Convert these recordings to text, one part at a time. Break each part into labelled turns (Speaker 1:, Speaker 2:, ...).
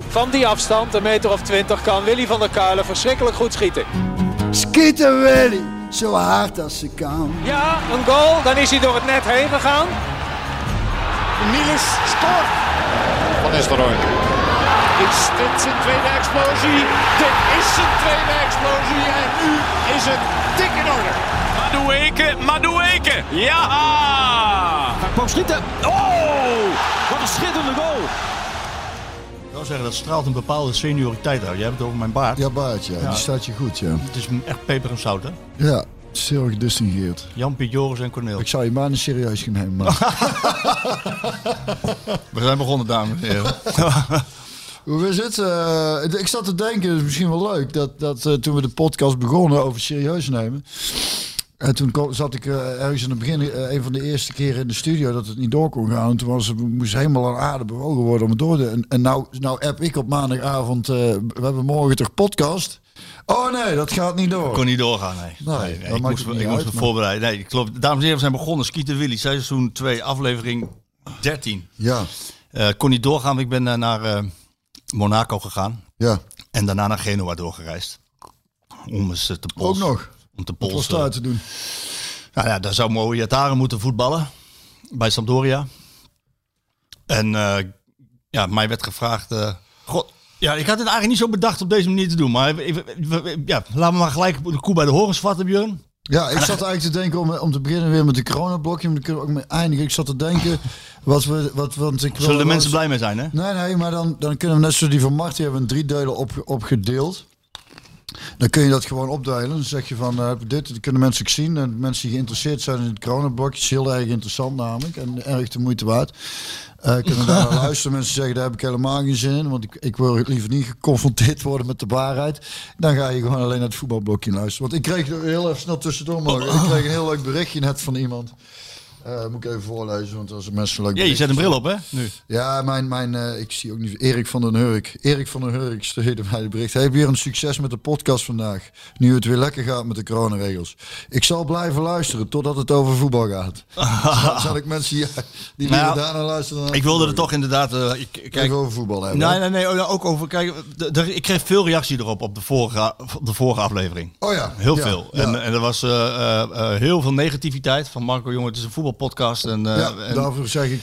Speaker 1: Van die afstand, een meter of 20, kan Willy van der Kuilen verschrikkelijk goed schieten.
Speaker 2: Schieten Willy, zo hard als ze kan.
Speaker 1: Ja, een goal, dan is hij door het net heen gegaan.
Speaker 3: Niels scoort. Van Nistelrooy. Is dit zijn tweede explosie? Dit is zijn tweede explosie en nu is het dik in orde.
Speaker 4: Madueke, ja!
Speaker 5: Hij kwam schieten. Oh, wat een schitterende goal.
Speaker 6: Ik wil zeggen, dat straalt een bepaalde senioriteit uit. Jij hebt het over mijn baard.
Speaker 2: Ja, baard, ja. Die staat je goed, ja.
Speaker 6: Het is echt peper en zout, hè?
Speaker 2: Ja, het is heel gedistingeerd.
Speaker 6: Jan, Piet, Joris en Corneel.
Speaker 2: Ik zou je maar niet serieus gaan nemen, maar...
Speaker 6: We zijn begonnen, dames en heren.
Speaker 2: Hoe is het? Ik zat te denken, het is misschien wel leuk, dat toen we de podcast begonnen over serieus nemen... En toen zat ik ergens in het begin, een van de eerste keren in de studio, dat het niet door kon gaan. En toen moest helemaal aan aarde bewogen worden om het door te... En nou app ik op maandagavond, we hebben morgen toch podcast? Oh nee, dat gaat niet door.
Speaker 6: Ik kon niet doorgaan, nee. Ik moest me voorbereiden. Nee, klopt. Dames en heren, we zijn begonnen. Skieten Willy, seizoen 2, aflevering 13.
Speaker 2: Ja.
Speaker 6: Kon niet doorgaan, want ik ben naar Monaco gegaan.
Speaker 2: Ja.
Speaker 6: En daarna naar Genoa doorgereisd. Om eens te polsen.
Speaker 2: Ook nog?
Speaker 6: Om te
Speaker 2: polsen. Wat was daar te doen?
Speaker 6: Nou ja, daar zou Moïataren moeten voetballen. Bij Sampdoria. En mij werd gevraagd... God, ja, ik had het eigenlijk niet zo bedacht op deze manier te doen. Maar laten we maar gelijk de koe bij de horens vatten, Björn.
Speaker 2: Ja, ik zat eigenlijk te denken om te beginnen weer met de coronablokje. Maar dan kunnen we ook mee eindigen. Ik zat te denken...
Speaker 6: Zullen de mensen blij mee zijn, hè?
Speaker 2: Nee, maar dan kunnen we net zoals die van Marty hebben 3 delen opgedeeld. Dan kun je dat gewoon opdelen. Dan zeg je van dit kunnen mensen ook zien. En mensen die geïnteresseerd zijn in het coronablokje. is heel erg interessant namelijk. En erg de moeite waard. Kunnen daar naar luisteren. Mensen zeggen daar heb ik helemaal geen zin in. Want ik wil liever niet geconfronteerd worden met de waarheid. Dan ga je gewoon alleen naar het voetbalblokje luisteren. Want ik kreeg heel even snel tussendoor morgen. Ik kreeg een heel leuk berichtje net van iemand. Moet ik even voorlezen, want als mensen leuk.
Speaker 6: Ja, je zet een bril op, hè? Nu.
Speaker 2: Ja, ik zie ook niet. Erik van den Hurk stuurde mij de bericht. Hey, weer een succes met de podcast vandaag. Nu het weer lekker gaat met de coronaregels. Ik zal blijven luisteren totdat het over voetbal gaat. Zal ik mensen die liever daarna luisteren?
Speaker 6: Ik wilde er toch inderdaad.
Speaker 2: Kijk over voetbal hebben.
Speaker 6: Nee, ook over. Kijk, ik kreeg veel reactie erop op de vorige aflevering.
Speaker 2: Oh ja.
Speaker 6: Heel veel. Ja. En er was heel veel negativiteit van Marco, jongen, het is een voetbalpodcast. En
Speaker 2: daarvoor zeg ik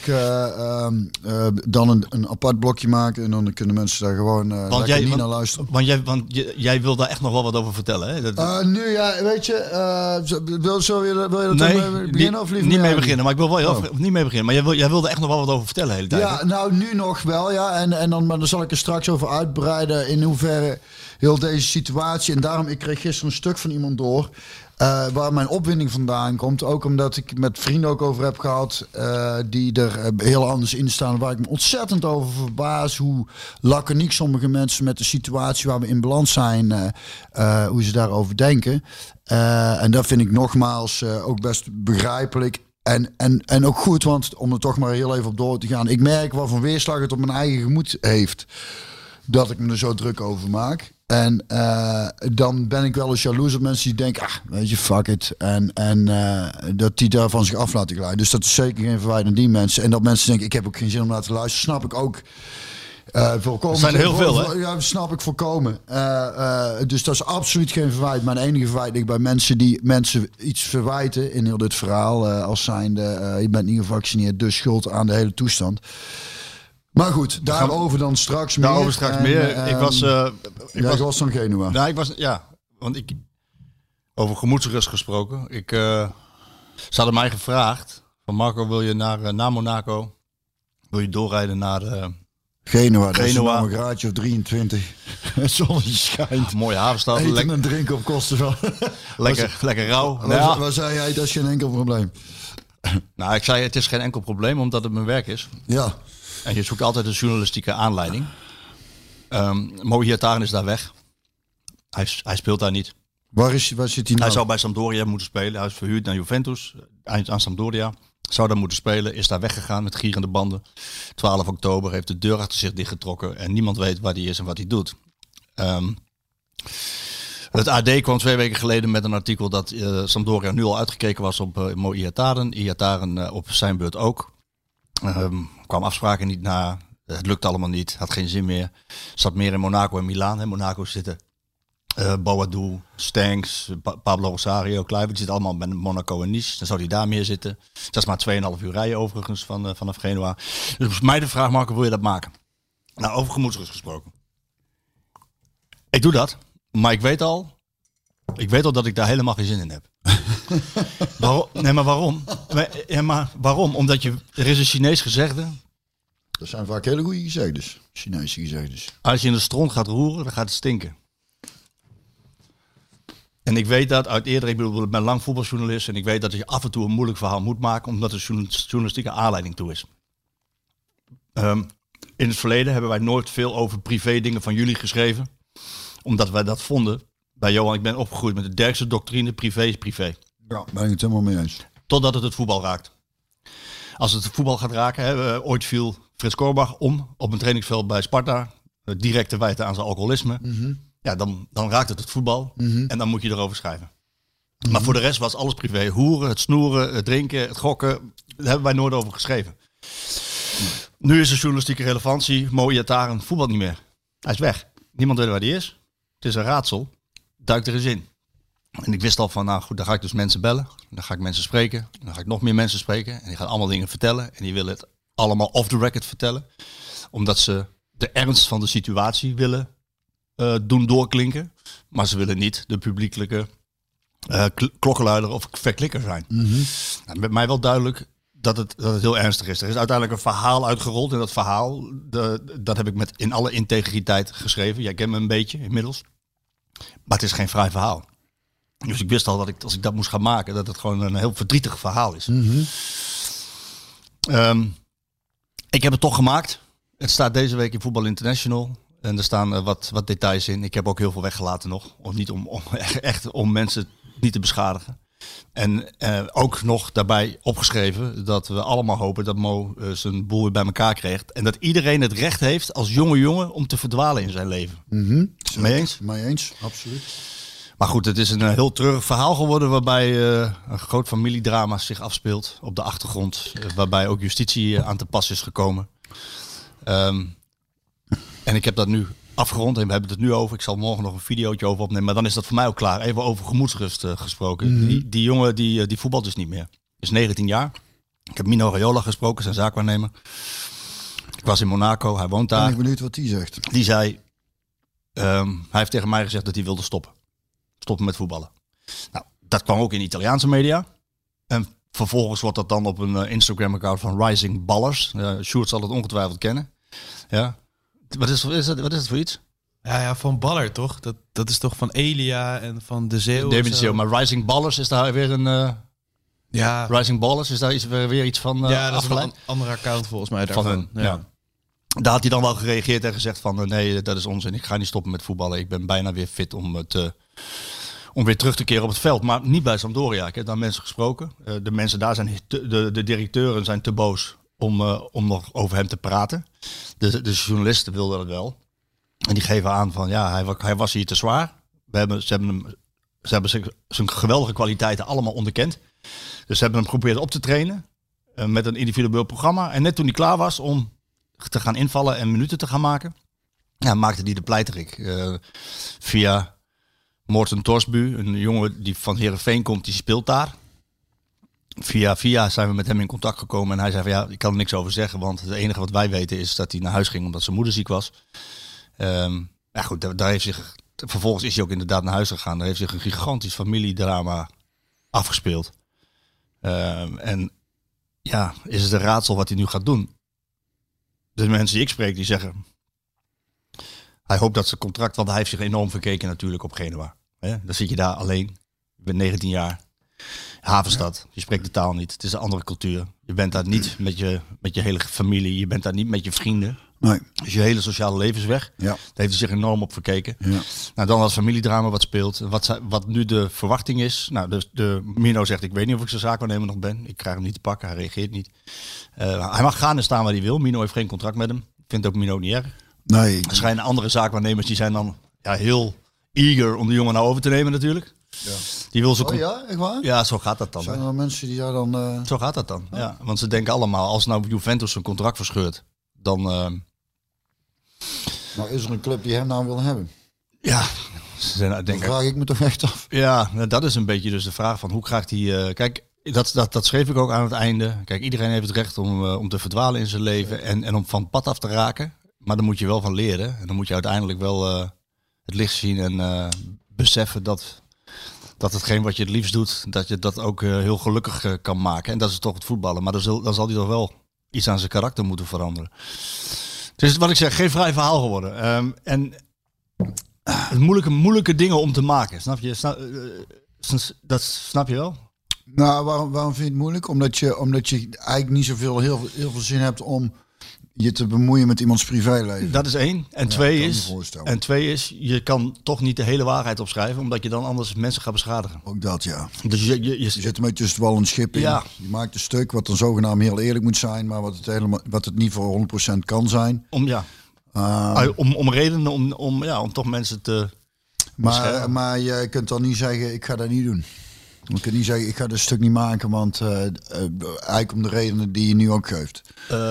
Speaker 2: dan een apart blokje maken en dan kunnen mensen daar gewoon naar luisteren.
Speaker 6: Want jij wil daar echt nog wel wat over vertellen, hè?
Speaker 2: Nu ja, weet je, wil je dat beginnen of liever
Speaker 6: niet mee beginnen? Maar ik wil wel niet mee beginnen. Maar jij wilde echt nog wel wat over vertellen de hele tijd.
Speaker 2: Ja, nou nu nog wel, ja. En dan zal ik er straks over uitbreiden in hoeverre heel deze situatie. En daarom, ik kreeg gisteren een stuk van iemand door. Waar mijn opwinding vandaan komt. Ook omdat ik met vrienden ook over heb gehad. Die er heel anders in staan. Waar ik me ontzettend over verbaas. Hoe laconiek sommige mensen met de situatie waar we in balans zijn. Hoe ze daarover denken. En dat vind ik nogmaals ook best begrijpelijk. En ook goed, want om er toch maar heel even op door te gaan. Ik merk wat voor weerslag het op mijn eigen gemoed heeft. Dat ik me er zo druk over maak. En dan ben ik wel eens jaloers op mensen die denken, weet je, fuck it. En dat die daar van zich af laten glijden. Dus dat is zeker geen verwijt aan die mensen. En dat mensen denken, ik heb ook geen zin om naar te luisteren. Snap ik ook volkomen.
Speaker 6: Er zijn er heel veel, hè?
Speaker 2: Ja, snap ik volkomen. Dus dat is absoluut geen verwijt. Mijn enige verwijt ligt bij mensen die mensen iets verwijten in heel dit verhaal. Als zijnde, je bent niet gevaccineerd, dus schuld aan de hele toestand. Maar goed, daarover dan straks meer.
Speaker 6: Daarover straks meer.
Speaker 2: Ik was dan Genua.
Speaker 6: Nou, want over gemoedsrust gesproken. Ze hadden mij gevraagd van Marco, wil je naar Monaco? Wil je doorrijden naar
Speaker 2: Genua? Dat is een graadje of 23. Het zonnetje schijnt.
Speaker 6: Mooie havenstad.
Speaker 2: Eten en drinken op kosten van.
Speaker 6: lekker rauw.
Speaker 2: Waar zei jij, dat is geen enkel probleem?
Speaker 6: Nou, ik zei het is geen enkel probleem omdat het mijn werk is.
Speaker 2: Ja.
Speaker 6: En je zoekt altijd een journalistieke aanleiding. Moïataren is daar weg. Hij speelt daar niet.
Speaker 2: Waar zit hij nou?
Speaker 6: Hij zou bij Sampdoria moeten spelen. Hij is verhuurd naar Juventus. Eind aan Sampdoria. Zou daar moeten spelen. Is daar weggegaan met gierende banden. 12 oktober heeft de deur achter zich dichtgetrokken. En niemand weet waar hij is en wat hij doet. Het AD kwam 2 weken geleden met een artikel dat Sampdoria nu al uitgekeken was op Moïataren. Iataren op zijn beurt ook. Kwam afspraken niet na. Het lukte allemaal niet, had geen zin meer. Zat meer in Monaco en Milaan. In Monaco zitten Boadou, Stanks, Pablo Rosario, Kluivert. Die zitten allemaal bij Monaco en Nice. Dan zou hij daar meer zitten. Dat is maar 2,5 uur rijden overigens vanaf Genua. Dus mij de vraag, Marco, wil je dat maken? Nou, over gemoedsrust gesproken. Ik doe dat, maar ik weet al dat ik daar helemaal geen zin in heb. Waarom? Waarom? Omdat er is een Chinees gezegde.
Speaker 2: Dat zijn vaak hele goede gezegdes. Chinese gezegdes.
Speaker 6: Als je in de stront gaat roeren, dan gaat het stinken. En ik weet dat uit eerder, ik ben lang voetbaljournalist en ik weet dat je af en toe een moeilijk verhaal moet maken, omdat er journalistieke aanleiding toe is. In het verleden hebben wij nooit veel over privé dingen van jullie geschreven, omdat wij dat vonden. Bij Johan, ik ben opgegroeid met de Derkse doctrine, privé is privé.
Speaker 2: Ja, ben ik het helemaal mee eens.
Speaker 6: Totdat het voetbal raakt. Als het voetbal gaat raken, ooit viel Frits Korbach om op een trainingsveld bij Sparta, direct te wijten aan zijn alcoholisme. Mm-hmm. Ja, dan raakt het voetbal en dan moet je erover schrijven. Mm-hmm. Maar voor de rest was alles privé. Hoeren, het snoeren, het drinken, het gokken, daar hebben wij nooit over geschreven. Nu is de journalistieke relevantie, Mo Iataren voetbal niet meer. Hij is weg. Niemand weet waar hij is. Het is een raadsel. Duik er eens in. En ik wist al van, nou goed, dan ga ik dus mensen bellen. Dan ga ik mensen spreken. Dan ga ik nog meer mensen spreken. En die gaan allemaal dingen vertellen. En die willen het allemaal off the record vertellen. Omdat ze de ernst van de situatie willen doen doorklinken. Maar ze willen niet de publiekelijke klokkenluider of verklikker zijn. Mm-hmm. Nou, met mij wel duidelijk dat het heel ernstig is. Er is uiteindelijk een verhaal uitgerold. En dat verhaal, dat heb ik in alle integriteit geschreven. Jij kent me een beetje inmiddels. Maar het is geen vrij verhaal. Dus ik wist al dat als ik dat moest gaan maken, dat het gewoon een heel verdrietig verhaal is. Mm-hmm. Ik heb het toch gemaakt. Het staat deze week in Voetbal International. En er staan wat details in. Ik heb ook heel veel weggelaten nog. Om mensen niet te beschadigen. En ook nog daarbij opgeschreven dat we allemaal hopen dat Mo zijn boel weer bij elkaar krijgt. En dat iedereen het recht heeft als jonge jongen om te verdwalen in zijn leven.
Speaker 2: Mm-hmm.
Speaker 6: Mee eens?
Speaker 2: Mee eens, absoluut.
Speaker 6: Maar goed, het is een heel treurig verhaal geworden waarbij een groot familiedrama zich afspeelt op de achtergrond. Waarbij ook justitie aan te pas is gekomen. En ik heb dat nu afgerond en we hebben het nu over. Ik zal morgen nog een videootje over opnemen, maar dan is dat voor mij ook klaar. Even over gemoedsrust gesproken. Mm-hmm. Die jongen die voetbalt dus niet meer. Is 19 jaar. Ik heb Mino Raiola gesproken, zijn zaakwaarnemer. Ik was in Monaco, hij woont daar.
Speaker 2: Ben ik benieuwd wat die zegt.
Speaker 6: Die zei, hij heeft tegen mij gezegd dat hij wilde stoppen. Stoppen met voetballen. Nou, dat kwam ook in Italiaanse media. En vervolgens wordt dat dan op een Instagram-account van Rising Ballers. Sjoerd zal het ongetwijfeld kennen. Ja. Wat is het voor iets?
Speaker 4: Ja, van Baller toch? Dat is toch van Elia en van De Zeeuw?
Speaker 6: David Zeeuw, maar Rising Ballers is daar weer een...
Speaker 4: Ja.
Speaker 6: Rising Ballers, is daar weer iets van
Speaker 4: ja, dat
Speaker 6: afgeleid?
Speaker 4: is een andere account volgens mij daarvan.
Speaker 6: Van hun, ja. Daar had hij dan wel gereageerd en gezegd van nee, dat is onzin. Ik ga niet stoppen met voetballen. Ik ben bijna weer fit om weer terug te keren op het veld. Maar niet bij Sampdoria. Ik heb daar mensen gesproken. De mensen daar zijn, de directeuren zijn te boos om nog over hem te praten. De journalisten wilden dat wel. En die geven aan van ja, hij was hier te zwaar. Ze hebben zijn geweldige kwaliteiten allemaal onderkend. Dus ze hebben hem geprobeerd op te trainen. Met een individueel programma. En net toen hij klaar was om te gaan invallen en minuten te gaan maken. Ja, maakte hij de pleiterik. Via Morten Torsbu, een jongen die van Heerenveen komt, die speelt daar. Via zijn we met hem in contact gekomen en hij zei van ja, ik kan er niks over zeggen, want het enige wat wij weten is dat hij naar huis ging omdat zijn moeder ziek was. Ja goed, daar heeft zich, vervolgens is hij ook inderdaad naar huis gegaan. Daar heeft zich een gigantisch familiedrama afgespeeld. En ja, is het een raadsel wat hij nu gaat doen? De mensen die ik spreek, die zeggen, hij hoopt dat zijn contract, want hij heeft zich enorm verkeken natuurlijk op Genua. Dan zit je daar alleen, je bent 19 jaar. Havenstad, je spreekt de taal niet. Het is een andere cultuur. Je bent daar niet met je hele familie. Je bent daar niet met je vrienden.
Speaker 2: Nee.
Speaker 6: Dus je hele sociale leven is weg.
Speaker 2: Ja.
Speaker 6: Daar heeft hij zich enorm op verkeken.
Speaker 2: Ja.
Speaker 6: Nou, dan als familiedrama wat speelt. Wat nu de verwachting is. Nou, de Mino zegt, ik weet niet of ik zijn zaakwaarnemer nog ben. Ik krijg hem niet te pakken, hij reageert niet. Hij mag gaan en staan waar hij wil. Mino heeft geen contract met hem. Vindt ook Mino niet erg.
Speaker 2: Nee.
Speaker 6: Er schijnen andere zaakwaarnemers, die zijn dan heel eager om de jongen nou over te nemen natuurlijk. Ja. Die wil
Speaker 2: ja, echt waar?
Speaker 6: Ja, zo gaat dat dan.
Speaker 2: Zijn er mensen die daar dan...
Speaker 6: Zo gaat dat dan, ja. Want ze denken allemaal, als nou Juventus zijn contract verscheurt, dan
Speaker 2: Maar is er een club die hem nou wil hebben?
Speaker 6: Ja, ze zijn,
Speaker 2: Dat vraag ik me toch echt af.
Speaker 6: Ja, dat is een beetje dus de vraag van hoe krijgt hij... kijk, dat schreef ik ook aan het einde. Kijk, iedereen heeft het recht om te verdwalen in zijn leven en om van pad af te raken. Maar daar moet je wel van leren. En dan moet je uiteindelijk wel het licht zien en beseffen dat hetgeen wat je het liefst doet, dat je dat ook heel gelukkig kan maken. En dat is toch het voetballen. Maar dan zal hij toch wel iets aan zijn karakter moeten veranderen. Dus wat ik zeg, geen vrij verhaal geworden. En moeilijke dingen om te maken. Snap je? Dat snap je wel?
Speaker 2: Nou, waarom vind je het moeilijk? Omdat je eigenlijk niet zoveel heel veel zin hebt om je te bemoeien met iemands privéleven.
Speaker 6: Dat is 1. En 2 is, je kan toch niet de hele waarheid opschrijven, omdat je dan anders mensen gaat beschadigen.
Speaker 2: Ook dat, ja.
Speaker 6: Dus je
Speaker 2: zit een beetje tussen het wal en het schip in.
Speaker 6: Ja.
Speaker 2: Je maakt een stuk wat dan zogenaamd heel eerlijk moet zijn, maar wat het niet voor 100% kan zijn.
Speaker 6: Om redenen om toch mensen te beschermen.
Speaker 2: Maar je kunt dan niet zeggen, ik ga dat niet doen. Je kunt niet zeggen, ik ga dit stuk niet maken, want eigenlijk om de redenen die je nu ook geeft.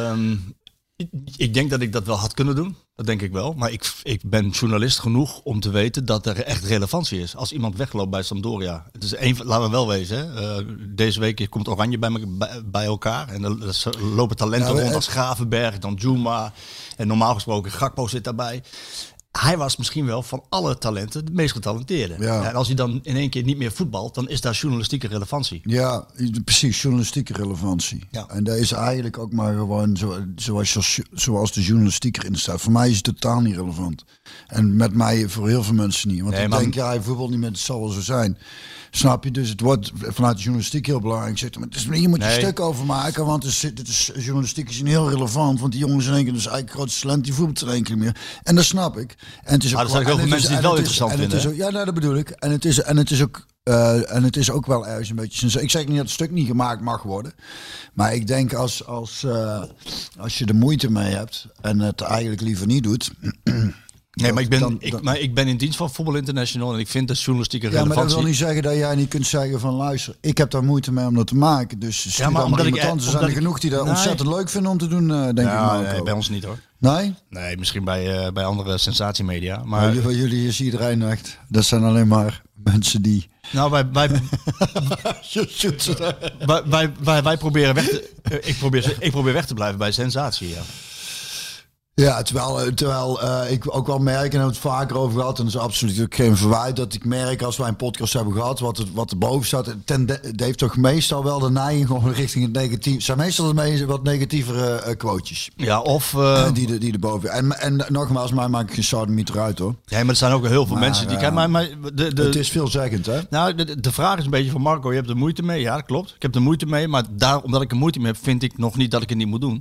Speaker 6: Ik denk dat ik dat wel had kunnen doen. Dat denk ik wel. Maar ik ben journalist genoeg om te weten dat er echt relevantie is. Als iemand wegloopt bij Sampdoria. Het is laten we wel wezen. Hè. Deze week komt Oranje bij elkaar. En er lopen talenten rond als Gravenberg, dan Djouma. En normaal gesproken Gakpo zit daarbij. Hij was misschien wel van alle talenten de meest getalenteerde. Ja. En als hij dan in één keer niet meer voetbalt, dan is daar journalistieke relevantie.
Speaker 2: Ja, precies, journalistieke relevantie. Ja. En dat is eigenlijk ook maar gewoon zoals de journalistiek erin staat. Voor mij is het totaal niet relevant. En met mij voor heel veel mensen niet. Want ik denk, hij voetbal niet meer, het zal wel zo zijn. Snap je? Dus het wordt vanuit de journalistiek heel belangrijk. Hier moet je een stuk over maken, want journalistiek is heel relevant. Want die jongens in één keer, dus eigenlijk grootste talent, die voetbalt in één keer meer. En dat snap ik. En het is ook,
Speaker 6: er zijn ook veel mensen die het wel interessant vinden.
Speaker 2: Ja, nou, dat bedoel ik. En het is ook wel ergens een beetje... Ik zeg niet dat het stuk niet gemaakt mag worden. Maar ik denk als je er moeite mee hebt en het eigenlijk liever niet doet...
Speaker 6: Nee, maar ik ben in dienst van Voetbal International en ik vind dat journalistieke relevantie...
Speaker 2: Ja, maar dat wil niet zeggen dat jij niet kunt zeggen van luister, ik heb daar moeite mee om dat te maken. Dus maar omdat er zijn er genoeg die dat ontzettend leuk vinden om te doen, denk ik.
Speaker 6: Nee, bij ons niet hoor.
Speaker 2: Nee?
Speaker 6: Nee, misschien bij andere sensatiemedia. Maar
Speaker 2: jullie is iedereen echt. Dat zijn alleen maar mensen die...
Speaker 6: Nou, wij proberen weg te... Ik probeer weg te blijven bij sensatie, ja.
Speaker 2: Ja, terwijl ik ook wel merk, en hebben we het vaker over gehad, en dat is absoluut ook geen verwijt, dat ik merk als wij een podcast hebben gehad, wat er boven staat, het heeft toch meestal wel de neiging om richting het negatief. Zijn meestal de wat negatievere quotejes.
Speaker 6: Ja, of...
Speaker 2: die erboven. En nogmaals, mij maak ik geen sodomieter uit hoor.
Speaker 6: Ja, maar er zijn ook heel veel mensen die...
Speaker 2: Het is veelzeggend, hè?
Speaker 6: Nou, de vraag is een beetje van Marco, je hebt er moeite mee. Ja, dat klopt. Ik heb er moeite mee, maar omdat ik er moeite mee heb, vind ik nog niet dat ik het niet moet doen.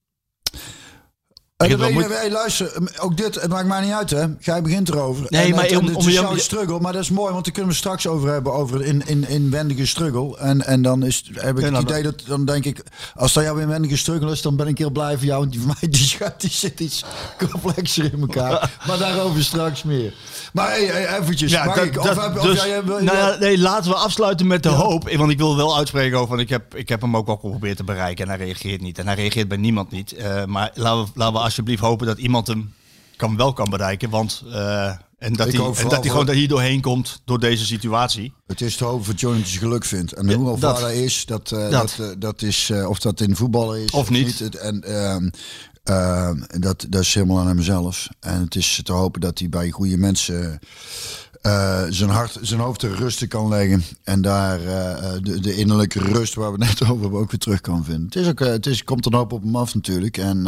Speaker 2: Luister, ook dit, het maakt mij niet uit, hè? Jij begint erover.
Speaker 6: Nee, maar
Speaker 2: het is jouw struggle, maar dat is mooi, want daar kunnen we straks over hebben, over inwendige struggle. En dan heb ik het idee dat, dan denk ik, als dat jouw inwendige struggle is, dan ben ik heel blij voor jou. Want die van mij, die zit iets complexer in elkaar. Maar daarover straks meer. Maar eventjes,
Speaker 6: nee, laten we afsluiten met de hoop. Want ik wil wel uitspreken over, want ik heb hem ook wel geprobeerd te bereiken. En hij reageert niet. En hij reageert bij niemand niet. Maar laten we alsjeblieft hopen dat iemand hem wel kan bereiken. Want dat hij gewoon hier doorheen komt door deze situatie.
Speaker 2: Het is te hopen dat Johnny zijn geluk vindt. En hoe of dat is, dat is of dat in voetballen is
Speaker 6: of niet.
Speaker 2: Dat is helemaal aan hemzelf. En het is te hopen dat hij bij goede mensen zijn hoofd ter ruste kan leggen. En daar de innerlijke rust waar we het net over hebben ook weer terug kan vinden. Het komt er een hoop op hem af natuurlijk. En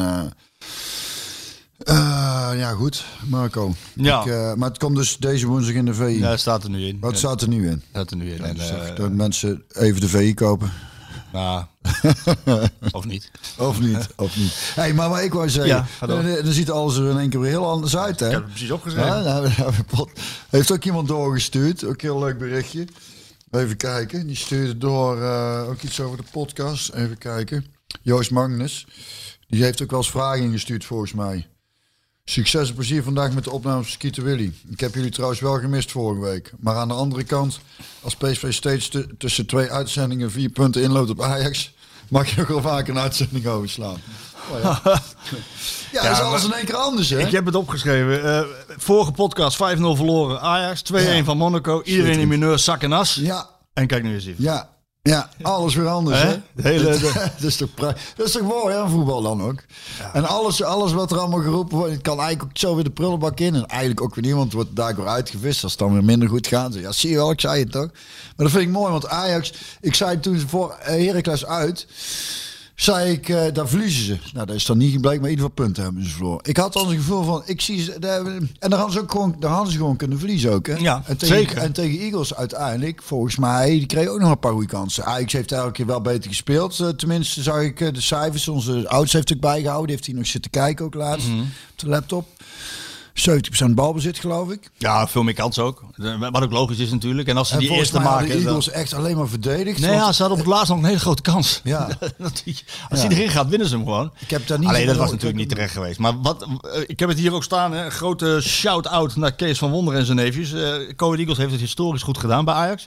Speaker 2: ja goed, Marco.
Speaker 6: Ja.
Speaker 2: Maar het komt dus deze woensdag in de VI.
Speaker 6: Ja, het staat er nu in.
Speaker 2: Wat staat er nu in?
Speaker 6: Staat er nu in. En,
Speaker 2: dat mensen even de VI kopen.
Speaker 6: Nou, of niet.
Speaker 2: Of niet. Hey, maar wat ik wou zeggen, dan ziet alles er in één keer weer heel anders uit. Hè?
Speaker 6: Ik heb het precies opgeschreven.
Speaker 2: Ja, heeft ook iemand doorgestuurd. Ook een heel leuk berichtje. Even kijken. Die stuurde door ook iets over de podcast. Even kijken. Joost Magnus. Die heeft ook wel eens vragen ingestuurd volgens mij. Succes en plezier vandaag met de opnames van Skeeter Willy. Ik heb jullie trouwens wel gemist vorige week. Maar aan de andere kant, als PSV steeds tussen 2 uitzendingen 4 punten inloopt op Ajax, mag je nog wel vaak een uitzending overslaan. Ja, dat is alles in één keer anders, hè?
Speaker 6: Ik heb het opgeschreven. Vorige podcast 5-0 verloren. Ajax 2-1 van Monaco. Iedereen in mineur, zak en as.
Speaker 2: Ja.
Speaker 6: En kijk nu eens even.
Speaker 2: Ja, alles weer anders, hè? Dat is toch mooi, hè, voetbal dan ook? Ja. En alles wat er allemaal geroepen wordt, het kan eigenlijk ook zo weer de prullenbak in. En eigenlijk ook weer niemand wordt daar weer uitgevist als het dan weer minder goed gaat. Ja, zie je wel, ik zei het toch? Maar dat vind ik mooi, want Ajax, ik zei toen voor Heracles uit, zei ik, daar verliezen ze. Nou, dat is dan niet gebleken, maar in ieder geval punten hebben ze verloren. Ik had dan een gevoel van, ik zie ze, en daar hadden ze gewoon kunnen verliezen ook, hè?
Speaker 6: Ja,
Speaker 2: en
Speaker 6: zeker.
Speaker 2: En tegen Eagles uiteindelijk, volgens mij, die kregen ook nog een paar goede kansen. Ajax heeft elke keer wel beter gespeeld. Tenminste, zag ik de cijfers. Onze oudste heeft het bijgehouden. Die heeft hij nog zitten kijken ook laatst op de laptop. 70% balbezit, geloof ik.
Speaker 6: Ja, veel meer kans ook. Wat ook logisch is natuurlijk. En als ze
Speaker 2: En
Speaker 6: die eerste
Speaker 2: mij
Speaker 6: maken...
Speaker 2: de Eagles echt alleen maar verdedigd.
Speaker 6: Nee, ja, ze hadden op het laatst nog een hele grote kans.
Speaker 2: Ja.
Speaker 6: Als hij erin gaat, winnen ze hem gewoon.
Speaker 2: Ik heb daar niet
Speaker 6: Alleen dat was natuurlijk niet terecht geweest. Maar ik heb het hier ook staan. Hè. Een grote shout-out naar Kees van Wonderen en zijn neefjes. Go Eagles heeft het historisch goed gedaan bij Ajax.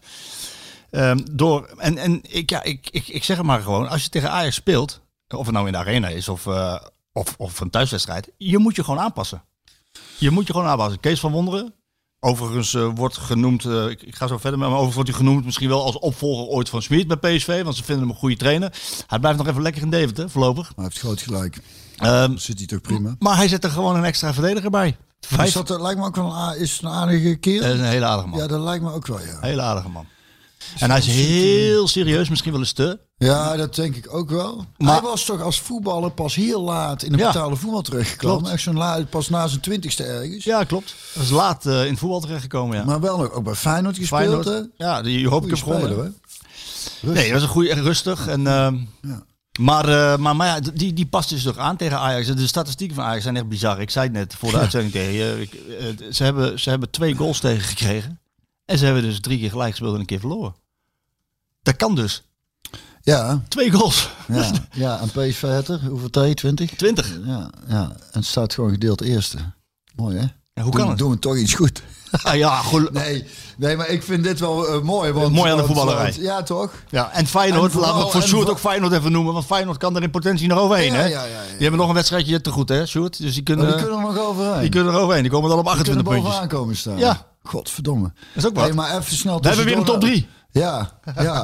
Speaker 6: Ik zeg het maar gewoon. Als je tegen Ajax speelt, of het nou in de arena is of een thuiswedstrijd, je moet je gewoon aanpassen. Je moet je gewoon aanpassen. Kees van Wonderen, overigens wordt genoemd, ik ga zo verder met hem, overigens wordt hij genoemd misschien wel als opvolger ooit van Smit bij PSV, want ze vinden hem een goede trainer. Hij blijft nog even lekker in Deventer, voorlopig.
Speaker 2: Hij heeft groot gelijk. Zit hij toch prima.
Speaker 6: Maar hij zet er gewoon een extra verdediger bij.
Speaker 2: Dus dat lijkt me ook wel een aardige keer.
Speaker 6: Een hele aardige man.
Speaker 2: Ja, dat lijkt me ook wel, ja.
Speaker 6: Hele aardige man. En hij is heel serieus, misschien wel eens te.
Speaker 2: Ja, dat denk ik ook wel. Maar hij was toch als voetballer pas heel laat in de betaalde voetbal terechtgekomen.
Speaker 6: Klopt.
Speaker 2: Echt zo'n pas na zijn 20ste ergens.
Speaker 6: Ja, klopt. Dat is laat in het voetbal terechtgekomen, ja.
Speaker 2: Maar wel nog ook bij Feyenoord gespeeld, hè?
Speaker 6: Ja, die hoop ik heb gewonnen. Nee, dat was een goede, rustig. En,
Speaker 2: ja.
Speaker 6: Maar ja, die past dus toch aan tegen Ajax. De statistieken van Ajax zijn echt bizar. Ik zei het net voor de uitzending tegen je. Ze hebben 2 goals tegengekregen. En ze hebben dus 3 keer gelijk gespeeld en een keer verloren. Dat kan dus.
Speaker 2: Ja.
Speaker 6: 2 goals.
Speaker 2: Ja, en PSV had er, hoeveel tegen? 20?
Speaker 6: 20.
Speaker 2: Ja. En het staat gewoon gedeeld eerste. Mooi, hè?
Speaker 6: Ja, hoe kan het?
Speaker 2: Doen we toch iets goed.
Speaker 6: Ja, goed.
Speaker 2: Nee, maar ik vind dit wel mooi. Want,
Speaker 6: mooi aan de voetballerij.
Speaker 2: Ja, toch?
Speaker 6: Ja, en Feyenoord, laten we voor Sjoerd ook Feyenoord even noemen. Want Feyenoord kan er in potentie nog overheen, hè?
Speaker 2: Ja.
Speaker 6: Die hebben nog een wedstrijdje te goed, hè, Sjoerd? Dus die kunnen
Speaker 2: er nog overheen.
Speaker 6: Die kunnen er overheen. Die komen dan op 28
Speaker 2: puntjes.
Speaker 6: puntjes.
Speaker 2: Die bovenaan komen staan.
Speaker 6: Ja.
Speaker 2: Godverdomme.
Speaker 6: Dat is ook wat.
Speaker 2: Nee, maar even snel.
Speaker 6: We hebben weer een top 3.
Speaker 2: Ja,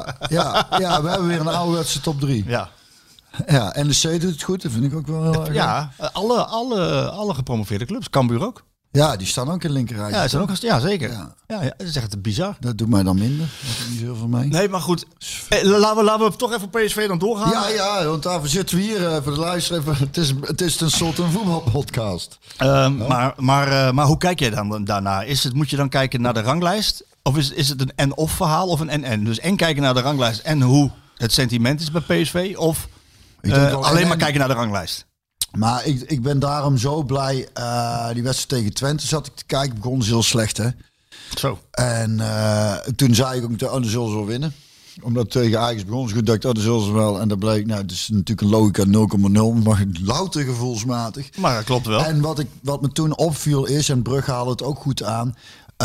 Speaker 2: we hebben weer een ouderwetse top 3.
Speaker 6: Ja.
Speaker 2: Ja, NEC doet het goed. Dat vind ik ook wel heel erg.
Speaker 6: Ja, alle gepromoveerde clubs. Cambuur ook.
Speaker 2: Ja, die staan ook in linkerrijtje.
Speaker 6: Ja, zeker. Ja, dat is echt bizar.
Speaker 2: Dat doet mij dan minder. Dat is niet zoveel mee.
Speaker 6: Nee, maar goed. Laten we toch even PSV dan doorgaan.
Speaker 2: Ja, want daarvoor zitten we hier voor de luisteraar. Het is tenslotte een voetbalpodcast.
Speaker 6: Maar hoe kijk jij dan daarna? Moet je dan kijken naar de ranglijst? Of is het een en-of verhaal of een en-en? Dus en kijken naar de ranglijst en hoe het sentiment is bij PSV? Of alleen maar kijken naar de ranglijst?
Speaker 2: Maar ik ben daarom zo blij. Die wedstrijd tegen Twente zat ik te kijken. Begon ze heel slecht, hè?
Speaker 6: Zo.
Speaker 2: En toen zei ik ook meteen, dan zullen ze wel winnen. Omdat tegen Ajax begon ze goed, dacht ik, dan zullen ze wel. En dat bleek, het is natuurlijk een logica 0,0. Maar louter gevoelsmatig.
Speaker 6: Maar dat klopt wel.
Speaker 2: En wat me toen opviel is, en Brugge haalde het ook goed aan.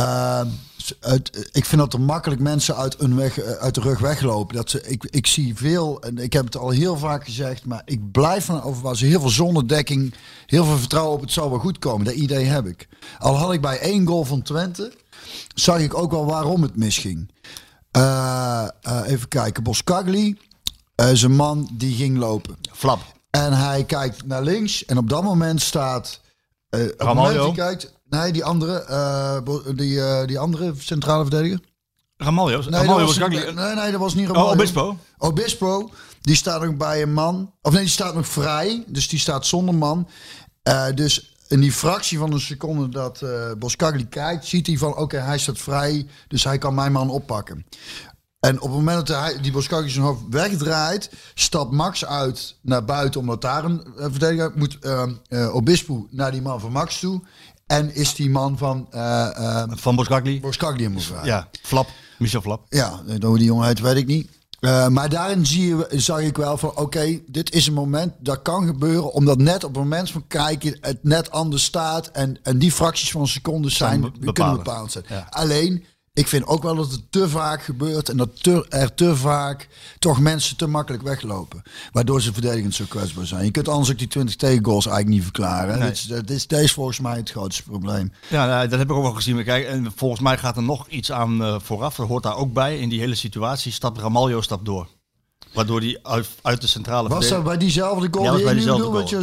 Speaker 2: Ik vind dat er makkelijk mensen uit de rug weglopen. Ik zie veel, en ik heb het al heel vaak gezegd, maar ik blijf van over heel veel zonnedekking, heel veel vertrouwen op het zal wel goed komen. Dat idee heb ik. Al had ik bij 1 goal van Twente, zag ik ook wel waarom het misging. Even kijken, Boskagli, zijn man die ging lopen.
Speaker 6: Flap.
Speaker 2: En hij kijkt naar links en op dat moment staat...
Speaker 6: Ramaljo.
Speaker 2: Nee, die andere centrale verdediger.
Speaker 6: Ramaljo.
Speaker 2: Nee, dat was niet Ramaljo. Obispo. Die staat nog bij een man. Of nee, die staat nog vrij. Dus die staat zonder man. Dus in die fractie van een seconde dat Boskagli kijkt, ziet hij van oké, hij staat vrij. Dus hij kan mijn man oppakken. En op het moment dat die Boskagli zijn hoofd wegdraait, stapt Max uit naar buiten, omdat daar een verdediger moet. Obispo naar die man van Max toe. En is die man van
Speaker 6: Boskagli?
Speaker 2: Boskagli hem vrij.
Speaker 6: Ja, Flap. Michel Flap.
Speaker 2: Ja, hoe die jongen heet, weet ik niet. Maar daarin zag ik wel van oké, dit is een moment, dat kan gebeuren. Omdat net op het moment van kijken het net anders staat. En die fracties van seconden kunnen bepaald zijn. Ja. Alleen, ik vind ook wel dat het te vaak gebeurt en dat er te vaak toch mensen te makkelijk weglopen. Waardoor ze verdedigend zo kwetsbaar zijn. Je kunt anders ook die 20 tegengoals eigenlijk niet verklaren.
Speaker 6: Nee.
Speaker 2: Dit is volgens mij het grootste probleem.
Speaker 6: Ja, nou, dat heb ik ook wel gezien. Maar kijk, en volgens mij gaat er nog iets aan vooraf. Dat hoort daar ook bij. In die hele situatie Ramaljo door. Waardoor hij uit de centrale
Speaker 2: Was dat bij diezelfde goal?
Speaker 6: Ja, was bij diezelfde
Speaker 2: goal. Wat je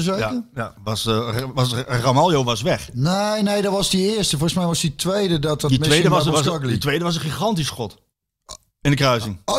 Speaker 2: zeker?
Speaker 6: Ramaljo was weg.
Speaker 2: Nee, dat was die eerste. Volgens mij was die tweede.
Speaker 6: Die tweede was een gigantisch schot. In de kruising.
Speaker 2: Oh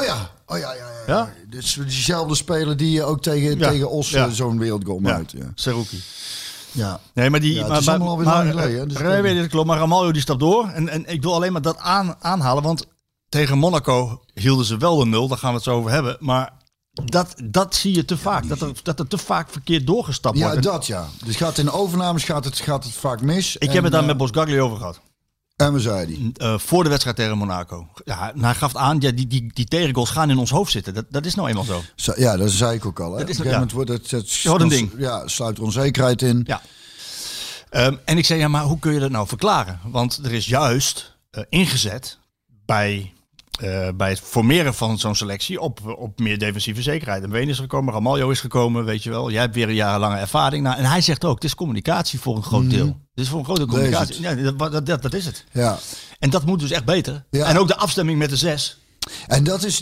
Speaker 2: ja. Dus diezelfde speler die ook tegen Os zo'n wereldgoal maakt. Ja.
Speaker 6: Seruki.
Speaker 2: Ja.
Speaker 6: Nee, maar die...
Speaker 2: het is allemaal alweer lang geleden. Dus
Speaker 6: weet het klopt. Maar Ramaljo die stapt door. En ik wil alleen maar dat aanhalen. Want tegen Monaco hielden ze wel de 0. Daar gaan we het zo over hebben. Maar dat zie je te vaak. Dat er te vaak verkeerd doorgestapt wordt.
Speaker 2: Ja. Dus in de overnames gaat het vaak mis.
Speaker 6: Ik heb het daar met Bosgagli over gehad.
Speaker 2: En we zei hij?
Speaker 6: Voor de wedstrijd tegen Monaco. Ja, hij gaf aan, die tegengoals gaan in ons hoofd zitten. Dat is nou eenmaal zo.
Speaker 2: Ja, dat zei ik ook al. Hè.
Speaker 6: Dat is,
Speaker 2: Op een gegeven moment
Speaker 6: wordt een ding.
Speaker 2: Ja, sluit er onzekerheid in.
Speaker 6: Ja. En ik zei, maar hoe kun je dat nou verklaren? Want er is juist ingezet bij het formeren van zo'n selectie op meer defensieve zekerheid. En Ween is gekomen, Ramaljo is gekomen, weet je wel. Jij hebt weer een jarenlange ervaring. Nou, en hij zegt ook, het is communicatie voor een groot deel. Het is voor een grote communicatie. Ja, dat is het.
Speaker 2: Ja.
Speaker 6: En dat moet dus echt beter. Ja. En ook de afstemming met de 6.
Speaker 2: En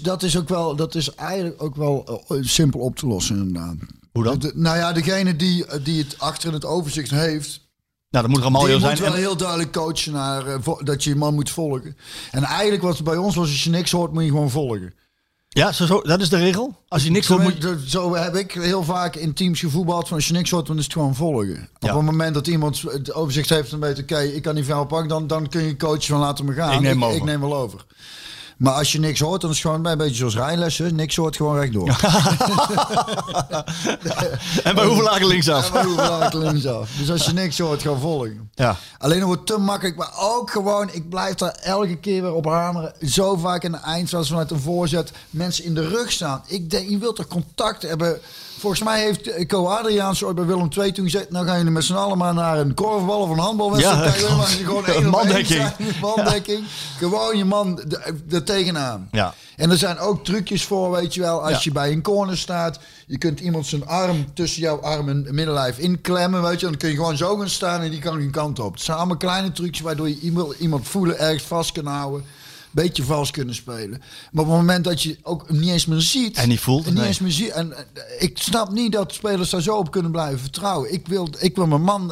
Speaker 2: dat is eigenlijk ook wel simpel op te lossen inderdaad.
Speaker 6: Hoe dan?
Speaker 2: Degene die het achter in het overzicht heeft...
Speaker 6: Nou, dat moet Ramaljo zijn.
Speaker 2: Je moet wel heel duidelijk coachen naar dat je je man moet volgen. En eigenlijk wat bij ons was, als je niks hoort, moet je gewoon volgen.
Speaker 6: Ja, dat is de regel. Als je niks hoort, moet je...
Speaker 2: Zo heb ik heel vaak in teams gevoetbald van als je niks hoort, dan is het gewoon volgen. Ja. Op het moment dat iemand het overzicht heeft en weet, oké, ik kan niet veel pakken, dan kun je coachen van laten me gaan. Ik neem wel over. Maar als je niks hoort, dan is het gewoon een beetje zoals rijlessen. Niks hoort, gewoon rechtdoor.
Speaker 6: En bij hoeveel lagen linksaf?
Speaker 2: Dus als je niks hoort, gewoon volgen.
Speaker 6: Ja.
Speaker 2: Alleen het wordt te makkelijk. Maar ook gewoon, ik blijf daar elke keer weer op hameren. Zo vaak in de eindfase vanuit een voorzet mensen in de rug staan. Ik denk, je wilt toch contact hebben. Volgens mij heeft Co Adriaans ooit bij Willem II toen gezegd, nou gaan jullie met z'n allen maar naar een korfbal of een handbalwedstrijd. Ja, gewoon een mandekking. Gewoon je man er tegenaan.
Speaker 6: Ja.
Speaker 2: En er zijn ook trucjes voor, weet je wel. Als je bij een corner staat, je kunt iemand zijn arm tussen jouw arm en middenlijf inklemmen, weet je. Dan kun je gewoon zo gaan staan en die kan geen kant op. Het zijn allemaal kleine trucjes waardoor je iemand voelen, ergens vast kan houden. Beetje vals kunnen spelen. Maar op het moment dat je ook niet eens meer ziet...
Speaker 6: En niet voelt.
Speaker 2: En ik snap niet dat spelers daar zo op kunnen blijven vertrouwen. Ik wil mijn man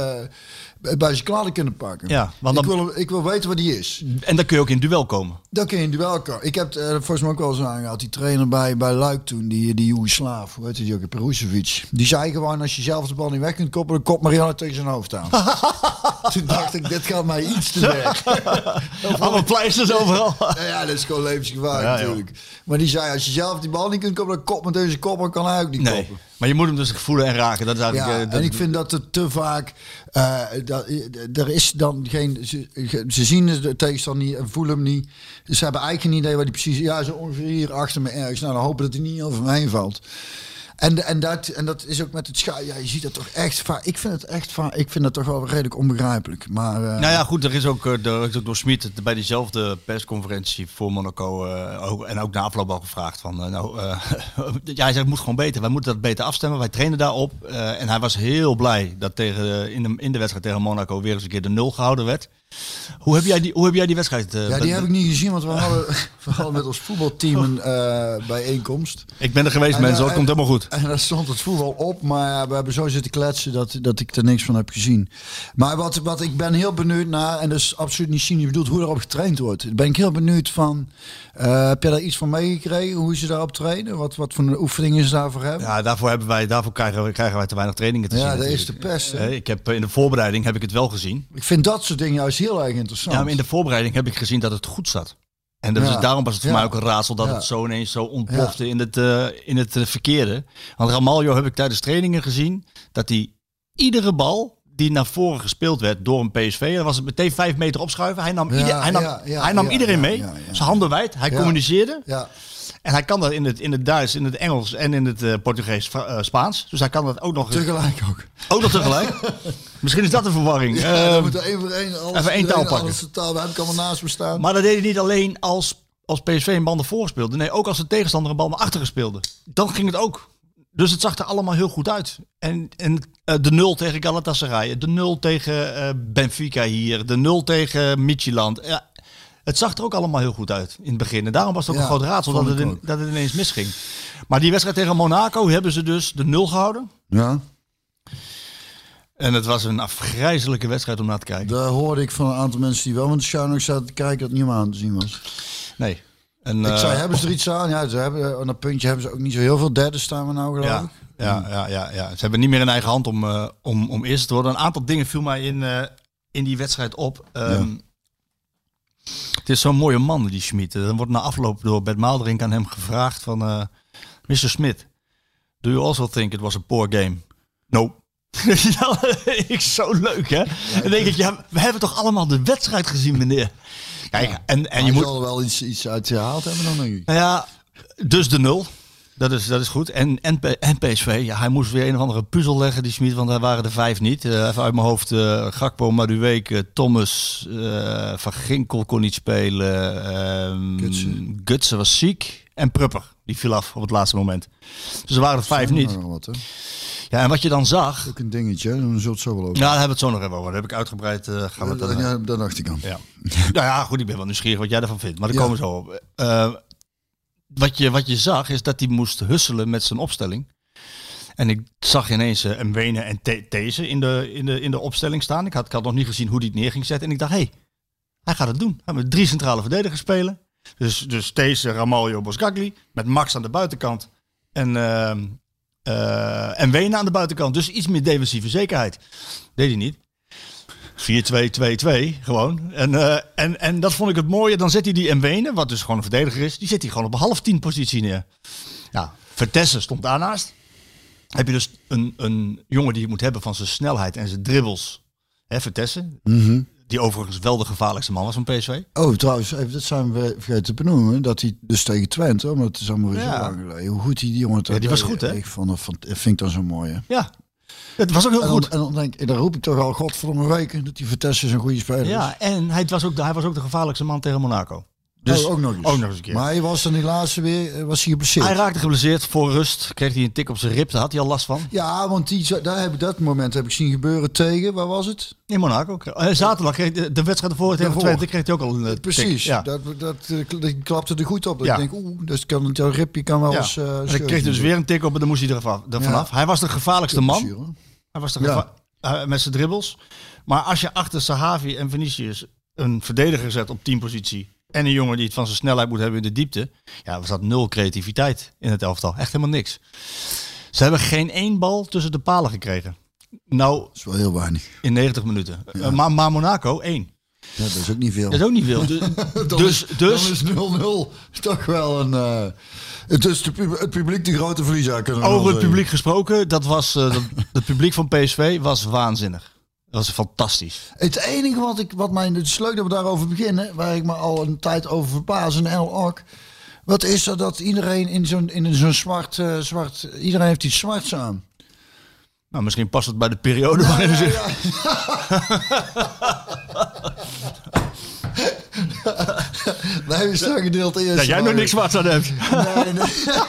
Speaker 2: bij zijn kladden kunnen pakken.
Speaker 6: Ja, want
Speaker 2: ik wil weten waar die is.
Speaker 6: En dan kun je ook in duel komen.
Speaker 2: Dan kun je in duel komen. Ik heb volgens mij ook wel eens aangehad. Die trainer bij Luik toen, die Joegoslaaf, hoe heet die ook, Perusevic. Die zei gewoon, als je zelf de bal niet weg kunt koppelen, kop Marianne tegen zijn hoofd aan. Toen dacht ik, dit gaat mij iets te ver.
Speaker 6: Allemaal pleisters overal.
Speaker 2: Ja, dat is gewoon levensgevaarlijk natuurlijk. Maar die zei, als je zelf die bal niet kunt koppelen, kop met deze kop, kan hij ook niet koppen.
Speaker 6: Maar je moet hem dus voelen en raken. Dat is eigenlijk,
Speaker 2: en ik vind dat het te vaak... er is dan geen... Ze zien de tegenstander niet en voelen hem niet. Dus ze hebben eigenlijk geen idee waar die precies... Ja, zo ongeveer hier achter me ergens. Nou, dan hopen dat hij niet over me heen valt. En dat is ook met het schuiven. Ja, je ziet dat toch echt vaak. Ik vind het toch wel redelijk onbegrijpelijk. Maar,
Speaker 6: nou ja, goed, er is ook door Smit bij diezelfde persconferentie voor Monaco en ook na afloop al gevraagd van, hij zegt, het moet gewoon beter. Wij moeten dat beter afstemmen. Wij trainen daarop. En hij was heel blij dat in de wedstrijd tegen Monaco weer eens een keer de 0 gehouden werd. Hoe heb jij die wedstrijd?
Speaker 2: Die heb ik niet gezien, want we hadden met ons voetbalteam een bijeenkomst.
Speaker 6: Ik ben er geweest, mensen. Het komt helemaal goed.
Speaker 2: En daar stond het voetbal op, maar we hebben zo zitten kletsen dat ik er niks van heb gezien. Maar wat ik ben heel benieuwd naar, en dat is absoluut niet cynisch bedoeld, hoe erop getraind wordt. Daar ben ik heel benieuwd van. Heb jij daar iets van meegekregen? Hoe ze daarop trainen? Wat voor oefeningen ze daarvoor hebben?
Speaker 6: Ja, daarvoor krijgen wij te weinig trainingen te zien.
Speaker 2: Ja, dat is de pest.
Speaker 6: Ik heb in de voorbereiding heb ik het wel gezien.
Speaker 2: Ik vind dat soort dingen juist heel erg interessant.
Speaker 6: Ja, maar in de voorbereiding heb ik gezien dat het goed zat. En dus daarom was het voor mij ook een raadsel dat het zo ineens zo ontplofte in het verkeerde. Want Ramaljo heb ik tijdens trainingen gezien dat hij iedere bal die naar voren gespeeld werd door een PSV, dan was het meteen 5 meter opschuiven. Hij nam iedereen mee. Zijn handen wijd. Hij communiceerde.
Speaker 2: Ja.
Speaker 6: En hij kan dat in het Duits, in het Engels en in het Portugees, Spaans. Dus hij kan dat ook nog...
Speaker 2: Tegelijk ook.
Speaker 6: Ook nog tegelijk? Misschien is dat een verwarring.
Speaker 2: Ja, dan moet er één voor één
Speaker 6: even één taal pakken.
Speaker 2: Taal, daar heb ik allemaal naast me staan.
Speaker 6: Maar dat deed hij niet alleen als PSV een bal naar voren speelde. Nee, ook als de tegenstander een bal naar achteren speelde. Dan ging het ook. Dus het zag er allemaal heel goed uit. En de 0 tegen Galatasaray, de 0 tegen Benfica hier, de 0 tegen Midtjylland. Ja, het zag er ook allemaal heel goed uit in het begin. En daarom was het ook een groot raadsel dat het ineens misging. Maar die wedstrijd tegen Monaco hebben ze dus de 0 gehouden.
Speaker 2: Ja.
Speaker 6: En het was een afgrijzelijke wedstrijd om naar te kijken.
Speaker 2: Daar hoorde ik van een aantal mensen die wel met de show nog zaten te kijken dat het niet meer aan te zien was.
Speaker 6: Nee. En,
Speaker 2: ik zei, hebben ze er iets aan? Ja, ze hebben, aan dat puntje hebben ze ook niet zo heel veel. Derde staan we nou geloof ik.
Speaker 6: Ja. Ze hebben niet meer in eigen hand om eerste te worden. Een aantal dingen viel mij in die wedstrijd op. Het is zo'n mooie man, die Schmid. Dan wordt na afloop door Bert Maalderink aan hem gevraagd van... Mr. Smith, do you also think it was a poor game? No. Ik zo leuk, hè? Dan denk ik, we hebben toch allemaal de wedstrijd gezien, meneer? Kijk, en je moet
Speaker 2: zal er wel iets uit gehaald hebben dan, denk ik.
Speaker 6: Nou ja, dus de 0. Dat is goed. En PSV, ja, hij moest weer een of andere puzzel leggen, die Schmid, want daar waren er 5 niet. Even uit mijn hoofd, Gakpo, Madueke, Thomas, Van Ginkel kon niet spelen. Gutsen was ziek. En Prupper, die viel af op het laatste moment. Dus er waren er 5 niet. Ja, en wat je dan zag...
Speaker 2: Ook een dingetje, dan zult het zo wel over.
Speaker 6: Ja, daar hebben we het zo nog even over. Dat heb ik uitgebreid.
Speaker 2: Dat dacht ik aan.
Speaker 6: Ja. Nou ja, goed, ik ben wel nieuwsgierig wat jij ervan vindt. Maar daar komen we zo op. Wat je zag, is dat hij moest husselen met zijn opstelling. En ik zag ineens Mwene en These in de opstelling staan. Ik had nog niet gezien hoe hij het neer ging zetten. En ik dacht, hij gaat het doen. Hij gaat met 3 centrale verdedigers spelen. Dus These, Ramaljo, Boskagli. Met Max aan de buitenkant. En Wenen aan de buitenkant. Dus iets meer defensieve zekerheid. Deed hij niet. 4-2-2-2 gewoon. En dat vond ik het mooie. Dan zet hij die Wenen, wat dus gewoon een verdediger is. Die zet hij gewoon op een half 10 positie neer. Ja, Vertessen stond daarnaast. Heb je dus een jongen die je moet hebben van zijn snelheid en zijn dribbles. Vertessen.
Speaker 2: Mm-hmm.
Speaker 6: Die overigens wel de gevaarlijkste man was van PSV.
Speaker 2: Oh, trouwens, even, dat zijn we vergeten te benoemen. Dat hij dus tegen Twente, maar het is allemaal weer zo lang geleden. Hoe goed die jongen...
Speaker 6: Ja, die was goed, hè?
Speaker 2: Ik vind ik dan zo mooi, hè?
Speaker 6: Ja, het was ook heel goed.
Speaker 2: En dan denk ik, daar roep ik toch al godverdomme weken dat die Vertessen zo'n goede speler is.
Speaker 6: Ja, en hij was ook de gevaarlijkste man tegen Monaco. Dus
Speaker 2: ook nog eens.
Speaker 6: Ook nog eens een keer.
Speaker 2: Maar hij was dan die laatste weer, was hij geblesseerd?
Speaker 6: Hij raakte geblesseerd voor rust. Kreeg hij een tik op zijn rib. Daar had hij al last van.
Speaker 2: Ja, want dat moment heb ik zien gebeuren tegen, waar was het?
Speaker 6: In Monaco. Zaterdag kreeg de wedstrijd ervoor tegen Twente kreeg hij ook al een
Speaker 2: precies,
Speaker 6: tik. Ja.
Speaker 2: Dat klapte er goed op. Dat
Speaker 6: ja.
Speaker 2: Ik denk, dus jouw ribje kan wel eens...
Speaker 6: Dan kreeg hij dus weer een tik op en dan moest hij er vanaf. Hij was de gevaarlijkste man. Hij was met zijn dribbles. Maar als je achter Sahavi en Vinicius een verdediger zet op 10 positie... en een jongen die het van zijn snelheid moet hebben in de diepte... ja, was dat 0 creativiteit in het elftal. Echt helemaal niks. Ze hebben geen 1 bal tussen de palen gekregen. Nou, dat
Speaker 2: is wel heel weinig.
Speaker 6: In 90 minuten. Ja. Maar Monaco 1.
Speaker 2: Ja, dat is ook niet veel.
Speaker 6: Dat is ook niet veel.
Speaker 2: Dan is 0-0 toch wel een... Dus het publiek de grote verliezer.
Speaker 6: Over het publiek gesproken, dat was het publiek van PSV was waanzinnig. Dat was fantastisch.
Speaker 2: Het enige wat mij... Het is leuk dat we daarover beginnen. Waar ik me al een tijd over verbaas. En El ook. Wat is er dat iedereen in zo'n zwart... Iedereen heeft iets zwarts aan.
Speaker 6: Nou, misschien past het bij de periode waarin ze...
Speaker 2: Wij hebben straks gedeeld eerst.
Speaker 6: Dat jij nog niks zwart aan hebt.
Speaker 2: Nee.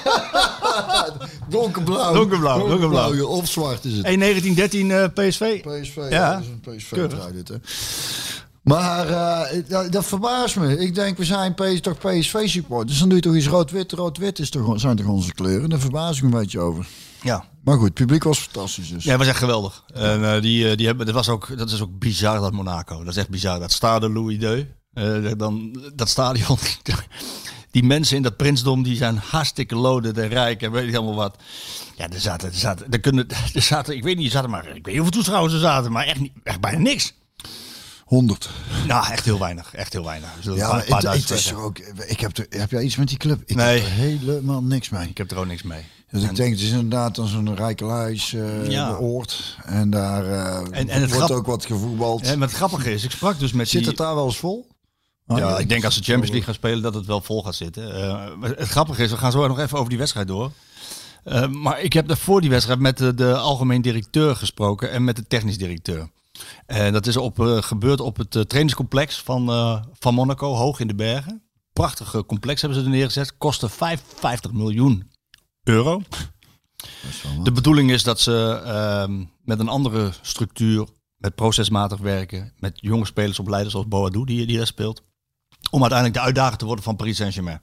Speaker 2: Donkerblauw. Of zwart is het.
Speaker 6: 1913 PSV.
Speaker 2: Ja, dat is een PSV-trui dit, hè. Maar dat verbaast me. Ik denk, we zijn toch PSV-support. Dus dan doe je toch iets rood-wit. Rood-wit zijn toch onze kleuren. Daar verbaas ik me een beetje over.
Speaker 6: Ja.
Speaker 2: Maar goed, het publiek was fantastisch dus.
Speaker 6: Ja, dat was echt geweldig. En die hebben, dat is ook bizar, dat Monaco. Dat is echt bizar. Dat Stade Louis II. Dat stadion. Die mensen in dat prinsdom, die zijn hartstikke loaded en rijk en weet ik helemaal wat. Ja, er zaten, ik weet niet, ik weet niet hoeveel toeschouwers er zaten, maar echt bijna niks.
Speaker 2: 100.
Speaker 6: Nou, echt heel weinig. Dus
Speaker 2: ja, maar het is toch ook... Heb jij iets met die club? Ik heb er helemaal niks mee.
Speaker 6: Ik heb er ook niks mee.
Speaker 2: Dus ik denk, het is inderdaad dan zo'n rijkeluis oord. En daar
Speaker 6: en het
Speaker 2: wordt ook wat gevoetbald.
Speaker 6: En het grappige is, ik sprak dus met
Speaker 2: Zit het daar wel eens vol?
Speaker 6: Ja, ik denk als ze Champions League gaan spelen dat het wel vol gaat zitten. Het grappige is, we gaan zo nog even over die wedstrijd door. Maar ik heb voor die wedstrijd met de algemeen directeur gesproken en met de technisch directeur. En dat is gebeurd op het trainingscomplex van Monaco, hoog in de bergen. Prachtig complex hebben ze er neergezet. Kostte 55 miljoen euro. De bedoeling is dat ze met een andere structuur, met procesmatig werken, met jonge spelers opleiden zoals Boadou die daar speelt, om uiteindelijk de uitdager te worden van Paris Saint-Germain.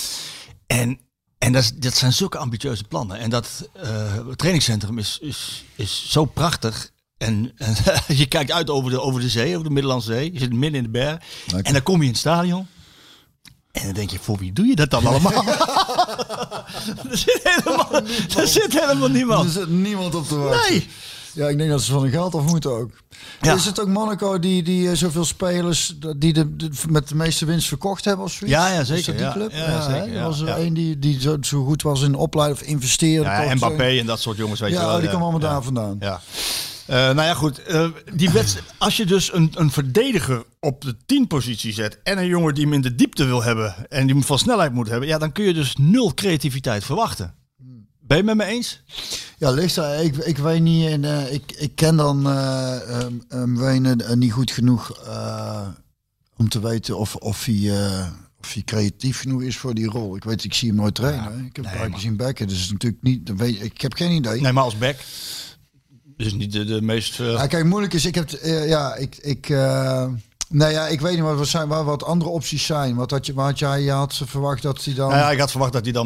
Speaker 6: En dat zijn zulke ambitieuze plannen. En dat trainingscentrum is zo prachtig. En je kijkt uit over de zee, over de Middellandse Zee. Je zit midden in de berg. Lekker. En dan kom je in het stadion. En dan denk je, voor wie doe je dat dan allemaal? Er zit helemaal niemand.
Speaker 2: Er zit niemand op te wachten.
Speaker 6: Nee.
Speaker 2: Ja, ik denk dat ze van hun geld af moeten ook. Ja. Is het ook Monaco die zoveel spelers die met de meeste winst verkocht hebben of zoiets?
Speaker 6: Ja, zeker.
Speaker 2: Die club?
Speaker 6: Ja, zeker.
Speaker 2: Er was er één die zo goed was in opleiden of investeren.
Speaker 6: Ja, Mbappé en dat soort jongens, weet je wel.
Speaker 2: Ja, die komen allemaal daar vandaan.
Speaker 6: Ja. Nou ja, goed. Die wedstrijd, als je dus een verdediger op de 10-positie zet en een jongen die hem in de diepte wil hebben en die hem van snelheid moet hebben, ja, dan kun je dus 0 creativiteit verwachten. Ben je het met me eens?
Speaker 2: Ja, ligt er. Ik weet niet. En ik ken dan Wenen niet goed genoeg om te weten of hij creatief genoeg is voor die rol. Ik zie hem nooit trainen. Ja, ik heb een paar keer zien bekken. Dus het is natuurlijk niet. Ik heb geen idee.
Speaker 6: Nee, maar als back is niet de meest.
Speaker 2: Ja, kijk, moeilijk is. Ik heb. Ik weet niet waar wat andere opties zijn. Je had verwacht dat hij dan.
Speaker 6: Nou ja, ik had verwacht dat hij dan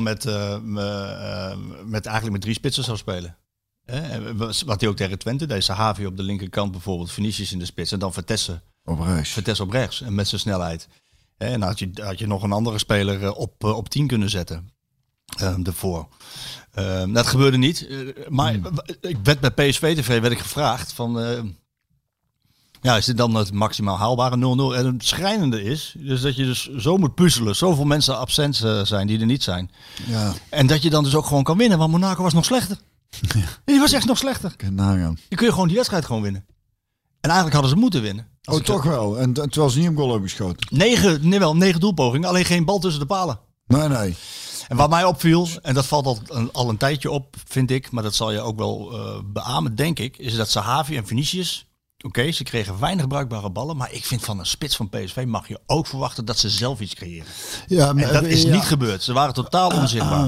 Speaker 6: met 3 spitsen zou spelen. Wat hij ook tegen Twente deed. Sahavi op de linkerkant bijvoorbeeld, Vinicius in de spits en dan Vertessen op rechts en met zijn snelheid. En dan had je nog een andere speler op 10 kunnen zetten ervoor. Dat gebeurde niet. Maar ik werd bij PSV TV werd ik gevraagd van. Is dit dan het maximaal haalbare 0-0? En het schrijnende is dus dat je dus zo moet puzzelen. Zoveel mensen absent zijn die er niet zijn. Ja. En dat je dan dus ook gewoon kan winnen. Want Monaco was nog slechter. Ja. Die was echt nog slechter. Je kun je gewoon die wedstrijd gewoon winnen. En eigenlijk hadden ze moeten winnen.
Speaker 2: Toch wel. En terwijl ze niet op goal hebben geschoten.
Speaker 6: 9 doelpogingen. Alleen geen bal tussen de palen. Nee. En wat mij opviel, en dat valt al een tijdje op, vind ik. Maar dat zal je ook wel beamen, denk ik. Is dat Sahavi en Vinicius. Oké, ze kregen weinig bruikbare ballen. Maar ik vind van een spits van PSV mag je ook verwachten dat ze zelf iets creëren. Ja, maar, en dat is niet gebeurd. Ze waren totaal onzichtbaar.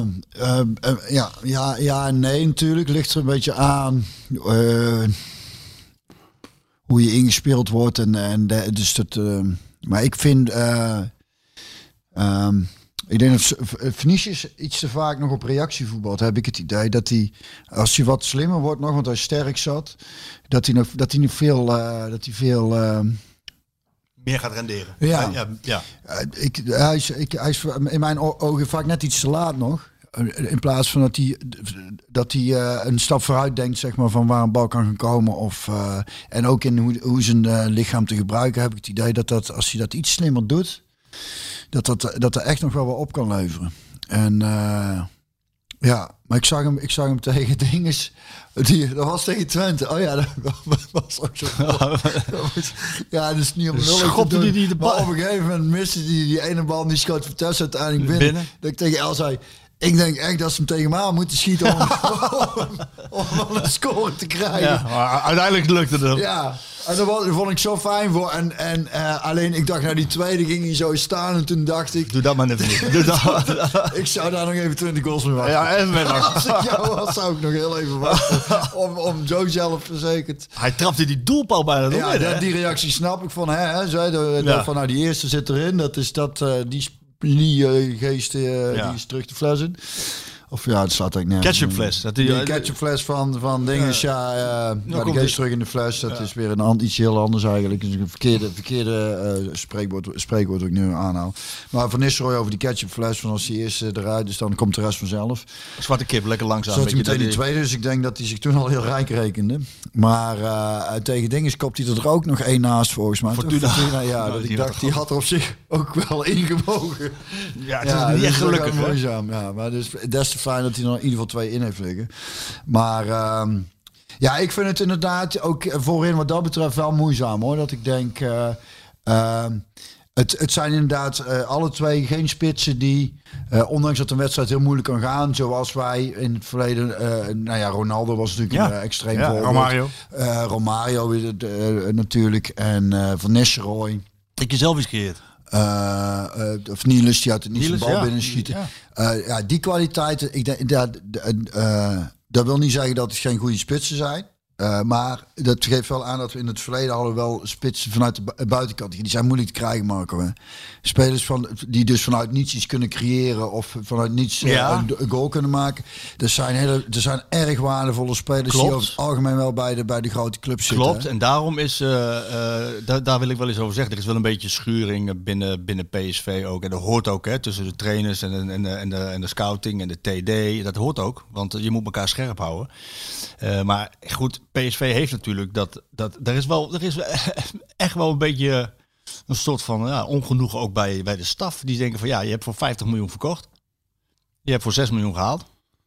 Speaker 2: Nee, natuurlijk. Ligt er een beetje aan hoe je ingespeeld wordt. Maar ik vind... ik denk dat Vinicius iets te vaak nog op reactie voetbalt. Heb ik het idee dat hij, als hij wat slimmer wordt nog, want hij sterk zat, dat hij veel
Speaker 6: meer gaat renderen.
Speaker 2: Ja. Hij is in mijn ogen vaak net iets te laat nog. In plaats van dat hij een stap vooruit denkt, zeg maar, van waar een bal kan gaan komen. En ook in hoe zijn lichaam te gebruiken, heb ik het idee dat als hij dat iets slimmer doet, dat er echt nog wel wat op kan leveren. En maar ik zag hem tegen dinges. Dat was tegen Twente. Oh ja, dat was ook zo. Ja, dus niet om
Speaker 6: schopte die de bal.
Speaker 2: Maar op een gegeven moment miste die ene bal, die schoot Vertessen uiteindelijk binnen. Dat ik tegen El zei, ik denk echt dat ze hem tegen me aan moeten schieten om een score te krijgen.
Speaker 6: Ja, maar uiteindelijk lukte het.
Speaker 2: Ja. En dat vond ik zo fijn voor. En alleen ik dacht, die tweede ging hij zo staan. En toen dacht ik...
Speaker 6: Doe dat maar even niet.
Speaker 2: Ik zou daar nog even 20 goals mee wachten.
Speaker 6: Ja, en met
Speaker 2: als ik jou was, zou ik nog heel even wachten. om zo zelfverzekerd...
Speaker 6: Hij trapte die doelpaal bijna door.
Speaker 2: Ja, die reactie snap ik van... Van die eerste zit erin. Dat is die geest die is terug de fles in. Of ja, het staat eigenlijk nergens.
Speaker 6: Ketchupfles.
Speaker 2: Die ketchupfles van dingen. Die geest terug in de fles. Dat is weer iets heel anders eigenlijk. Het is een verkeerde spreekwoord dat ik nu aanhaal. Maar Van Nistelrooy over die ketchupfles. Van als die eerste eruit is, dan komt de rest vanzelf.
Speaker 6: Zwarte kip, lekker langzaam.
Speaker 2: Zo had hij meteen die tweede. Dus ik denk dat hij zich toen al heel rijk rekende. Maar tegen dinges kopt hij er ook nog één naast volgens mij.
Speaker 6: Fortuna.
Speaker 2: Ja, dat ik dacht, die had er op zich ook wel ingebogen.
Speaker 6: Ja, het is niet echt gelukkig.
Speaker 2: Moeizaam, ja, maar dus des te fijn dat hij er in ieder geval 2 in heeft liggen. Maar ik vind het inderdaad ook voorin wat dat betreft wel moeizaam hoor. Dat ik denk, Het zijn inderdaad alle twee geen spitsen die, ondanks dat een wedstrijd heel moeilijk kan gaan, zoals wij in het verleden, Ronaldo was natuurlijk een extreem voorbeeld.
Speaker 6: Romario.
Speaker 2: Romario natuurlijk en Van Nistelrooy.
Speaker 6: Dat je zelf eens creëert.
Speaker 2: Of Niels, die uit het niet zijn
Speaker 6: Niels,
Speaker 2: bal binnenschieten. Ja. Die kwaliteiten, ik denk, dat wil niet zeggen dat het geen goede spitsen zijn. Maar dat geeft wel aan dat we in het verleden hadden wel spitsen vanuit de buitenkant. Die zijn moeilijk te krijgen, Marco. Hè? Spelers die dus vanuit niets iets kunnen creëren of vanuit niets een goal kunnen maken. Er zijn erg waardevolle spelers.
Speaker 6: Klopt.
Speaker 2: Die over het algemeen wel bij de grote clubs zitten.
Speaker 6: Klopt, en daarom is, daar wil ik wel eens over zeggen. Er is wel een beetje schuring binnen PSV ook. En dat hoort ook tussen de trainers en de scouting en de TD. Dat hoort ook, want je moet elkaar scherp houden. Maar goed, PSV heeft natuurlijk er is echt wel een beetje een soort van ongenoegen ook bij de staf. Die denken van je hebt voor 50 miljoen verkocht. Je hebt voor 6 miljoen gehaald.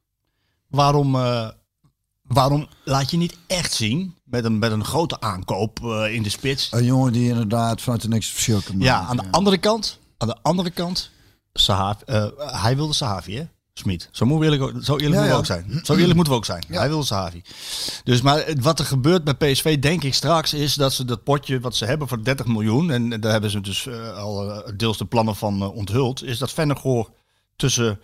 Speaker 6: Waarom laat je niet echt zien met een grote aankoop in de spits?
Speaker 2: Een jongen die inderdaad vanuit de niks verschil kan maken.
Speaker 6: Ja, aan de andere kant, hij wilde Sahavi, hè? Smit. Zo eerlijk moeten we ook zijn. Zo eerlijk moeten we ook zijn. Ja. Hij wilde Sahavi. Dus maar wat er gebeurt bij PSV, denk ik straks, is dat ze dat potje wat ze hebben voor 30 miljoen, en daar hebben ze dus al deels de plannen van onthuld, is dat Vennegoor tussen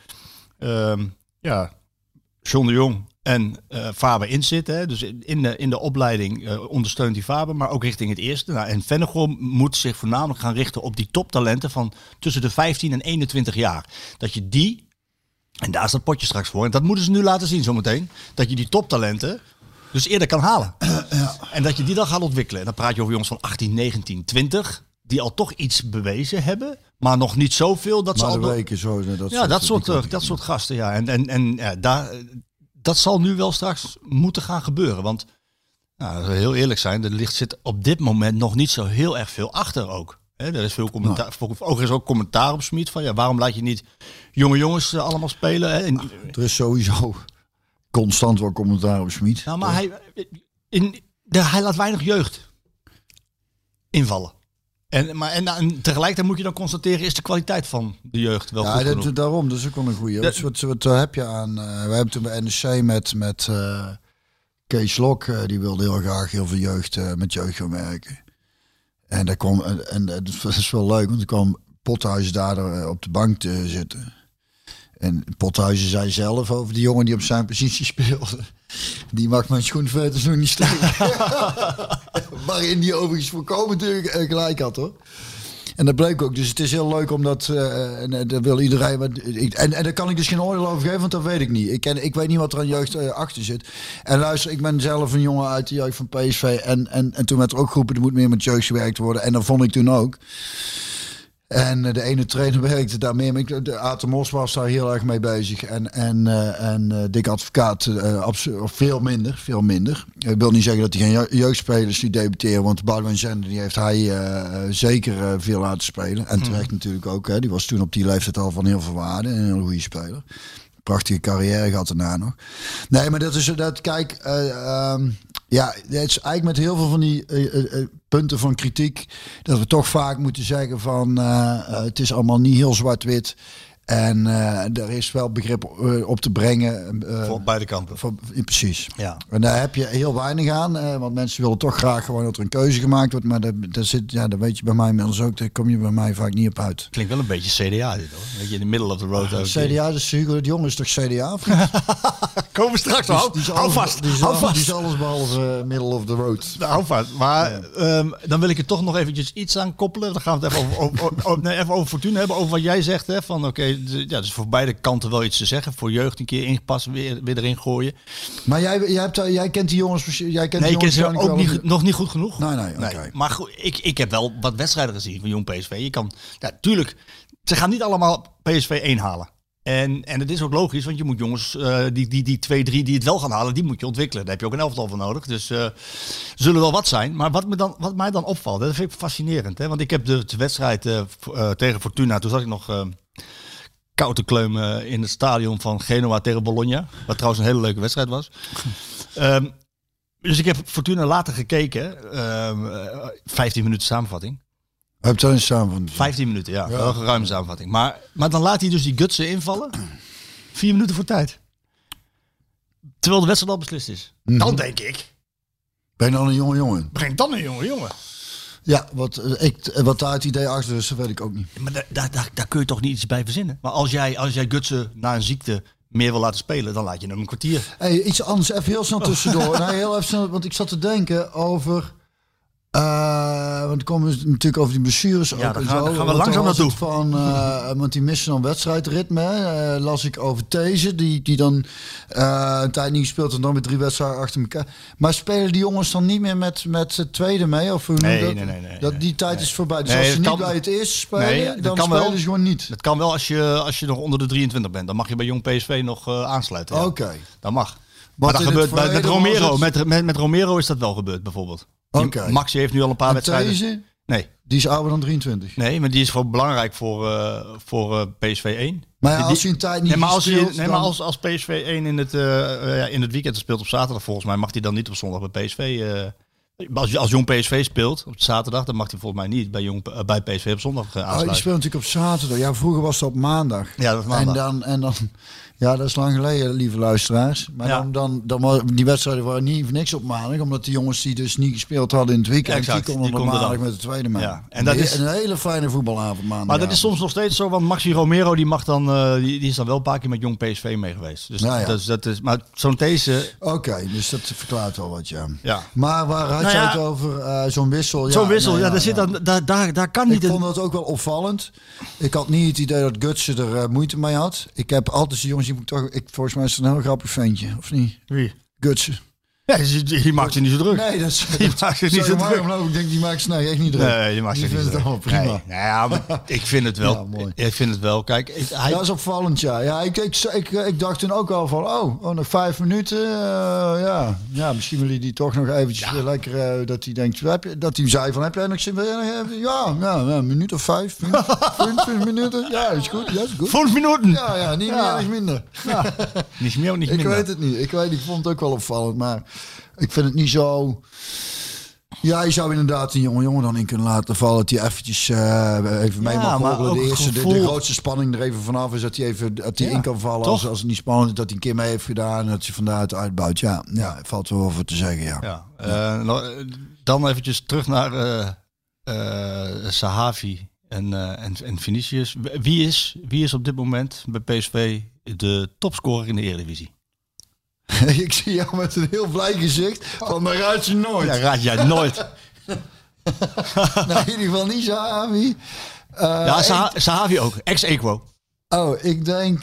Speaker 6: John de Jong en Faber in zit. Hè? Dus in de opleiding ondersteunt hij Faber, maar ook richting het eerste. Nou, en Vennegoor moet zich voornamelijk gaan richten op die toptalenten van tussen de 15 en 21 jaar. Dat je die, en daar is dat potje straks voor, en dat moeten ze nu laten zien zometeen, dat je die toptalenten dus eerder kan halen. Ja. En dat je die dan gaat ontwikkelen. En dan praat je over jongens van 18, 19, 20, die al toch iets bewezen hebben, maar nog niet zoveel dat ze al
Speaker 2: weken zo.
Speaker 6: Dat soort gasten, ja. En dat zal nu wel straks moeten gaan gebeuren. Want, heel eerlijk zijn, er zit op dit moment nog niet zo heel erg veel achter ook. Er is veel commentaar. Er is ook commentaar op Smit van waarom laat je niet jonge jongens allemaal spelen? Hè?
Speaker 2: Er is sowieso constant wel commentaar op Smit.
Speaker 6: Nou, maar hij laat weinig jeugd invallen. En tegelijkertijd moet je dan constateren, is de kwaliteit van de jeugd wel goed genoeg?
Speaker 2: Daarom, dat is ook wel een goeie. Wat heb je aan? We hebben toen bij NEC met Kees Lok, die wilde heel graag heel veel jeugd met jeugd gaan werken. En dat is wel leuk, want er kwam Pothuizen daar op de bank te zitten. En Pothuizen zei zelf over die jongen die op zijn positie speelde: die mag mijn schoenveters nog niet steken. Waarin die overigens voorkomen gelijk had, hoor. En dat bleek ook. Dus het is heel leuk omdat dat wil iedereen. En daar kan ik dus geen oordeel over geven, want dat weet ik niet. Ik weet niet wat er aan jeugd achter zit. En luister, ik ben zelf een jongen uit de jeugd van PSV. En toen werd er ook geroepen, er moet meer met jeugd gewerkt worden. En dat vond ik toen ook. En de ene trainer werkte daar meer mee. De Aten Mos was daar heel erg mee bezig. En Dick Advocaat veel minder. Ik wil niet zeggen dat hij geen jeugdspelers die debuteren. Want Boudewijn Zender, die heeft hij zeker veel laten spelen. En terecht natuurlijk ook. Hè. Die was toen op die leeftijd al van heel veel waarde. En een heel goede speler. Prachtige carrière gehad daarna nog. Nee, maar dat is dat. Kijk, het is eigenlijk met heel veel van die punten van kritiek dat we toch vaak moeten zeggen van het is allemaal niet heel zwart-wit. En er is wel begrip op te brengen.
Speaker 6: Voor beide kanten.
Speaker 2: Precies.
Speaker 6: Ja.
Speaker 2: En daar heb je heel weinig aan. Want mensen willen toch graag gewoon dat er een keuze gemaakt wordt. Maar dat weet je bij mij inmiddels ook. Daar kom je bij mij vaak niet op uit.
Speaker 6: Klinkt wel een beetje CDA dit, hoor. Weet je, in de middle of the road.
Speaker 2: CDA, dus Hugo de Jong is toch CDA?
Speaker 6: Komen we straks al. Hou vast.
Speaker 2: Die is alles behalve middle of the road.
Speaker 6: Hou vast. Maar dan wil ik er toch nog eventjes iets aan koppelen. Dan gaan we het even over Fortuna hebben. Over wat jij zegt. Hè, van oké, dus voor beide kanten wel iets te zeggen. Voor jeugd een keer inpassen, weer erin gooien.
Speaker 2: Maar jij kent die jongens.
Speaker 6: Ik ken ze ook nog niet goed genoeg.
Speaker 2: Nee. Okay.
Speaker 6: Maar goed, ik heb wel wat wedstrijden gezien van jong PSV. Je kan, tuurlijk, ze gaan niet allemaal PSV 1 halen. En het is ook logisch, want je moet jongens, die 2, 3 die het wel gaan halen, die moet je ontwikkelen. Daar heb je ook een elftal voor nodig. Dus zullen wel wat zijn. Maar wat mij dan opvalt, dat vind ik fascinerend. Hè? Want ik heb de wedstrijd tegen Fortuna, toen zat ik nog koud te kleumen in het stadion van Genoa tegen Bologna. Wat trouwens een hele leuke wedstrijd was. Dus ik heb Fortuna later gekeken. 15 minuten samenvatting.
Speaker 2: Heb je een samenvatting?
Speaker 6: 15 minuten, ja. Wel een geruime samenvatting. Maar dan laat hij dus die Gutsen invallen. 4 minuten voor tijd. Terwijl de wedstrijd al beslist is. Dan denk ik...
Speaker 2: Ben je dan een jonge jongen?
Speaker 6: Breng dan een jongen.
Speaker 2: Ja, wat daar het idee achter is, dat weet ik ook niet.
Speaker 6: Maar daar kun je toch niet iets bij verzinnen? Maar als jij Gutsen na een ziekte meer wil laten spelen, dan laat je hem een kwartier.
Speaker 2: Hey, iets anders, even heel snel tussendoor. Heel even snel, want ik zat te denken over... want dan komen we natuurlijk over die blessures.
Speaker 6: Ja,
Speaker 2: ook
Speaker 6: daar
Speaker 2: en
Speaker 6: gaan
Speaker 2: zo.
Speaker 6: we langzaam naartoe.
Speaker 2: Want die missen dan wedstrijdritme. Las ik over These, die dan een tijd niet gespeeld en dan met 3 wedstrijden achter elkaar. Maar spelen die jongens dan niet meer met het tweede mee? Of hoe
Speaker 6: Nee.
Speaker 2: Die tijd is voorbij. Dus
Speaker 6: Nee,
Speaker 2: als ze
Speaker 6: dat
Speaker 2: niet
Speaker 6: kan-
Speaker 2: bij het eerste spelen, dan
Speaker 6: kan
Speaker 2: spelen
Speaker 6: wel.
Speaker 2: ze gewoon niet.
Speaker 6: Dat kan wel als je nog onder de 23 bent. Dan mag je bij Jong PSV nog aansluiten. Ja.
Speaker 2: Oké.
Speaker 6: Dat mag.
Speaker 2: Want
Speaker 6: Maar dat
Speaker 2: in het
Speaker 6: gebeurt met
Speaker 2: verleden
Speaker 6: Romero.
Speaker 2: was het-
Speaker 6: Met Romero is dat wel gebeurd bijvoorbeeld.
Speaker 2: Oké.
Speaker 6: Maxi heeft nu al een paar
Speaker 2: En
Speaker 6: wedstrijden.
Speaker 2: These,
Speaker 6: Nee.
Speaker 2: die is ouder dan 23.
Speaker 6: Nee, maar die is voor belangrijk voor PSV 1.
Speaker 2: Maar ja, als je een tijd niet
Speaker 6: Nee, maar
Speaker 2: speelt, dan-
Speaker 6: als PSV 1 in het weekend speelt op zaterdag, volgens mij mag hij dan niet op zondag bij PSV. Als Jong PSV speelt op zaterdag, dan mag hij volgens mij niet bij PSV op zondag
Speaker 2: die
Speaker 6: aansluiten.
Speaker 2: speelt natuurlijk op zaterdag. Ja, vroeger was het op maandag.
Speaker 6: Ja, dat is maandag.
Speaker 2: En dan ja, dat is lang geleden, lieve luisteraars. Maar
Speaker 6: Ja.
Speaker 2: dan die wedstrijden waren niet voor niks op maandag, omdat die jongens die dus niet gespeeld hadden in het weekend,
Speaker 6: Ja, exact.
Speaker 2: die konden
Speaker 6: Die
Speaker 2: op
Speaker 6: konden
Speaker 2: maandag
Speaker 6: dan.
Speaker 2: met de tweede man.
Speaker 6: Ja. En dat is
Speaker 2: een hele fijne voetbalavond maandag.
Speaker 6: Maar dat is soms nog steeds zo, want Maxi Romero die mag dan, die is dan wel een paar keer met Jong PSV mee geweest. Dus
Speaker 2: Ja, ja.
Speaker 6: dat is, maar zo'n deze,
Speaker 2: Oké, dus dat verklaart wel wat, ja.
Speaker 6: ja.
Speaker 2: Maar waar had
Speaker 6: Nou
Speaker 2: je
Speaker 6: ja,
Speaker 2: het over? Zo'n wissel.
Speaker 6: Zo'n wissel, daar zit dan, daar kan niet
Speaker 2: Ik vond dat ook wel opvallend. Ik had niet het idee dat Gutsen er moeite mee had. Ik heb altijd de jongens, die moet toch. Volgens mij is het een heel grappig ventje, of niet?
Speaker 6: Wie?
Speaker 2: Gutsen.
Speaker 6: Ja, die maakt zich niet zo druk.
Speaker 2: Nee, dat is.
Speaker 6: Die maakt zich niet zo druk.
Speaker 2: Ik denk die maakt snij echt niet druk.
Speaker 6: Nee, die maakt zich niet
Speaker 2: vindt het
Speaker 6: druk.
Speaker 2: allemaal prima.
Speaker 6: Nee, nou ja, maar ik vind het wel.
Speaker 2: Ja, mooi.
Speaker 6: Ik vind het wel. Kijk, hij,
Speaker 2: Dat is opvallend, ja. Ja, ik dacht toen ook al van, nog 5 minuten. Ja, misschien wil hij die toch nog eventjes weer lekker, dat hij denkt, dat hij zei van, heb jij nog zin? Ja, een minuut of 5, 5 minuten. Ja, is goed. Ja, is goed.
Speaker 6: 5 minuten.
Speaker 2: Ja, niet meer, niet minder.
Speaker 6: Niet meer, niet
Speaker 2: Ik
Speaker 6: minder.
Speaker 2: weet het niet. Ik vond het ook wel opvallend, maar ik vind het niet zo. Ja, je zou inderdaad een jongen dan in kunnen laten vallen. Dat hij eventjes even mee mag
Speaker 6: maar
Speaker 2: hobbelen.
Speaker 6: ook
Speaker 2: De eerste,
Speaker 6: gevoel-
Speaker 2: de grootste spanning er even vanaf is dat hij even in kan vallen.
Speaker 6: toch?
Speaker 2: Als het niet spannend is, dat hij een keer mee heeft gedaan. En dat hij vandaar het uitbouwt. Ja, valt wel over te zeggen, ja.
Speaker 6: Ja. Dan eventjes terug naar Sahavi en Vinicius. Wie is op dit moment bij PSV de topscorer in de Eredivisie?
Speaker 2: Ik zie jou met een heel blij gezicht. Van, maar raad je nooit.
Speaker 6: Ja, raad jij nooit.
Speaker 2: Nou, in ieder geval niet Sahavi.
Speaker 6: Sahavi ook. Ex-Equo.
Speaker 2: Ik denk,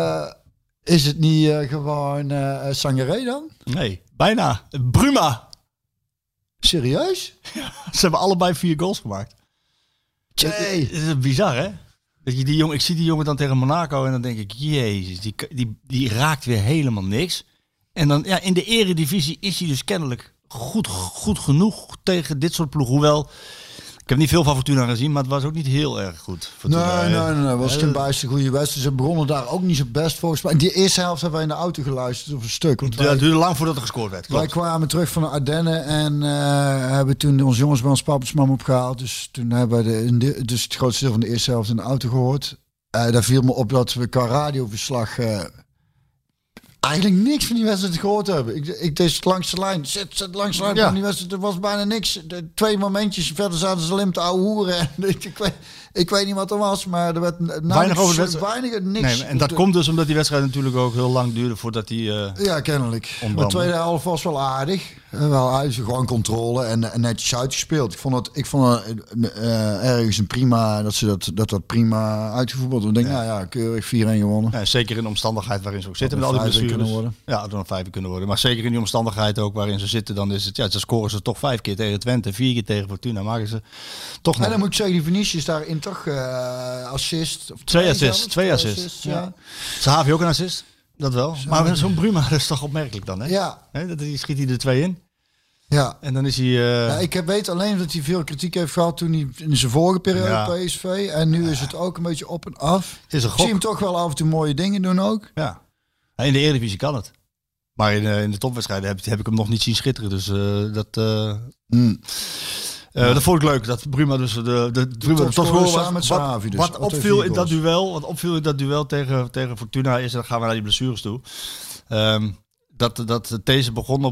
Speaker 2: is het niet gewoon Sangaré dan?
Speaker 6: Nee, bijna. Bruma.
Speaker 2: Serieus?
Speaker 6: Ze hebben allebei 4 goals gemaakt.
Speaker 2: Jee.
Speaker 6: Het is bizar, hè? Dat je die jongen, ik zie die jongen dan tegen Monaco en dan denk ik, jezus, die raakt weer helemaal niks. En dan, ja, in de Eredivisie is hij dus kennelijk goed genoeg tegen dit soort ploegen. Hoewel, ik heb niet veel van Fortuna gezien, maar het was ook niet heel erg goed. Fortuna,
Speaker 2: Nee, het was geen bijster goede wedstrijd. Ze begonnen daar ook niet zo best volgens mij. In die eerste helft hebben wij in de auto geluisterd of een stuk. Want
Speaker 6: Het duurde lang voordat er gescoord werd.
Speaker 2: wij
Speaker 6: Klopt.
Speaker 2: kwamen terug van de Ardennen en hebben toen onze jongens bij ons papasmam opgehaald. Dus toen hebben wij dus het grootste deel van de eerste helft in de auto gehoord. Daar viel me op dat we qua radioverslag eigenlijk niks van die wedstrijd gehoord hebben. Ik deed langs de lijn. Zit langs de lijn
Speaker 6: Ja.
Speaker 2: van die wedstrijd. Er was bijna niks. 2 momentjes. Verder zaten ze alleen te ouwe hoeren. Ik weet niet wat er was, maar er werd
Speaker 6: Weinig over de wedstrijd.
Speaker 2: weinig, niks.
Speaker 6: Nee, en dat komt dus omdat die wedstrijd natuurlijk ook heel lang duurde voordat die...
Speaker 2: Ja, kennelijk.
Speaker 6: Ontbranden.
Speaker 2: De tweede helft was wel aardig. Wel uit, gewoon controle en netjes uitgespeeld. Ik vond het ergens een prima, dat prima uitgevoerd. Ik denk, nou ja, keurig 4-1 gewonnen.
Speaker 6: Ja, zeker in de omstandigheid waarin ze ook zitten met
Speaker 2: er
Speaker 6: al die
Speaker 2: 5
Speaker 6: blessures.
Speaker 2: kunnen worden.
Speaker 6: Ja, er dan 5 kunnen worden. Maar zeker in die omstandigheid ook waarin ze zitten, dan is het, ja, dan scoren ze toch 5 keer tegen Twente, 4 keer tegen Fortuna. Maken ze toch
Speaker 2: En
Speaker 6: nog
Speaker 2: dan moet ik zeggen, die Vinicius daarin toch assist. Of
Speaker 6: 2
Speaker 2: zelfs,
Speaker 6: assists. 2 assists.
Speaker 2: Ja.
Speaker 6: Sahavi ook een assist. Dat wel. Maar zo'n Bruma, dat is toch opmerkelijk dan, hè?
Speaker 2: Ja.
Speaker 6: Hè, dat schiet hij er 2 in.
Speaker 2: Ja.
Speaker 6: En dan is hij...
Speaker 2: Ja, ik weet alleen dat hij veel kritiek heeft gehad toen hij in zijn vorige periode PSV. En nu is het ook een beetje op en af.
Speaker 6: Het is een
Speaker 2: Ik zie
Speaker 6: gok.
Speaker 2: hem toch wel af en toe mooie dingen doen ook.
Speaker 6: Ja. In de Eredivisie kan het. Maar in de topwedstrijden heb ik hem nog niet zien schitteren. Dus Dat vond ik leuk, dat Bruma dus de topscorer
Speaker 2: samen met
Speaker 6: was.
Speaker 2: Sahavi dus.
Speaker 6: Wat opviel in dat duel tegen Fortuna is, en dan gaan we naar die blessures toe. Dat deze begon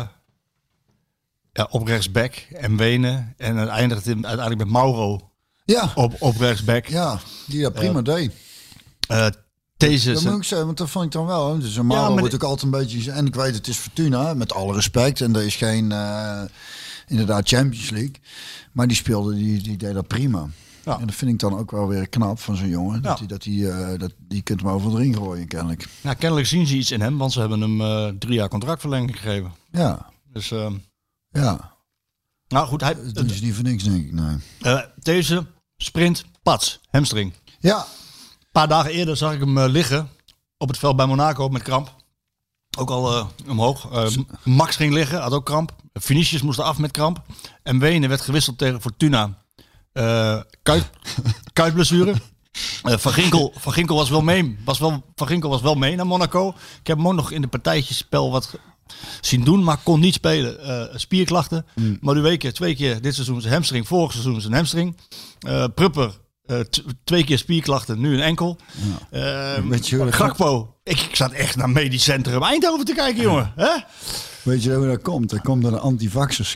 Speaker 6: op rechtsback en Wenen. En het eindigt uiteindelijk met Mauro op rechtsback.
Speaker 2: Ja, die dat prima deed.
Speaker 6: Deze
Speaker 2: dat moet ik zeggen, want dat vond ik dan wel. Dus een Mauro wordt ook altijd een beetje... En ik weet, het is Fortuna, met alle respect. En er is geen, inderdaad, Champions League. Maar die speelde, die deed dat prima. Ja. En dat vind ik dan ook wel weer knap van zo'n jongen. Ja. Dat die kunt hem over erin gooien, kennelijk.
Speaker 6: Nou, kennelijk zien ze iets in hem, want ze hebben hem 3 jaar contractverlenging gegeven.
Speaker 2: Ja.
Speaker 6: Dus,
Speaker 2: ja.
Speaker 6: Nou goed,
Speaker 2: dat is niet voor niks, denk ik. Nee.
Speaker 6: Deze sprint, pats, hamstring.
Speaker 2: Ja.
Speaker 6: Een paar dagen eerder zag ik hem liggen op het veld bij Monaco met kramp. Ook al omhoog. Max ging liggen, had ook kramp. Vinicius moest af met kramp. En Wenen werd gewisseld tegen Fortuna. Kuitblessure. Van Ginkel was wel mee. Van Ginkel was wel mee naar Monaco. Ik heb hem ook nog in de partijtjespel wat zien doen, maar kon niet spelen. Spierklachten. Madueke 2 keer dit seizoen zijn hamstring. Vorig seizoen zijn hamstring. Prupper 2 keer spierklachten, nu een enkel. Ja. Gakpo. Ik zat echt naar Medisch Centrum Eindhoven te kijken, jongen. Hè?
Speaker 2: Weet je hoe dat komt? Dat komt door de antivaxers.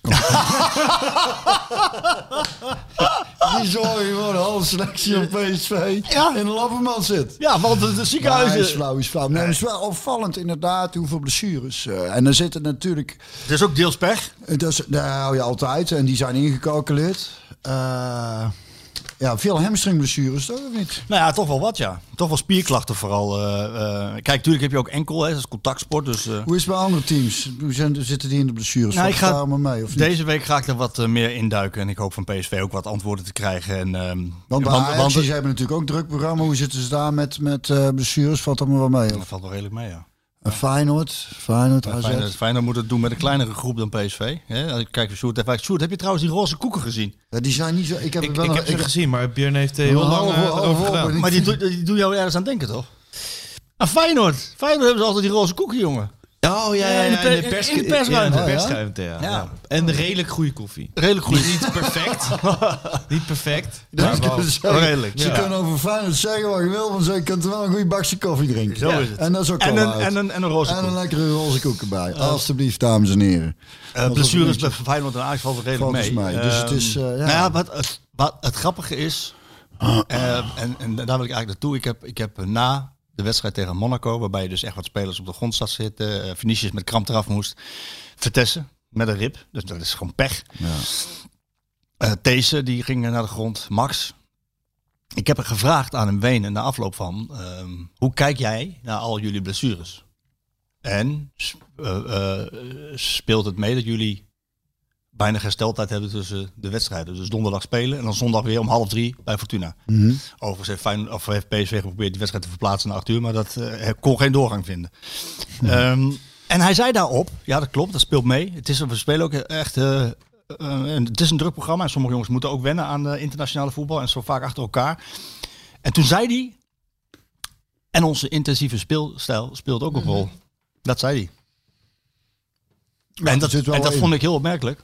Speaker 2: Die zorgen gewoon een halve selectie op PSV in een lappenman zit.
Speaker 6: Ja, want de ziekenhuizen...
Speaker 2: is flauw. Nee, het is wel opvallend inderdaad hoeveel blessures. En dan zitten natuurlijk...
Speaker 6: Het is ook deels pech.
Speaker 2: Daar hou je altijd. En die zijn ingecalculeerd. Ja, veel hamstringblessures, toch of niet?
Speaker 6: Nou ja, toch wel wat, ja. Toch wel spierklachten vooral. Kijk, natuurlijk heb je ook enkel, hè, dat is contactsport. Dus,
Speaker 2: Hoe is het bij andere teams? Zitten die in de blessures?
Speaker 6: Nou, ik ga
Speaker 2: maar mee, of niet?
Speaker 6: Deze week ga ik er wat meer induiken. En ik hoop van PSV ook wat antwoorden te krijgen. En,
Speaker 2: want ze hebben natuurlijk ook een druk programma. Hoe zitten ze daar met blessures? Valt allemaal wel mee?
Speaker 6: Dat valt wel redelijk mee, ja.
Speaker 2: Feyenoord, AZ.
Speaker 6: Feyenoord moet het doen met een kleinere groep dan PSV. Kijk, Sjoerd, heb je trouwens die roze koeken gezien?
Speaker 2: Ja, die zijn niet zo... Ik heb
Speaker 4: ze gezien, maar Björn heeft heel lang over gedaan.
Speaker 6: Maar die doen jou ergens aan denken, toch? Feyenoord hebben ze altijd die roze koeken, jongen.
Speaker 4: Oh ja, in de persruimte.
Speaker 6: Ja,
Speaker 4: de persruimte, ja. En redelijk goede koffie.
Speaker 6: Redelijk goed.
Speaker 4: Niet perfect. Niet perfect.
Speaker 2: Maar
Speaker 6: wel redelijk.
Speaker 2: Ze kunnen over Feyenoord zeggen wat je wil, want ze kunnen wel een goede bakje koffie drinken.
Speaker 6: Zo is het.
Speaker 2: En dat is ook
Speaker 6: en een roze koek.
Speaker 2: En een lekkere roze koek erbij. Alsjeblieft, dames en heren.
Speaker 6: Blessures bij Feyenoord en Ajax valt redelijk mee.
Speaker 2: Dus het is...
Speaker 6: wat het grappige is, en daar wil ik eigenlijk naartoe. Ik heb na de wedstrijd tegen Monaco, waarbij je dus echt wat spelers op de grond zat zitten. Vinicius met kramp eraf moest. Vertessen met een rib. Dus dat is gewoon pech. Ja. These, die ging naar de grond. Max. Ik heb er gevraagd aan hem Wenen na afloop van. Hoe kijk jij naar al jullie blessures? En speelt het mee dat jullie weinig hersteltijd hebben tussen de wedstrijden? Dus donderdag spelen en dan zondag weer om 2:30 bij Fortuna.
Speaker 2: Mm-hmm.
Speaker 6: Overigens heeft PSV geprobeerd die wedstrijd te verplaatsen naar 8 uur, maar dat kon geen doorgang vinden. En hij zei daarop, ja dat klopt, dat speelt mee. We spelen ook echt... het is een druk programma en sommige jongens moeten ook wennen aan internationale voetbal en zo vaak achter elkaar. En toen zei hij, en onze intensieve speelstijl speelt ook een rol. Dat zei hij. Ja, en dat vond ik heel opmerkelijk.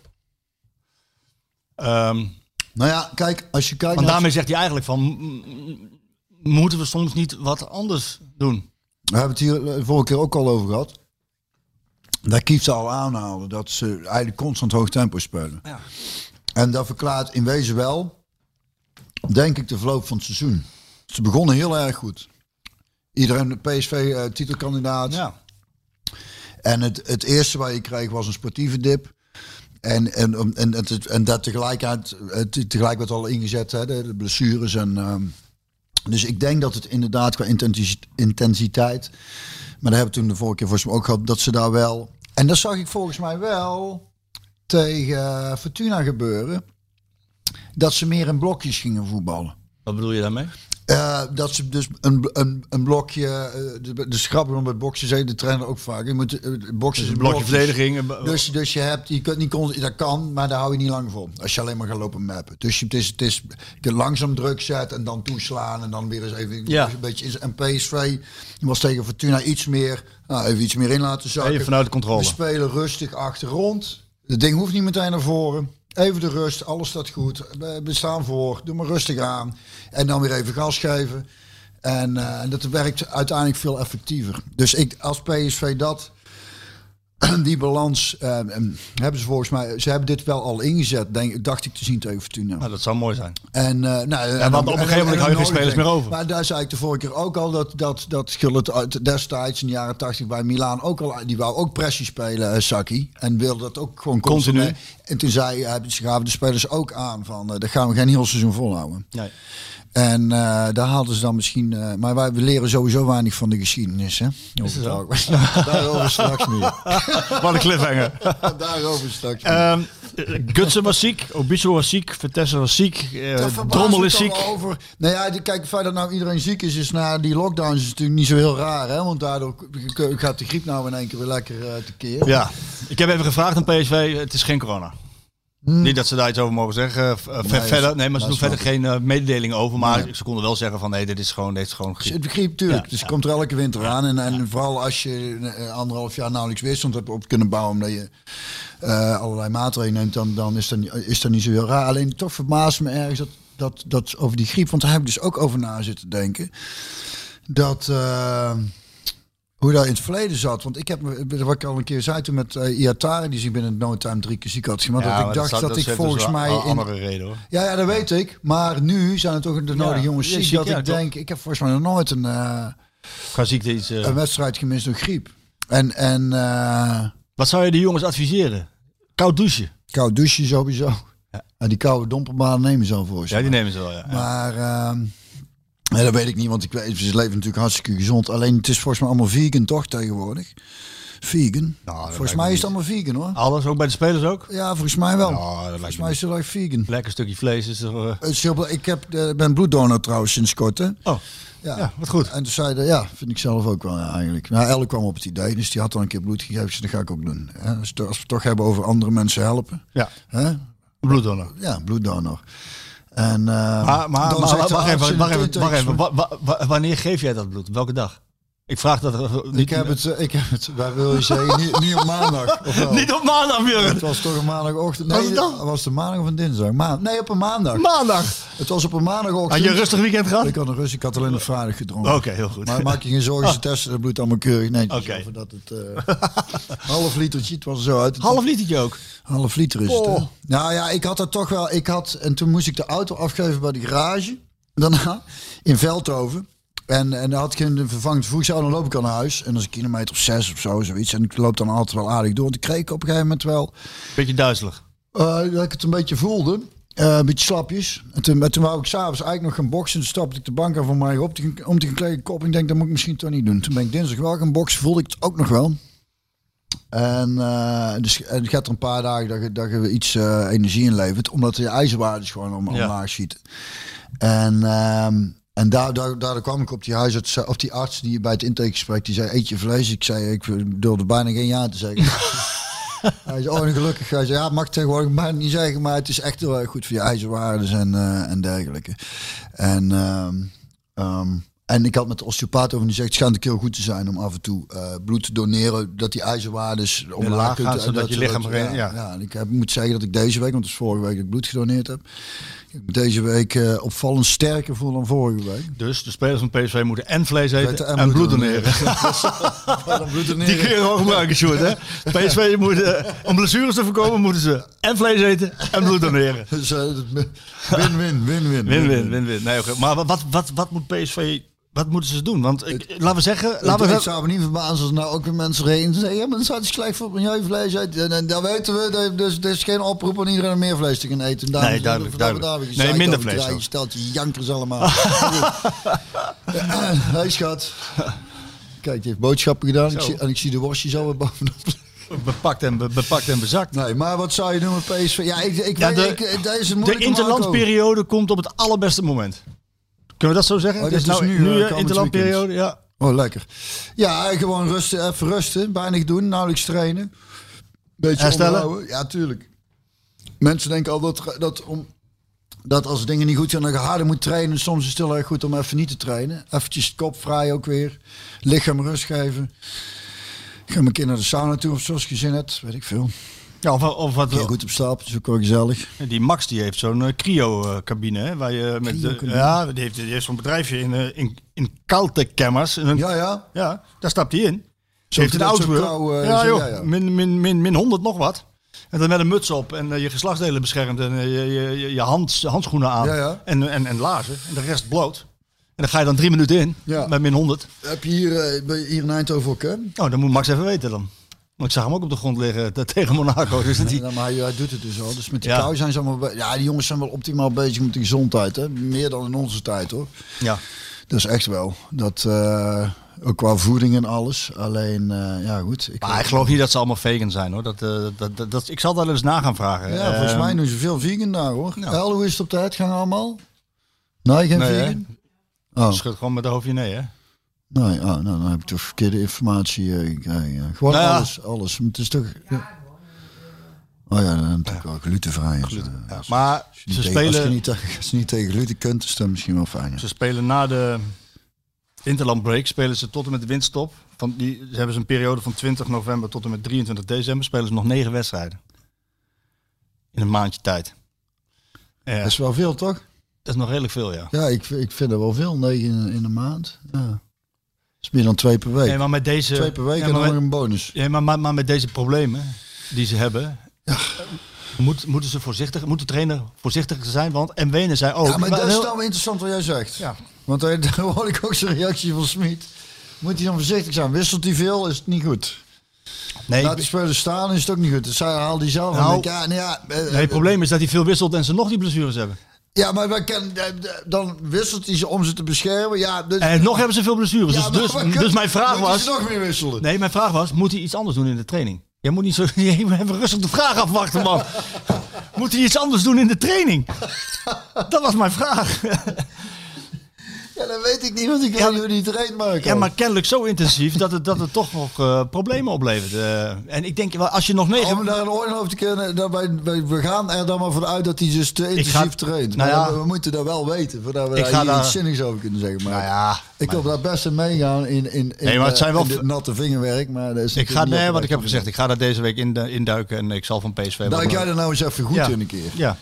Speaker 2: Nou ja, kijk, als je kijkt...
Speaker 6: Want daarmee zegt hij eigenlijk van... moeten we soms niet wat anders doen?
Speaker 2: We hebben het hier de vorige keer ook al over gehad. Daar Kieft ze al aanhalen dat ze eigenlijk constant hoog tempo spelen. Ja. En dat verklaart in wezen wel, denk ik, de verloop van het seizoen. Ze begonnen heel erg goed. Iedereen PSV titelkandidaat. Ja. En het eerste wat je kreeg was een sportieve dip. En dat tegelijk werd al ingezet, hè, de blessures. Dus ik denk dat het inderdaad qua intensiteit... Maar daar hebben we toen de vorige keer volgens mij ook gehad, dat ze daar wel... En dat zag ik volgens mij wel tegen Fortuna gebeuren. Dat ze meer in blokjes gingen voetballen.
Speaker 6: Wat bedoel je daarmee?
Speaker 2: Dat ze dus een blokje, de schrappen om het boksen, zei de trainer ook vaak. Je moet boksen,
Speaker 6: dus een blokje verdediging.
Speaker 2: Dus je kunt niet, dat kan, maar daar hou je niet lang voor. Als je alleen maar gaat lopen mappen. Dus het is je langzaam druk zetten en dan toeslaan en dan weer eens even een beetje. En PSV was tegen Fortuna iets meer in laten zakken.
Speaker 6: Even vanuit de controle.
Speaker 2: We spelen rustig achter rond. Het ding hoeft niet meteen naar voren. Even de rust, alles staat goed. We staan voor, doe maar rustig aan. En dan weer even gas geven. En dat werkt uiteindelijk veel effectiever. Dus als PSV die balans hebben ze volgens mij. Ze hebben dit wel al ingezet, dacht ik te zien tegen Fortuna.
Speaker 6: Nou, dat zou mooi zijn.
Speaker 2: Want
Speaker 6: op een gegeven moment hou je geen spelers meer over.
Speaker 2: Maar daar zei ik de vorige keer ook al dat Gullit uit destijds in de jaren 80 bij Milaan ook al. Die wou ook pressie spelen, Sacchi. En wilde dat ook gewoon continu. En toen gaven de spelers ook aan van dat gaan we geen heel seizoen volhouden. Nee. En daar hadden ze dan misschien... maar we leren sowieso weinig van de geschiedenis. Hè?
Speaker 6: Is het zo?
Speaker 2: Daarover straks meer.
Speaker 6: Wat een cliffhanger.
Speaker 2: Daarover straks meer.
Speaker 6: Gutsen was ziek. Obiso was ziek. Vertessen was ziek. Drommel is ziek.
Speaker 2: Nou ja, kijk, het feit dat nou iedereen ziek is na die lockdowns is natuurlijk niet zo heel raar. Hè? Want daardoor gaat de griep nou in één keer weer lekker tekeer.
Speaker 6: Ja, ik heb even gevraagd aan PSV. Het is geen corona. Niet dat ze daar iets over mogen zeggen. Maar ze doen verder geen mededelingen over. Maar ze konden wel zeggen van nee, dit is gewoon griep.
Speaker 2: Griep, tuurlijk. Dus komt er elke winter aan. En vooral als je 1,5 jaar nauwelijks weerstand hebt op kunnen bouwen, omdat je allerlei maatregelen neemt, dan is dat niet zo heel raar. Alleen toch verbaast me ergens dat over die griep, want daar heb ik dus ook over na zitten denken. Hoe dat in het verleden zat. Want ik heb, wat ik al een keer zei toen met Iatare, die zich binnen no time 3 keer ziek had gemaakt. Ja, dat ik dacht dat ik volgens mij...
Speaker 6: Een andere reden hoor.
Speaker 2: Ja, dat weet ik. Maar nu zijn er toch de nodige jongens ziek. Dat ik denk, ik heb volgens mij nog nooit een wedstrijd gemist door griep.
Speaker 6: Wat zou je de jongens adviseren? Koud douchen.
Speaker 2: Koud douchen sowieso. Ja. En die koude domperbaden nemen ze al voor zich.
Speaker 6: Ja, die nemen ze wel, ja.
Speaker 2: Maar... Nee, dat weet ik niet, want ik weet, ze leven natuurlijk hartstikke gezond. Alleen het is volgens mij allemaal vegan toch tegenwoordig? Vegan? Nou, volgens mij is het allemaal vegan hoor.
Speaker 6: Alles, ook bij de spelers ook?
Speaker 2: Ja, volgens mij wel. Nou, volgens mij is het echt vegan.
Speaker 6: Lekker stukje vlees is er...
Speaker 2: Ik ben bloeddonor trouwens sinds kort hè.
Speaker 6: Oh, ja, wat goed.
Speaker 2: En toen zeiden, ja, vind ik zelf ook wel eigenlijk. Nou, Elle kwam op het idee, dus die had dan een keer bloed gegeven. Dus dat ga ik ook doen. Ja, dus als we het toch hebben over andere mensen helpen.
Speaker 6: Ja, bloeddonor.
Speaker 2: Ja, bloeddonor. En,
Speaker 6: wacht even. Wanneer geef jij dat bloed? Welke dag? Ik vraag dat niet.
Speaker 2: Ik heb het. Waar wil je zeggen? Niet op maandag. Of wel?
Speaker 6: Niet op maandag, Jurgen.
Speaker 2: Het was toch een maandagochtend. Nee, was het maandag of een dinsdag? Nee, op een maandag.
Speaker 6: Maandag.
Speaker 2: Het was op een maandagochtend.
Speaker 6: Had je een rustig weekend gehad?
Speaker 2: Ik had alleen op vrijdag gedronken.
Speaker 6: Oké, heel goed.
Speaker 2: Maar maak je geen zorgen, ze testen het bloed allemaal keurig netjes. Over dat het half litertje, het was er zo uit.
Speaker 6: Half litertje ook?
Speaker 2: Half liter is het. Hè? Nou ja, ik had dat toch wel. En toen moest ik de auto afgeven bij de garage. Daarna in Veldhoven. En dan had ik een vervangend voedsel. Dan loop ik al naar huis. En dat is 1 kilometer of 6 of zo, zoiets. En ik loop dan altijd wel aardig door. Want ik kreeg op een gegeven moment wel...
Speaker 6: Beetje duizelig?
Speaker 2: Dat ik het een beetje voelde. Een beetje slapjes. En toen wou ik s'avonds eigenlijk nog gaan boksen. Toen stapte ik de bank aan voor mij op. Om te kleden kop. En ik denk, dat moet ik misschien toch niet doen. Toen ben ik dinsdag wel gaan boksen. Voelde ik het ook nog wel. En het gaat er een paar dagen dat je iets energie inlevert. Omdat de ijzerwaardes gewoon omlaag schieten. En daardoor kwam ik op die huisarts, of die arts die bij het intakegesprek, die zei, eet je vlees? Ik zei, ik durfde bijna geen ja te zeggen. Hij zei, gelukkig. Hij zei, ja, mag ik tegenwoordig bijna niet zeggen, maar het is echt heel erg goed voor je ijzerwaardes en dergelijke. En ik had met de osteopaat over, die zegt, het schijnt een keer goed te zijn om af en toe bloed te doneren, dat die ijzerwaardes omlaag
Speaker 6: gaan, zodat je lichaam...
Speaker 2: En ik moet zeggen dat ik deze week, want het is vorige week dat ik bloed gedoneerd heb, ik deze week opvallend sterker voel dan vorige week.
Speaker 6: Dus de spelers van PSV moeten en vlees eten en bloed doneren. Die kun je gewoon gebruiken, Sjoerd. Hè? PSV moet, om blessures te voorkomen, moeten ze en vlees eten en bloed doneren.
Speaker 2: Dus win-win.
Speaker 6: Win-win. Nee, okay. Maar wat moet PSV... Wat moeten ze doen? Want laten we zeggen...
Speaker 2: Ik zou me niet verbazen als nou ook weer mensen reden zeggen, ja, maar dan zou het slecht voor het milieu vlees eten. En dan weten we, dus er is geen oproep om iedereen meer vlees te gaan eten.
Speaker 6: Nee, duidelijk. Nee, minder vlees.
Speaker 2: Je stelt je jankers allemaal. Hey schat. Kijk, die heeft boodschappen gedaan en ik zie de worstjes al weer bovenop.
Speaker 6: Bepakt en bezakt.
Speaker 2: Nee, maar wat zou je doen met PSV? Ja,
Speaker 6: de interlandperiode komt op het allerbeste moment. Kunnen we dat zo zeggen? Het is nou nu interlandperiode, ja.
Speaker 2: Oh, lekker. Ja, gewoon rusten, even rusten. Weinig doen, nauwelijks trainen. Beetje
Speaker 6: herstellen?
Speaker 2: Onderhouden. Ja, tuurlijk. Mensen denken al dat als dingen niet goed zijn, dan je harder moet trainen. Soms is het heel erg goed om even niet te trainen. Eventjes kop vrij ook weer. Lichaam rust geven. Ga een keer naar de sauna toe of zoals je zin hebt. Weet ik veel.
Speaker 6: Ja, of wat...
Speaker 2: Heel goed op stapel, is ook wel gezellig.
Speaker 6: Die Max die heeft zo'n cryo-cabine, hè, waar je met die heeft zo'n bedrijfje in Kaltekemmers. Ja, daar stapt hij in. Ze heeft een auto. Min 100 nog wat. En dan met een muts op en je geslachtsdelen beschermd en je handschoenen aan en laarzen. En de rest bloot. En dan ga je dan 3 minuten in met min 100.
Speaker 2: Heb je hier in Eindhoven ook, hè?
Speaker 6: Oh, dat moet Max even weten dan. Want ik zag hem ook op de grond liggen tegen Monaco. Dus
Speaker 2: maar hij doet het dus al. Dus met die kou zijn ze allemaal... Ja, die jongens zijn wel optimaal bezig met de gezondheid, hè? Meer dan in onze tijd, hoor.
Speaker 6: Ja.
Speaker 2: Dat is echt wel. Dat... ook qua voeding en alles. Alleen, goed.
Speaker 6: Ik geloof niet dat ze allemaal vegan zijn, hoor. Ik zal dat eens na gaan vragen.
Speaker 2: Ja, volgens mij doen ze veel vegan daar, hoor.
Speaker 6: Nou.
Speaker 2: El, hoe is het op de uitgang allemaal? Nee, geen vegan?
Speaker 6: Oh. Schud gewoon met de hoofdje nee, hè?
Speaker 2: Nee, dan heb ik toch verkeerde informatie gekregen. Gewoon alles. Het is toch... Ja. Oh ja, dan natuurlijk wel glutenvrij.
Speaker 6: Maar ze spelen...
Speaker 2: Als je niet tegen gluten kunt, is dat misschien wel fijn. Ja.
Speaker 6: Ze spelen na de Interland break, spelen ze tot en met de winterstop. Ze hebben een periode van 20 november tot en met 23 december. Spelen ze nog 9 wedstrijden. In een maandje tijd.
Speaker 2: Dat is wel veel, toch?
Speaker 6: Dat is nog redelijk veel, ja.
Speaker 2: Ja, ik vind dat wel veel, 9 in een maand. Ja. Dat is meer dan 2 per week.
Speaker 6: Nee, maar met deze...
Speaker 2: 2 per week en dan nog een bonus.
Speaker 6: Ja, maar met deze problemen die ze hebben... Ja. Moeten de trainer voorzichtiger zijn? Want Wenen zei ook...
Speaker 2: Ja, maar dat is nou interessant wat jij zegt. Ja. Want daar hoor ik ook zo'n reactie van Smit. Moet hij dan voorzichtig zijn? Wisselt hij veel, is het niet goed.
Speaker 6: Nee,
Speaker 2: laat de spelers staan, is het ook niet goed. Dus haal die zelf
Speaker 6: het probleem is dat hij veel wisselt en ze nog die blessures hebben.
Speaker 2: Ja, maar dan wisselt hij ze om ze te beschermen. Ja, dus,
Speaker 6: en nog hebben ze veel blessures. Ja, dus mijn vraag was...
Speaker 2: nog meer wisselen?
Speaker 6: Nee, mijn vraag was, moet hij iets anders doen in de training? Jij moet niet zo even rustig de vraag afwachten, man. Moet hij iets anders doen in de training? Dat was mijn vraag.
Speaker 2: Ja, dat weet ik niet, want ik weet niet hoe die traint maken.
Speaker 6: Ja, maar kennelijk zo intensief dat het toch nog problemen oplevert. En ik denk, als je nog 9...
Speaker 2: Om daar een oordeel over te kunnen, we gaan er dan maar vanuit dat hij dus te intensief traint. Maar we moeten dat wel weten, voordat we daar iets zinnigs over kunnen zeggen. Maar ik wil daar best in meegaan in dit natte vingerwerk. Maar dat is
Speaker 6: wat ik heb gezegd, ik ga daar deze week induiken en ik zal van PSV...
Speaker 2: Duik jij er nou eens even goed in een keer.
Speaker 6: Ja.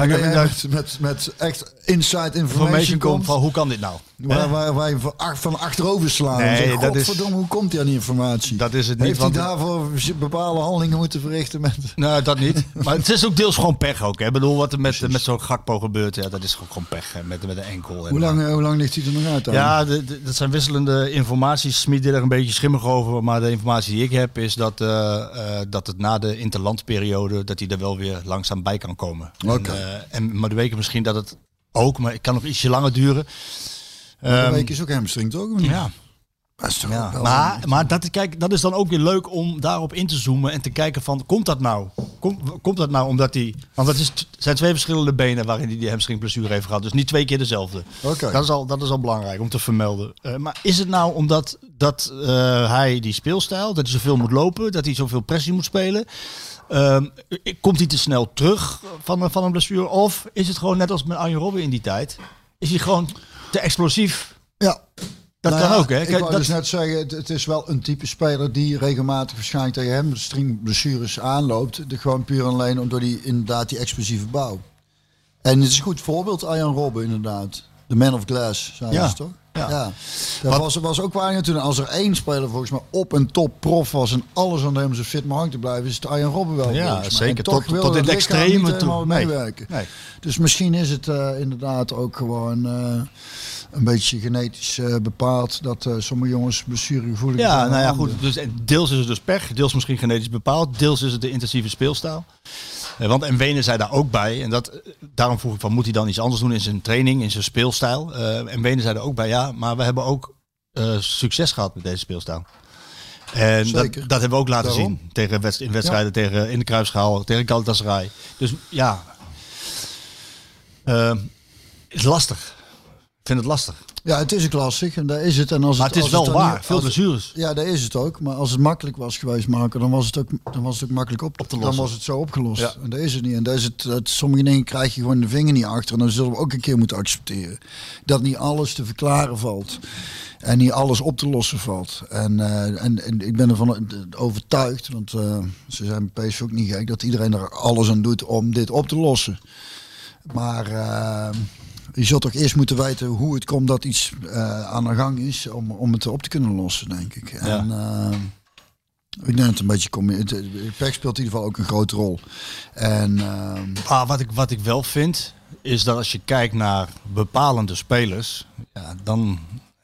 Speaker 2: Met echt inside information komt
Speaker 6: van hoe kan dit nou?
Speaker 2: Waar je van achterover slaan.
Speaker 6: Nee,
Speaker 2: godverdomme, hoe komt die aan die informatie?
Speaker 6: Dat is het niet.
Speaker 2: Heeft hij daarvoor bepaalde handelingen moeten verrichten?
Speaker 6: Nou, dat niet. Maar het is ook deels gewoon pech ook. Hè. Ik bedoel, wat er met zo'n Gakpo gebeurt, dat is gewoon pech. Hè. Met de enkel.
Speaker 2: Hoe lang ligt hij er nog uit dan?
Speaker 6: Ja, dat zijn wisselende informaties. Smit er een beetje schimmig over. Maar de informatie die ik heb is dat het na de interlandperiode, dat hij er wel weer langzaam bij kan komen.
Speaker 2: Okay.
Speaker 6: Maar de weken misschien dat het ook, maar het kan nog ietsje langer duren.
Speaker 2: De week is ook hamstring, toch?
Speaker 6: Ja. Maar dat is dan ook weer leuk om daarop in te zoomen en te kijken van, komt dat nou? Komt dat nou omdat hij... Want het zijn 2 verschillende benen waarin hij die hamstringblessure heeft gehad. Dus niet 2 keer dezelfde.
Speaker 2: Okay.
Speaker 6: Dat is al belangrijk om te vermelden. Maar is het nou omdat hij die speelstijl, dat hij zoveel moet lopen, dat hij zoveel pressie moet spelen... komt hij te snel terug van een blessure? Of is het gewoon net als met Arjen Robben in die tijd? Is hij gewoon te explosief?
Speaker 2: Ja.
Speaker 6: Dat kan ook, hè?
Speaker 2: Ik wou dus net zeggen, het is wel een type speler die regelmatig waarschijnlijk tegen hamstringblessures aanloopt. Gewoon puur en alleen door die explosieve bouw. En het is een goed voorbeeld, Arjen Robben inderdaad. De man of glass, zei ze toch? Ja. Dat was ook waar toen als er 1 speler volgens mij op en top prof was en alles aan hem zo fit mogelijk te blijven, is het Arjen Robben wel.
Speaker 6: Ja, zeker. Tot dit extreme toe
Speaker 2: meewerken. Nee. Dus misschien is het inderdaad ook gewoon een beetje genetisch bepaald dat sommige jongens blessuregevoelig zijn.
Speaker 6: Ja, nou ja, goed. Dus deels is het dus pech, deels misschien genetisch bepaald, deels is het de intensieve speelstijl. Want Wenen zei daar ook bij. En daarom vroeg ik van, moet hij dan iets anders doen in zijn training, in zijn speelstijl? Wenen zei er ook bij, ja, maar we hebben ook succes gehad met deze speelstijl. En dat hebben we ook laten zien in wedstrijden tegen in de Kruisschaal, tegen Galatasaray. Dus ja, het is lastig. Ik vind het lastig.
Speaker 2: Ja, het is ook lastig en daar is het. En als
Speaker 6: Maar het is
Speaker 2: als
Speaker 6: wel
Speaker 2: dan
Speaker 6: waar,
Speaker 2: niet-
Speaker 6: veel
Speaker 2: als-
Speaker 6: blessures.
Speaker 2: Ja, dat is het ook. Maar als het makkelijk was geweest, Marco, dan was het ook makkelijk op te lossen. Dan was het zo opgelost.
Speaker 6: Ja.
Speaker 2: En dat is het niet. En dat is het, sommige dingen krijg je gewoon de vinger niet achter. En dan zullen we ook een keer moeten accepteren. Dat niet alles te verklaren valt. En niet alles op te lossen valt. En ik ben ervan overtuigd, want ze zijn bij PSV ook niet gek, dat iedereen er alles aan doet om dit op te lossen. Maar je zult toch eerst moeten weten hoe het komt dat iets aan de gang is om het op te kunnen lossen, denk ik.
Speaker 6: Ja.
Speaker 2: En ik denk dat het een beetje PEC speelt in ieder geval ook een grote rol. En
Speaker 6: Wat ik wel vind, is dat als je kijkt naar bepalende spelers, ja, dan...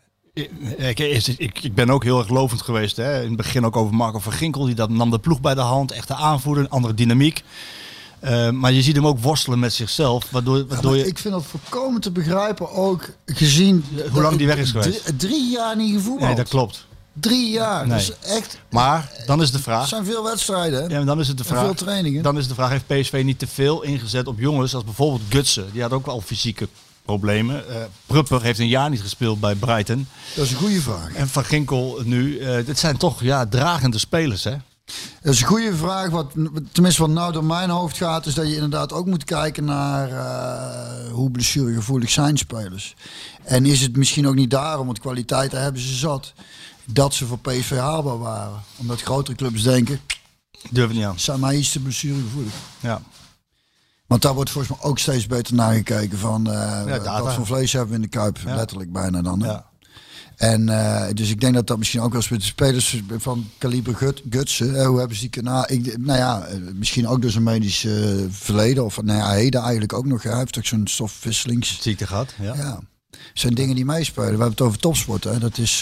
Speaker 6: Ik ben ook heel erg lovend geweest. Hè? In het begin ook over Marco van Ginkel. Die nam de ploeg bij de hand. Echte aanvoerder, een andere dynamiek. Maar je ziet hem ook worstelen met zichzelf. Waardoor je...
Speaker 2: Ik vind dat volkomen te begrijpen ook gezien...
Speaker 6: Hoe lang die weg is geweest.
Speaker 2: 3 jaar niet gevoetbald.
Speaker 6: Nee, dat klopt.
Speaker 2: 3 jaar.
Speaker 6: Nee.
Speaker 2: Dat is echt...
Speaker 6: Maar dan is de
Speaker 2: Er
Speaker 6: vraag...
Speaker 2: zijn veel wedstrijden. Hè?
Speaker 6: Ja, maar dan is het de
Speaker 2: En
Speaker 6: vraag...
Speaker 2: veel trainingen.
Speaker 6: Dan is de vraag, heeft PSV niet te veel ingezet op jongens als bijvoorbeeld Gutsen? Die had ook wel fysieke problemen. Prupper heeft een jaar niet gespeeld bij Brighton.
Speaker 2: Dat is een goede vraag.
Speaker 6: En Van Ginkel nu. Dit zijn toch dragende spelers, hè?
Speaker 2: Dat is een goede vraag. Tenminste, wat nou door mijn hoofd gaat, is dat je inderdaad ook moet kijken naar hoe blessuregevoelig zijn spelers. En is het misschien ook niet daarom, want kwaliteiten hebben ze zat, dat ze voor PSV haalbaar waren. Omdat grotere clubs denken,
Speaker 6: Durf het niet aan.
Speaker 2: zijn mij iets te blessuregevoelig.
Speaker 6: Ja.
Speaker 2: Want daar wordt volgens mij ook steeds beter naar gekeken van
Speaker 6: data.
Speaker 2: wat voor vlees hebben we in de kuip.
Speaker 6: Ja.
Speaker 2: Letterlijk bijna dan. Hè?
Speaker 6: Ja.
Speaker 2: En dus ik denk dat dat misschien ook wel eens met de spelers van kaliber Gutsen, hoe hebben ze die kunnen... misschien ook door zijn medisch verleden. Of heden eigenlijk ook nog. Hij heeft toch zo'n stofwisselings...
Speaker 6: Ziekte gehad, ja.
Speaker 2: Ja. zijn dingen die meespelen. We hebben het over topsport. Hè. Dat is...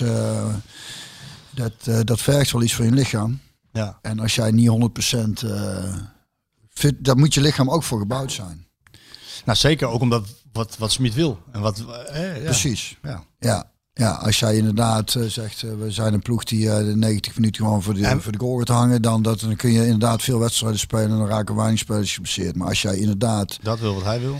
Speaker 2: dat vergt wel iets van je lichaam.
Speaker 6: Ja.
Speaker 2: En als jij niet 100% fit... Daar moet je lichaam ook voor gebouwd zijn.
Speaker 6: Nou, zeker ook omdat wat Smit wil. En wat, ja.
Speaker 2: Precies.
Speaker 6: Ja.
Speaker 2: Ja, als jij inderdaad zegt, we zijn een ploeg die de 90 minuten gewoon voor de goal gaat hangen, dan kun je inderdaad veel wedstrijden spelen en dan raken weinig spelers geblesseerd. Maar als jij inderdaad...
Speaker 6: Dat wil wat hij wil.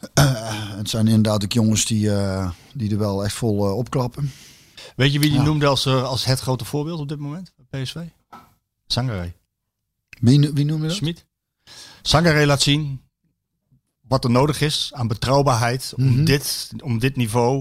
Speaker 2: Het zijn inderdaad ook jongens die er wel echt vol opklappen.
Speaker 6: Weet je wie die noemde als het grote voorbeeld op dit moment bij PSV? Sangaré.
Speaker 2: Wie noemde dat?
Speaker 6: Smit. Sangaré laat zien wat er nodig is aan betrouwbaarheid om dit niveau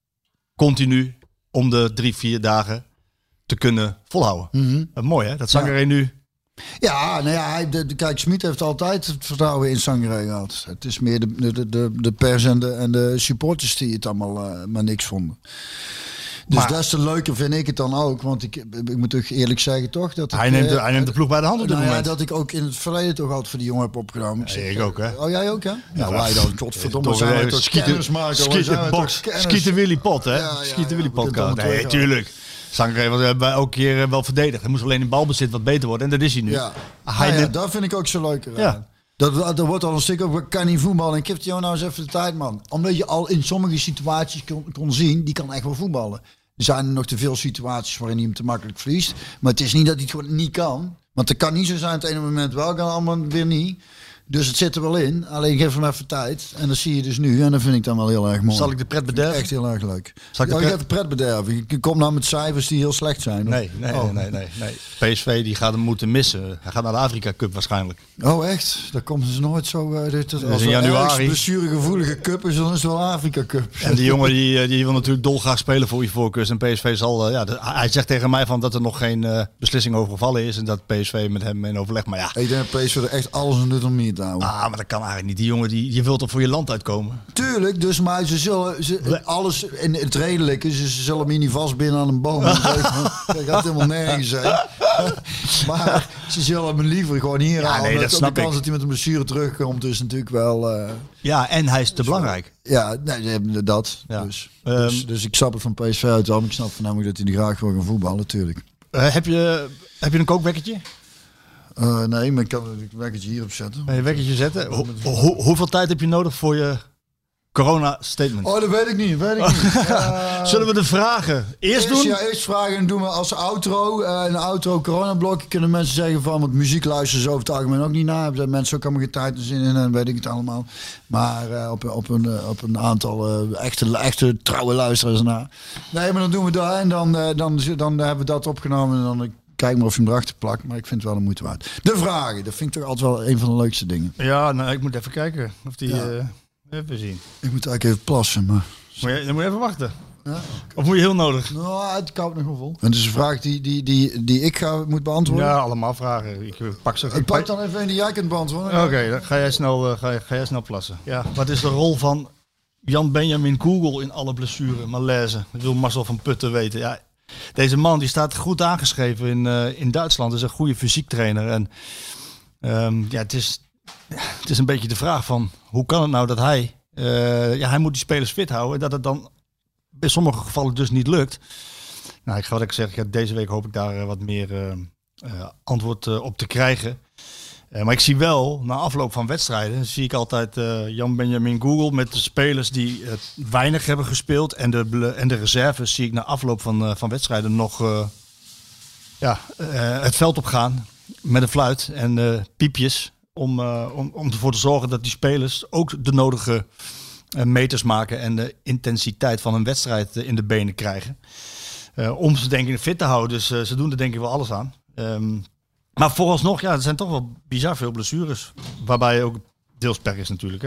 Speaker 6: continu om de 3-4 dagen te kunnen volhouden. Mooi hè, dat Sangaré nu...
Speaker 2: Ja, nou ja, kijk, Smit heeft altijd het vertrouwen in Sangaré gehad. Het is meer de pers en de supporters die het allemaal maar niks vonden. Dus
Speaker 6: Maar,
Speaker 2: des te leuker vind ik het dan ook. Want ik moet toch eerlijk zeggen toch dat
Speaker 6: hij neemt de ploeg bij de hand op dit moment.
Speaker 2: dat ik ook in het verleden toch altijd voor die jongen heb opgenomen.
Speaker 6: Ik ook hè.
Speaker 2: Oh, jij ook hè? Ja, wij dan. Godverdomme, zijn we toch kennis maken.
Speaker 6: Skieten Willy Pot hè.
Speaker 2: Ja,
Speaker 6: Skieten Willy
Speaker 2: we kunnen
Speaker 6: podcast.
Speaker 2: het
Speaker 6: Nee,
Speaker 2: allemaal
Speaker 6: tuurlijk. Sangaré hebben wij elke keer wel verdedigd. Hij moest alleen in balbezit wat beter worden. En dat is hij nu.
Speaker 2: Ja,
Speaker 6: Hij neemt-
Speaker 2: dat vind ik ook zo leuk.
Speaker 6: Ja.
Speaker 2: Dat wordt al een stuk over, kan niet voetballen. Ik geef jou nou eens even de tijd, man. Omdat je al in sommige situaties kon zien, die kan echt wel voetballen. Er zijn nog te veel situaties waarin hij hem te makkelijk verliest. Maar het is niet dat hij het gewoon niet kan. Want het kan niet zo zijn, het ene moment wel, kan allemaal weer niet. Dus het zit er wel in. Alleen geef hem even tijd. En dat zie je dus nu. En dat vind ik dan wel heel erg mooi.
Speaker 6: Zal ik de pret bederven?
Speaker 2: Echt heel erg leuk.
Speaker 6: Zal ik de
Speaker 2: je
Speaker 6: pret-
Speaker 2: gaat de pret bederven. Je komt nou met cijfers die heel slecht zijn. Hoor.
Speaker 6: Nee. PSV die gaat hem moeten missen. Hij gaat naar de Afrika Cup waarschijnlijk.
Speaker 2: Oh echt? Daar komt ze nooit zo... als
Speaker 6: in januari.
Speaker 2: blessuregevoelige cup is, dan is het wel Afrika Cup.
Speaker 6: En die jongen die wil natuurlijk dolgraag spelen voor Ivoorkust. En PSV zal... hij zegt tegen mij van dat er nog geen beslissing over gevallen is. En dat PSV met hem in overleg. Maar ja...
Speaker 2: Ik denk dat PSV er echt alles aan doet om meer te houden.
Speaker 6: Maar dat kan eigenlijk niet. Die jongen die wil toch voor je land uitkomen?
Speaker 2: Tuurlijk, dus maar ze zullen alles in het redelijke. Ze zullen hem hier niet vastbinden aan een boom. Dat gaat helemaal nergens heen. Maar ze zullen hem liever gewoon hier halen.
Speaker 6: nee, dat
Speaker 2: de
Speaker 6: snap
Speaker 2: kans
Speaker 6: ik.
Speaker 2: dat hij met een blessure terugkomt is natuurlijk wel...
Speaker 6: Ja, en hij is te belangrijk.
Speaker 2: Ja, nee, dat.
Speaker 6: Ja.
Speaker 2: Dus ik snap het van PSV uit. Maar ik snap voornamelijk dat hij er graag wil gaan voetballen, natuurlijk.
Speaker 6: Heb je een kookwekkertje?
Speaker 2: Nee, maar ik kan het wekkertje hierop zetten.
Speaker 6: Een wekkertje zetten? Hoeveel tijd heb je nodig voor je corona-statement.
Speaker 2: Oh, dat weet ik niet.
Speaker 6: Zullen we de vragen eerst doen?
Speaker 2: Ja, eerst vragen en doen we als outro. Een outro coronablok. Kunnen mensen zeggen van, want muziek luisteren ze over het algemeen ook niet naar. Hebben mensen ook allemaal geen tijd en zin in en weet ik het allemaal. Maar op een aantal echte trouwe luisteraars na. Nee, maar dan doen we dat en dan hebben we dat opgenomen en dan kijk maar of je hem erachter plakt. Maar ik vind het wel een moeite waard. De vragen, dat vind ik toch altijd wel een van de leukste dingen.
Speaker 6: Ja, nou, ik moet even kijken of die... even zien.
Speaker 2: Ik moet eigenlijk even plassen, maar...
Speaker 6: Dan moet je even wachten.
Speaker 2: Ja.
Speaker 6: Of moet je heel nodig?
Speaker 2: Nou, het koudt nog wel vol. En het is een vraag die ik moet beantwoorden?
Speaker 6: Ja, allemaal vragen. Ik
Speaker 2: pak dan even een die jij kunt beantwoorden.
Speaker 6: Oké, dan ga jij snel plassen. Ja. Wat is de rol van Jan-Benjamin Google in alle blessure, malaise? Dat wil Marcel van Putten weten. Ja, deze man die staat goed aangeschreven in Duitsland. Is een goede fysiektrainer. En het is een beetje de vraag van hoe kan het nou dat hij moet die spelers fit houden. Dat het dan in sommige gevallen dus niet lukt. Nou, wat ik zeg, deze week hoop ik daar wat meer antwoord op te krijgen. Maar ik zie wel, na afloop van wedstrijden, zie ik altijd Jan-Benjamin Google met de spelers die weinig hebben gespeeld. En de reserves zie ik na afloop van wedstrijden nog het veld op gaan met een fluit en piepjes. Om ervoor te zorgen dat die spelers ook de nodige meters maken en de intensiteit van een wedstrijd in de benen krijgen. Om ze denk ik fit te houden. Dus ze doen er denk ik wel alles aan. Maar vooralsnog, er zijn toch wel bizar veel blessures. Waarbij ook deels pech is natuurlijk.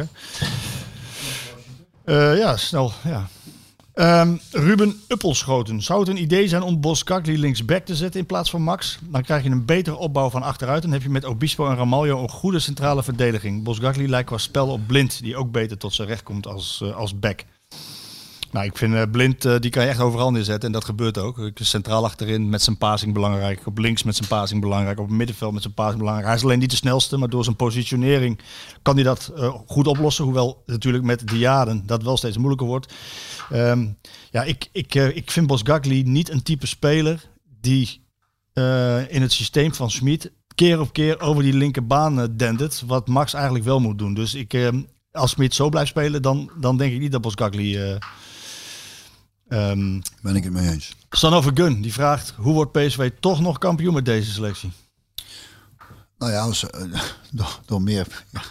Speaker 6: Hè? Snel. Ja. Ruben Uppelschoten. Zou het een idee zijn om Boskakli linksback te zetten in plaats van Max? Dan krijg je een betere opbouw van achteruit. Dan heb je met Obispo en Ramaljo een goede centrale verdediging. Boskakli lijkt qua spel op Blind, die ook beter tot zijn recht komt als back. Nou, ik vind Blind, die kan je echt overal neerzetten. En dat gebeurt ook. Centraal achterin met zijn passing belangrijk. Op links met zijn passing belangrijk. Op het middenveld met zijn passing belangrijk. Hij is alleen niet de snelste, maar door zijn positionering kan hij dat goed oplossen. Hoewel natuurlijk met Diaden dat wel steeds moeilijker wordt. Ik vind Boskakli niet een type speler die in het systeem van Schmid keer op keer over die linkerbaan dendert. Wat Max eigenlijk wel moet doen. Dus als Schmid zo blijft spelen, dan denk ik niet dat Boskakli...
Speaker 2: ben ik het mee eens.
Speaker 6: Son of a Gun, die vraagt, hoe wordt PSV toch nog kampioen met deze selectie?
Speaker 2: Nou ja, door meer... Ja.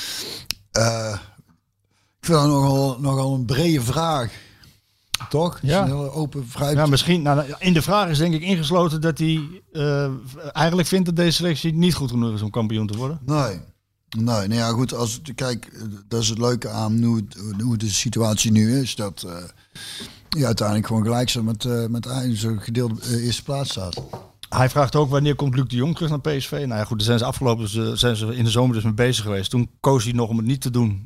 Speaker 2: Ik vind dat nogal een brede vraag. Toch?
Speaker 6: Ja.
Speaker 2: Een hele open vraag.
Speaker 6: Ja, misschien. Nou, in de vraag is denk ik ingesloten dat hij eigenlijk vindt dat deze selectie niet goed genoeg is om kampioen te worden.
Speaker 2: Nee, nou ja, goed. Kijk, dat is het leuke aan hoe de situatie nu is. Dat je uiteindelijk gewoon gelijk staat met zo'n gedeelde eerste plaats staat.
Speaker 6: Hij vraagt ook wanneer komt Luc de Jong terug naar PSV. Nou ja, goed, daar zijn ze in de zomer dus mee bezig geweest. Toen koos hij nog om het niet te doen.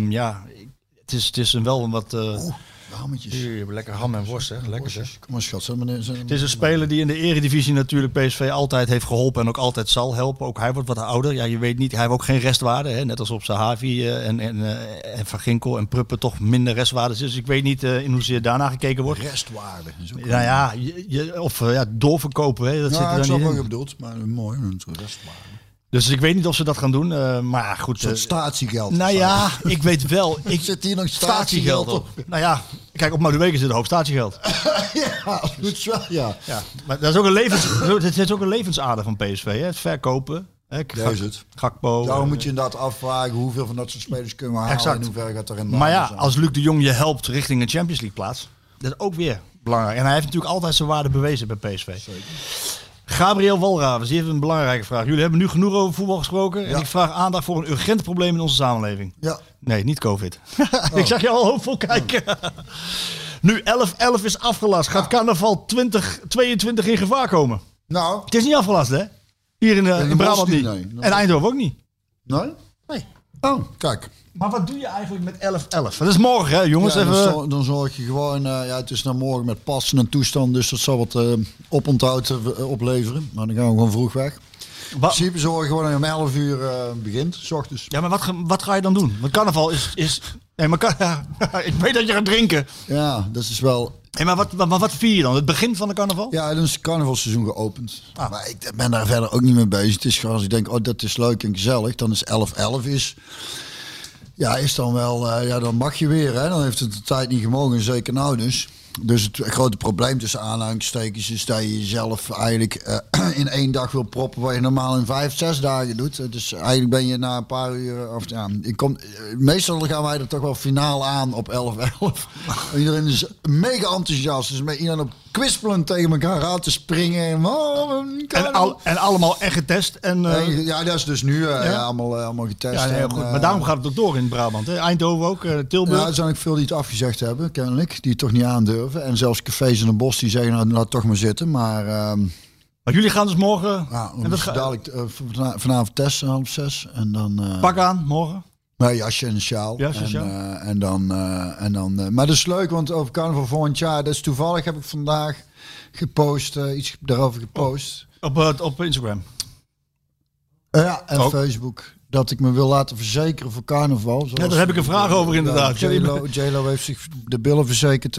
Speaker 6: Het is wel een wat...
Speaker 2: hammetjes.
Speaker 6: Hier, lekker ham en worst, hè? Lekker zeg.
Speaker 2: Kom maar schat.
Speaker 6: Het is een speler die in de eredivisie natuurlijk PSV altijd heeft geholpen en ook altijd zal helpen. Ook hij wordt wat ouder. Ja, je weet niet, hij heeft ook geen restwaarde. Hè? Net als op Sahavi en Van Ginkel en Pruppen toch minder restwaarde. Dus ik weet niet in hoezeer daarna gekeken wordt.
Speaker 2: Restwaarde.
Speaker 6: Nou ja, doorverkopen. Hè? Dat zit er dan
Speaker 2: ik snap
Speaker 6: niet
Speaker 2: wat
Speaker 6: in.
Speaker 2: je bedoelt, maar mooi. Een soort restwaarde.
Speaker 6: Dus ik weet niet of ze dat gaan doen. Maar goed.
Speaker 2: Een statiegeld.
Speaker 6: Nou ja, ik weet wel.
Speaker 2: Ik zit hier nog
Speaker 6: statiegeld op. Nou ja, kijk, op Madueke zit een hoop statiegeld.
Speaker 2: Ja, goed wel, ja.
Speaker 6: Maar dat is ook een levensader van PSV. Hè? Het verkopen.
Speaker 2: Daar is het.
Speaker 6: Gakpo.
Speaker 2: Daarom moet je inderdaad afvragen hoeveel van dat soort spelers kunnen we halen.
Speaker 6: Exact.
Speaker 2: En hoe ver gaat erin.
Speaker 6: Maar ja, als Luc de Jong je helpt richting een Champions League plaats, dat is ook weer belangrijk. En hij heeft natuurlijk altijd zijn waarde bewezen bij PSV. Zeker. Gabriel Walravens, die heeft een belangrijke vraag. Jullie hebben nu genoeg over voetbal gesproken. Ja. En ik vraag aandacht voor een urgent probleem in onze samenleving.
Speaker 2: Ja.
Speaker 6: Nee, niet COVID. Ik zag je al hoopvol kijken. Nu 11-11 is afgelast. Gaat carnaval 2022 in gevaar komen?
Speaker 2: Nou.
Speaker 6: Het is niet afgelast, hè? Hier in Brabant niet. Nee. En Eindhoven ook niet.
Speaker 2: Nee?
Speaker 6: Nee.
Speaker 2: Oh, kijk.
Speaker 6: Maar wat doe je eigenlijk met 11-11? Dat is morgen, hè, jongens?
Speaker 2: Ja,
Speaker 6: even...
Speaker 2: dan zorg je gewoon... het is naar morgen met passen en toestand. Dus dat zal wat oponthoud opleveren. Maar dan gaan we gewoon vroeg weg. In principe zorgen gewoon dat je om 11 uur begint, 's ochtends.
Speaker 6: Ja, maar wat ga je dan doen? Want carnaval is... Nee, maar ik weet dat je gaat drinken.
Speaker 2: Ja, dat is wel...
Speaker 6: Hey, maar wat vier je dan? Het begin van de carnaval?
Speaker 2: Ja, dan is het carnavalseizoen geopend. Maar ik ben daar verder ook niet mee bezig. Het is gewoon als ik denk, dat is leuk en gezellig. Dan is 11-11 is... Ja, is dan wel, dan mag je weer. Hè? Dan heeft het de tijd niet gemogen, zeker nou dus. Dus het grote probleem tussen aanhalingstekens is dat je jezelf eigenlijk in 1 dag wil proppen wat je normaal in 5-6 dagen doet. Dus eigenlijk ben je na een paar uur, meestal gaan wij er toch wel finaal aan op 11-11. Iedereen is mega enthousiast. Dus met iedereen op kwispelend tegen elkaar aan te springen.
Speaker 6: En allemaal echt getest.
Speaker 2: Ja, dat is dus nu allemaal getest.
Speaker 6: Ja, heel goed. Maar daarom gaat het ook door in Brabant. Hè? Eindhoven ook, Tilburg.
Speaker 2: Ja, er zijn ook veel die het afgezegd hebben, kennelijk. Die het toch niet aandurven. En zelfs cafés in een bos die zeggen, nou, laat toch maar zitten. Maar
Speaker 6: jullie gaan dus morgen...
Speaker 2: Ja, en dat dadelijk vanavond testen, 5:30. En dan...
Speaker 6: pak aan, morgen.
Speaker 2: Ja, jasje en een sjaal. Maar dat is leuk, want over carnaval volgend jaar, dat is toevallig, heb ik vandaag gepost, iets daarover gepost.
Speaker 6: Op Instagram?
Speaker 2: Ja, en ook. Facebook. Dat ik me wil laten verzekeren voor carnaval.
Speaker 6: Ja, daar heb ik een vraag over inderdaad.
Speaker 2: J-Lo heeft zich de billen verzekerd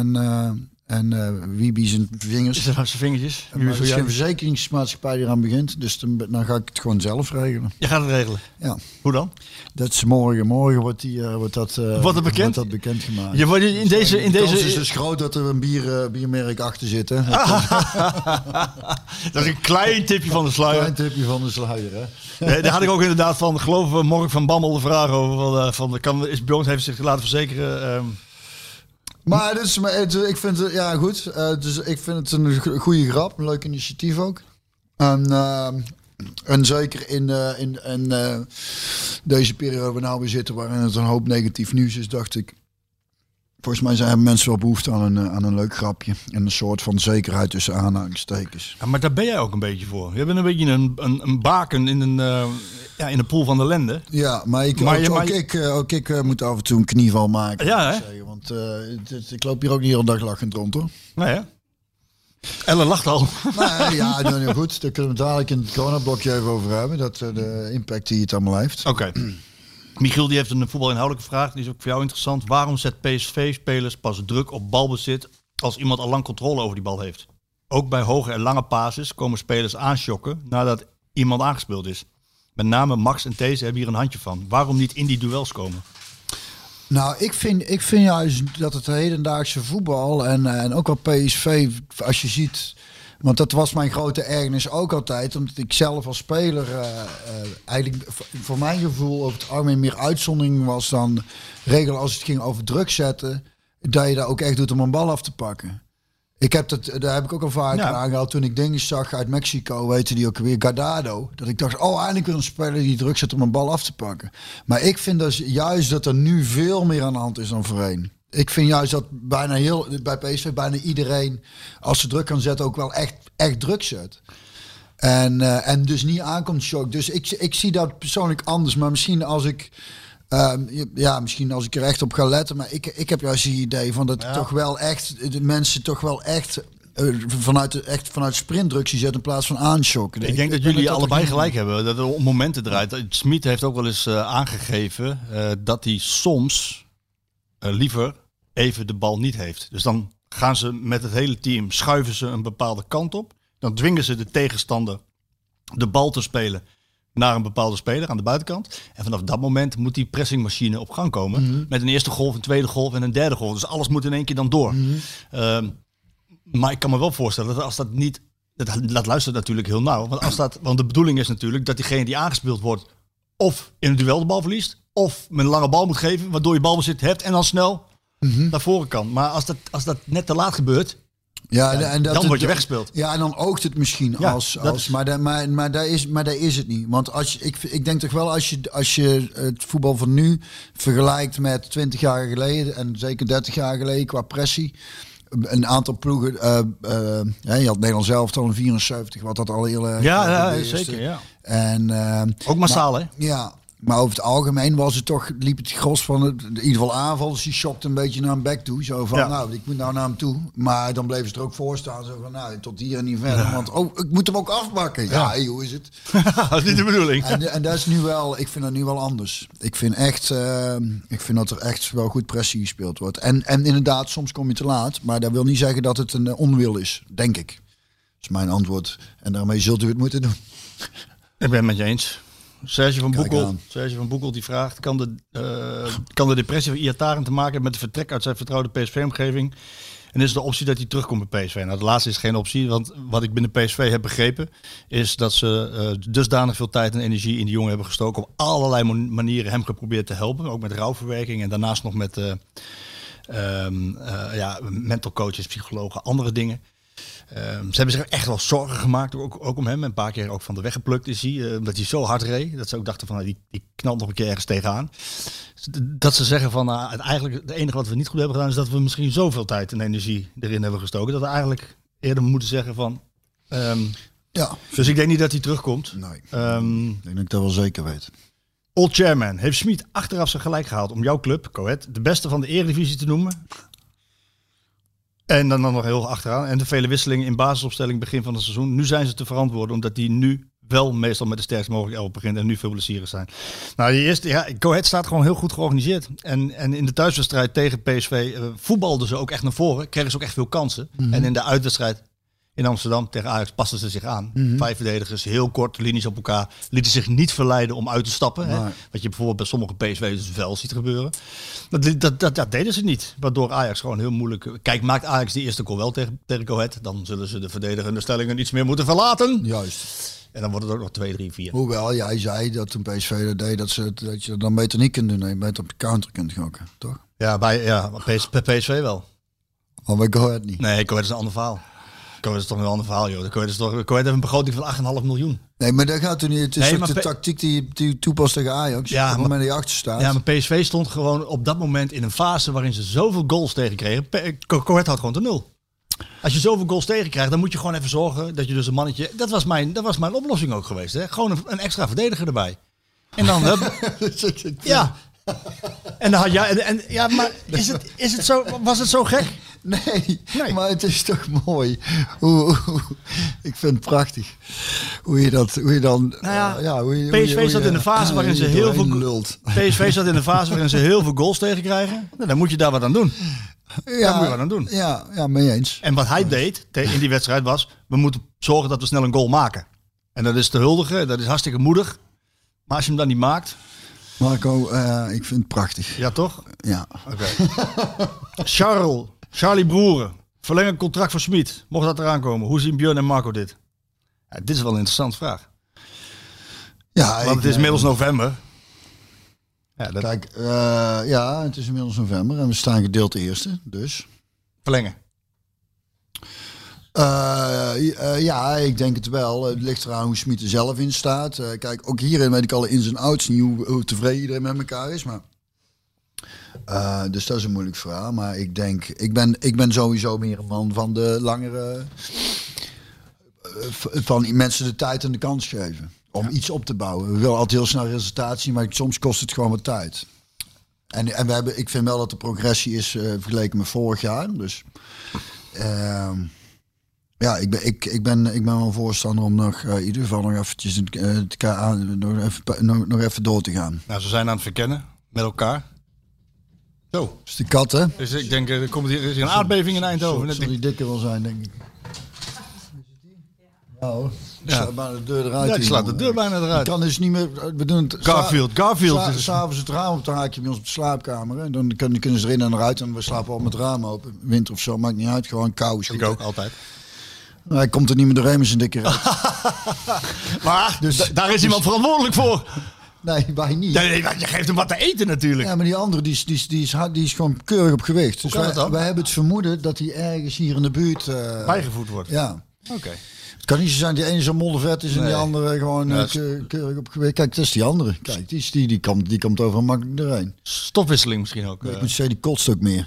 Speaker 2: en Wiebe zijn vingers.
Speaker 6: Zijn vingertjes.
Speaker 2: Maar er is geen verzekeringsmaatschappij die eraan begint. Dus dan ga ik het gewoon zelf regelen.
Speaker 6: Je gaat het regelen?
Speaker 2: Ja.
Speaker 6: Hoe dan?
Speaker 2: Dat is morgen wordt dat bekendgemaakt.
Speaker 6: In deze
Speaker 2: kans is dus groot dat er een biermerk achter zit. Hè?
Speaker 6: Dat is een klein tipje van de sluier.
Speaker 2: Klein tipje van de sluier, hè?
Speaker 6: Daar had ik ook inderdaad van, geloven we Mark van Bammel de vraag over. Is Bjorn heeft zich laten verzekeren...
Speaker 2: Maar ik vind het, ja goed. Dus ik vind het een goede grap, een leuk initiatief ook. En zeker in deze periode waar we nou weer zitten, waarin het een hoop negatief nieuws is, dacht ik. Volgens mij hebben mensen wel behoefte aan een leuk grapje en een soort van zekerheid tussen aanhalingstekens.
Speaker 6: Ja, maar daar ben jij ook een beetje voor. Je bent een beetje een baken in een pool van ellende.
Speaker 2: Ja, maar ik moet af en toe een knieval maken.
Speaker 6: Ja, hè?
Speaker 2: Zeggen, want ik loop hier ook niet heel dag lachend rond, hoor.
Speaker 6: Nee, hè? Ellen lacht al.
Speaker 2: Nee, goed. Daar kunnen we het dadelijk in het coronablokje even over hebben. Dat de impact die het allemaal heeft.
Speaker 6: Oké. Michiel die heeft een voetbalinhoudelijke vraag. Die is ook voor jou interessant. Waarom zet PSV-spelers pas druk op balbezit als iemand al lang controle over die bal heeft? Ook bij hoge en lange passes komen spelers aanschokken nadat iemand aangespeeld is. Met name Max en These hebben hier een handje van. Waarom niet in die duels komen?
Speaker 2: Nou, ik vind juist dat het hedendaagse voetbal en ook al PSV, als je ziet... Want dat was mijn grote ergernis ook altijd. Omdat ik zelf als speler eigenlijk voor mijn gevoel over het algemeen meer uitzondering was dan regel als het ging over druk zetten. Dat je dat ook echt doet om een bal af te pakken. Daar heb ik ook al vaker aangehaald toen ik dingen zag uit Mexico, weten die ook weer, Guardado. Dat ik dacht, eindelijk weer een speler die druk zet om een bal af te pakken. Maar ik vind dus juist dat er nu veel meer aan de hand is dan voorheen. Ik vind juist dat bij PSV bijna iedereen, als ze druk kan zetten, ook wel echt druk zet. En dus niet aankomt shock. Dus ik zie dat persoonlijk anders. Maar misschien als ik er echt op ga letten. Maar ik heb juist het idee van dat toch wel echt de mensen toch wel echt vanuit sprintdruk zetten in plaats van aanschokken.
Speaker 6: Ik denk dat jullie allebei gelijk hebben. Dat er om momenten draait. Smit heeft ook wel eens aangegeven dat hij soms liever even de bal niet heeft. Dus dan gaan ze met het hele team, schuiven ze een bepaalde kant op. Dan dwingen ze de tegenstander de bal te spelen naar een bepaalde speler aan de buitenkant. En vanaf dat moment moet die pressingmachine op gang komen. Mm-hmm. Met een eerste golf, een tweede golf en een derde golf. Dus alles moet in één keer dan door. Mm-hmm. Maar ik kan me wel voorstellen dat als dat niet... Dat luistert natuurlijk heel nauw. Want de bedoeling is natuurlijk dat diegene die aangespeeld wordt of in een duel de bal verliest, of met een lange bal moet geven, waardoor je balbezit hebt en dan snel naar voren kan. Maar als dat net te laat gebeurt, dan word je weggespeeld.
Speaker 2: Ja, en dan oogt het misschien maar daar is het niet. Want ik denk toch wel als je het voetbal van nu vergelijkt met 20 jaar geleden en zeker 30 jaar geleden qua pressie. Een aantal ploegen, je had Nederland zelf al in 74, wat dat al heel
Speaker 6: zeker, ja.
Speaker 2: En,
Speaker 6: ook massaal, hè?
Speaker 2: Ja, maar over het algemeen liep het gros van in ieder geval aanvallers, die schokte een beetje naar een back toe. Zo van, ik moet nou naar hem toe. Maar dan bleven ze er ook voor staan. Zo van, tot hier en niet verder. Ja. Want, ik moet hem ook afpakken. Ja, hoe is het?
Speaker 6: Dat is niet de bedoeling.
Speaker 2: En dat is nu wel, ik vind dat nu wel anders. Ik vind dat er echt wel goed pressie gespeeld wordt. En inderdaad, soms kom je te laat. Maar dat wil niet zeggen dat het een onwil is, denk ik. Dat is mijn antwoord. En daarmee zult u het moeten doen.
Speaker 6: Ik ben het met je eens. Serge van
Speaker 2: Kijk
Speaker 6: Boekel.
Speaker 2: aan.
Speaker 6: Serge van Boekel die vraagt, kan de depressie van Iataren te maken hebben met het vertrek uit zijn vertrouwde PSV-omgeving? En is het de optie dat hij terugkomt bij PSV? Nou, de laatste is geen optie, want wat ik binnen PSV heb begrepen, is dat ze dusdanig veel tijd en energie in die jongen hebben gestoken, op allerlei manieren hem geprobeerd te helpen. Ook met rouwverwerking en daarnaast nog met mental coaches, psychologen, andere dingen. Ze hebben zich echt wel zorgen gemaakt, ook om hem. Een paar keer ook van de weg geplukt is hij, omdat hij zo hard reed. Dat ze ook dachten van, die knalt nog een keer ergens tegenaan. Dat ze zeggen van, eigenlijk het enige wat we niet goed hebben gedaan, is dat we misschien zoveel tijd en energie erin hebben gestoken. Dat we eigenlijk eerder moeten zeggen van... Dus ik denk niet dat hij terugkomt.
Speaker 2: Nee, ik denk dat ik dat wel zeker weet.
Speaker 6: Old Chairman, heeft Smit achteraf zijn gelijk gehaald om jouw club, Go Ahead, de beste van de Eredivisie te noemen? En dan nog heel achteraan. En de vele wisselingen in basisopstelling begin van het seizoen. Nu zijn ze te verantwoorden, omdat die nu wel meestal met de sterkst mogelijke elf begint en nu veel blessures zijn. Nou, die eerste, Go Ahead staat gewoon heel goed georganiseerd. En in de thuiswedstrijd tegen PSV voetbalden ze ook echt naar voren. Kregen ze ook echt veel kansen. Mm-hmm. En in de uitwedstrijd in Amsterdam tegen Ajax passen ze zich aan. Mm-hmm. 5 verdedigers, heel kort, linies op elkaar. Lieten zich niet verleiden om uit te stappen. Nee. Hè? Wat je bijvoorbeeld bij sommige PSV'ers wel ziet gebeuren. Dat deden ze niet. Waardoor Ajax gewoon heel moeilijk... Kijk, maakt Ajax die eerste goal wel tegen Go Ahead, dan zullen ze de verdedigende stellingen iets meer moeten verlaten.
Speaker 2: Juist.
Speaker 6: En dan wordt het ook nog 2, 3, 4.
Speaker 2: Hoewel, jij zei dat toen PSV dat deed, dat je dat dan beter niet kunt doen. Nee, beter op de counter kunt gokken, toch?
Speaker 6: Ja, bij PSV wel.
Speaker 2: Maar bij Go Ahead niet.
Speaker 6: Nee, Go Ahead is een ander verhaal. Go Ahead is toch een ander verhaal, joh. Go Ahead heeft een begroting van 8,5 miljoen.
Speaker 2: Nee, maar dat gaat toen niet. Het is de tactiek die toepast tegen Ajax. Ja, op het moment dat je achter staat.
Speaker 6: Ja, maar PSV stond gewoon op dat moment in een fase waarin ze zoveel goals tegenkregen. Go Ahead houdt gewoon te 0. Als je zoveel goals tegenkrijgt, dan moet je gewoon even zorgen dat je dus een mannetje... Dat was mijn oplossing ook geweest, hè? Gewoon een extra verdediger erbij. En dan... ja. En dan had jij... maar is het zo... Was het zo gek?
Speaker 2: Nee, maar het is toch mooi. Ik vind het prachtig. Hoe je dan...
Speaker 6: PSV zat in de fase waarin ze heel veel... PSV zat in de fase waarin ze heel veel goals tegenkrijgen. Nou, dan moet je daar wat aan doen. Daar moet je wat aan doen.
Speaker 2: Ja, mee eens.
Speaker 6: En wat hij deed in die wedstrijd was... We moeten zorgen dat we snel een goal maken. En dat is te huldigen. Dat is hartstikke moedig. Maar als je hem dan niet maakt...
Speaker 2: Marco, ik vind het prachtig.
Speaker 6: Ja, toch?
Speaker 2: Ja.
Speaker 6: Oké. Charlie Broeren. Verlengen contract voor Smit. Mocht dat eraan komen. Hoe zien Björn en Marco dit? Ja, dit is wel een interessante vraag.
Speaker 2: Ja,
Speaker 6: want het is inmiddels november. Ja,
Speaker 2: Kijk, het is inmiddels november en we staan gedeeld eerste, dus.
Speaker 6: Verlengen.
Speaker 2: Ik denk het wel. Het ligt eraan hoe Smit er zelf in staat. Kijk, ook hierin weet ik alle ins en outs niet hoe tevreden iedereen met elkaar is. Maar, dus dat is een moeilijk verhaal. Maar ik denk, ik ben sowieso meer een man van de langere... van mensen de tijd en de kans geven. Om iets op te bouwen. We willen altijd heel snel resultaat zien, maar soms kost het gewoon wat tijd. En ik vind wel dat de progressie is vergeleken met vorig jaar. Dus... ik ben wel voorstander om nog in ieder geval nog eventjes nog even door te gaan.
Speaker 6: Nou, ze zijn aan het verkennen met elkaar. Zo.
Speaker 2: Is de kat, hè?
Speaker 6: Dus ik denk, er komt hier een aardbeving in Eindhoven.
Speaker 2: Zal die dikker wel zijn, denk ik. Ja hoor. Slaat bijna de deur eruit.
Speaker 6: Ja, ik slaat de deur bijna eruit.
Speaker 2: Ik kan dus niet meer... We doen het...
Speaker 6: Garfield.
Speaker 2: S'avonds het raam op, dan haak je bij ons op de slaapkamer. Hè. Dan kunnen ze erin en eruit en we slapen al met het raam open. Winter of zo, maakt niet uit. Gewoon kou.
Speaker 6: Ik ook, altijd.
Speaker 2: Nou, hij komt er niet meer doorheen met zijn dikke ruit.
Speaker 6: Maar daar is iemand verantwoordelijk voor.
Speaker 2: Nee, wij niet.
Speaker 6: Nee, je geeft hem wat te eten natuurlijk.
Speaker 2: Ja, maar die andere die is gewoon keurig op gewicht. Dus wij hebben het vermoeden dat hij ergens hier in de buurt...
Speaker 6: bijgevoed wordt.
Speaker 2: Ja.
Speaker 6: Oké.
Speaker 2: Het kan niet zo zijn die ene zo mollevet is en die andere gewoon keurig op gewicht. Kijk, dat is die andere. Kijk, die komt overal makkelijk doorheen.
Speaker 6: Stofwisseling misschien ook.
Speaker 2: Ik moet zeggen, die kotst ook meer.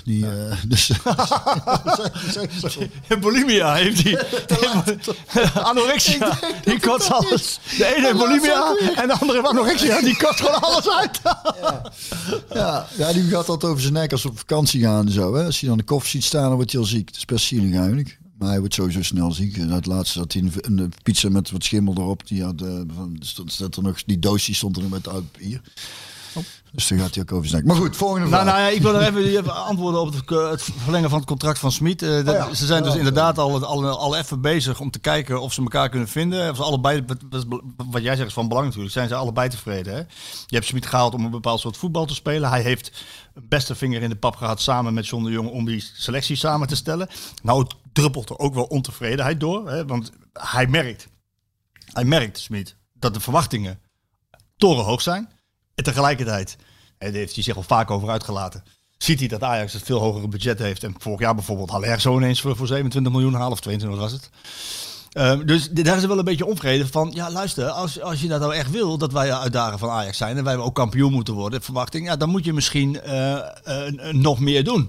Speaker 6: Bulimia heeft hij. Anorexia. Die kotst alles. De ene heeft bulimia en de andere heeft anorexia. Die kotst gewoon alles uit.
Speaker 2: Ja, die gaat altijd over zijn nek als we op vakantie gaan en zo. Hè. Als je dan de koffer ziet staan, dan wordt hij al ziek. Dat is best zielig eigenlijk. Maar hij wordt sowieso snel ziek. En het laatste had hij een pizza met wat schimmel erop. Die had, die doos die stond er nog met oud papier. Dus daar gaat hij ook over snacken. Maar goed, volgende vraag.
Speaker 6: Nou ja, ik wil nog even antwoorden op het verlengen van het contract van Smit. Ze zijn dus inderdaad al even bezig om te kijken of ze elkaar kunnen vinden. Of ze allebei, wat jij zegt is van belang natuurlijk, zijn ze allebei tevreden. Hè? Je hebt Smit gehaald om een bepaald soort voetbal te spelen. Hij heeft een beste vinger in de pap gehad samen met John de Jong om die selectie samen te stellen. Nou, het druppelt er ook wel ontevredenheid door. Hè? Want hij merkt, Smit, dat de verwachtingen torenhoog zijn. En tegelijkertijd, daar heeft hij zich al vaak over uitgelaten, ziet hij dat Ajax het veel hogere budget heeft. En vorig jaar bijvoorbeeld Haller zo ineens voor 27 miljoen halen, of 22 was het. Dus daar is er wel een beetje onvrede van. Ja, luister, als je dat nou echt wil, dat wij uitdagen van Ajax zijn en wij ook kampioen moeten worden, verwachting, ja, dan moet je misschien nog meer doen.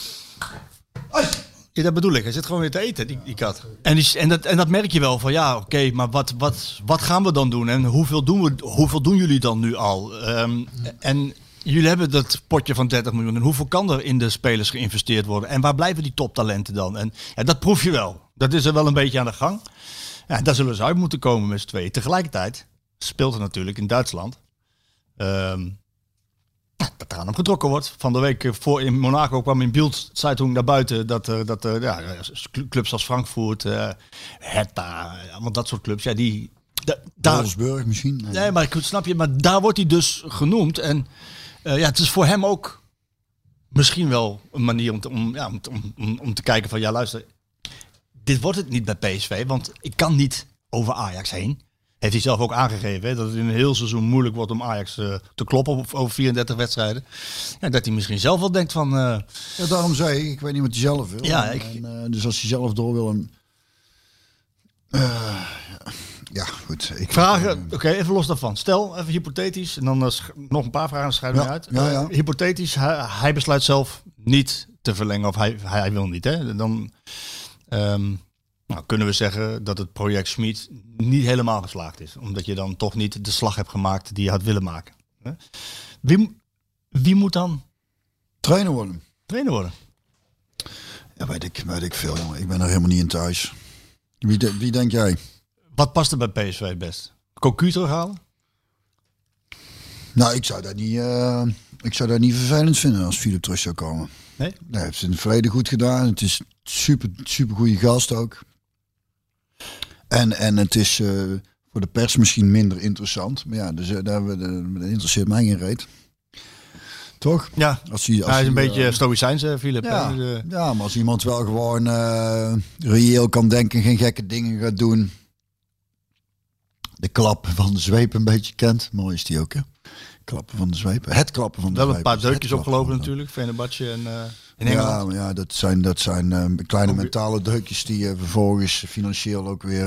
Speaker 6: Ja, dat bedoel ik. Hij zit gewoon weer te eten, die kat. En dat merk je wel van ja, oké, maar wat gaan we dan doen? En hoeveel doen jullie dan nu al? En jullie hebben dat potje van 30 miljoen. En hoeveel kan er in de spelers geïnvesteerd worden? En waar blijven die toptalenten dan? En ja, dat proef je wel. Dat is er wel een beetje aan de gang. Ja, daar zullen ze uit moeten komen met z'n tweeën. Tegelijkertijd speelt er natuurlijk in Duitsland dat er aan hem getrokken wordt. Van de week in Monaco kwam in Bild-Zeitung naar buiten dat clubs als Frankfurt, Hertha, allemaal dat soort clubs, ja, die
Speaker 2: Wolfsburg misschien.
Speaker 6: Nee, maar snap je, maar daar wordt hij dus genoemd. En het is voor hem ook misschien wel een manier om te kijken van ja, luister, dit wordt het niet bij PSV, want ik kan niet over Ajax heen. Heeft hij zelf ook aangegeven, hè, dat het in een heel seizoen moeilijk wordt om Ajax te kloppen over 34 wedstrijden. Ja, dat hij misschien zelf wel denkt van...
Speaker 2: Ja, daarom zei ik weet niet wat hij zelf wil.
Speaker 6: Ja,
Speaker 2: dus als hij zelf door wil... ja, goed.
Speaker 6: Vragen, oké, even los daarvan. Stel, even hypothetisch, en dan nog een paar vragen, dan schrijven we uit.
Speaker 2: Ja.
Speaker 6: Hypothetisch, hij besluit zelf niet te verlengen, of hij wil niet. Hè? Dan kunnen we zeggen dat het project Smit niet helemaal geslaagd is. Omdat je dan toch niet de slag hebt gemaakt die je had willen maken. Hè? Wie moet dan
Speaker 2: trainer worden? Ja, weet ik veel, jongen. Ik ben er helemaal niet in thuis. Wie denk jij?
Speaker 6: Wat past er bij PSV best? Cocu terughalen?
Speaker 2: Nou, ik zou dat niet vervelend vinden als Philip terug zou komen.
Speaker 6: Nee?
Speaker 2: Nee, hij heeft het in het verleden goed gedaan. Het is super goede gast ook. En het is voor de pers misschien minder interessant. Maar ja, dus, dat interesseert mij geen reet. Toch?
Speaker 6: Ja, hij is een beetje stoïcijns, Philip.
Speaker 2: Ja, maar als iemand wel gewoon reëel kan denken, geen gekke dingen gaat doen. De klappen van de zweep een beetje kent. Mooi is die ook, hè? Klappen van de zweep. Het klappen van de zweep.
Speaker 6: Wel een paar deukjes opgelopen natuurlijk. Fenerbahce en in Engeland.
Speaker 2: Ja, maar ja, dat zijn kleine mentale deukjes die vervolgens financieel ook weer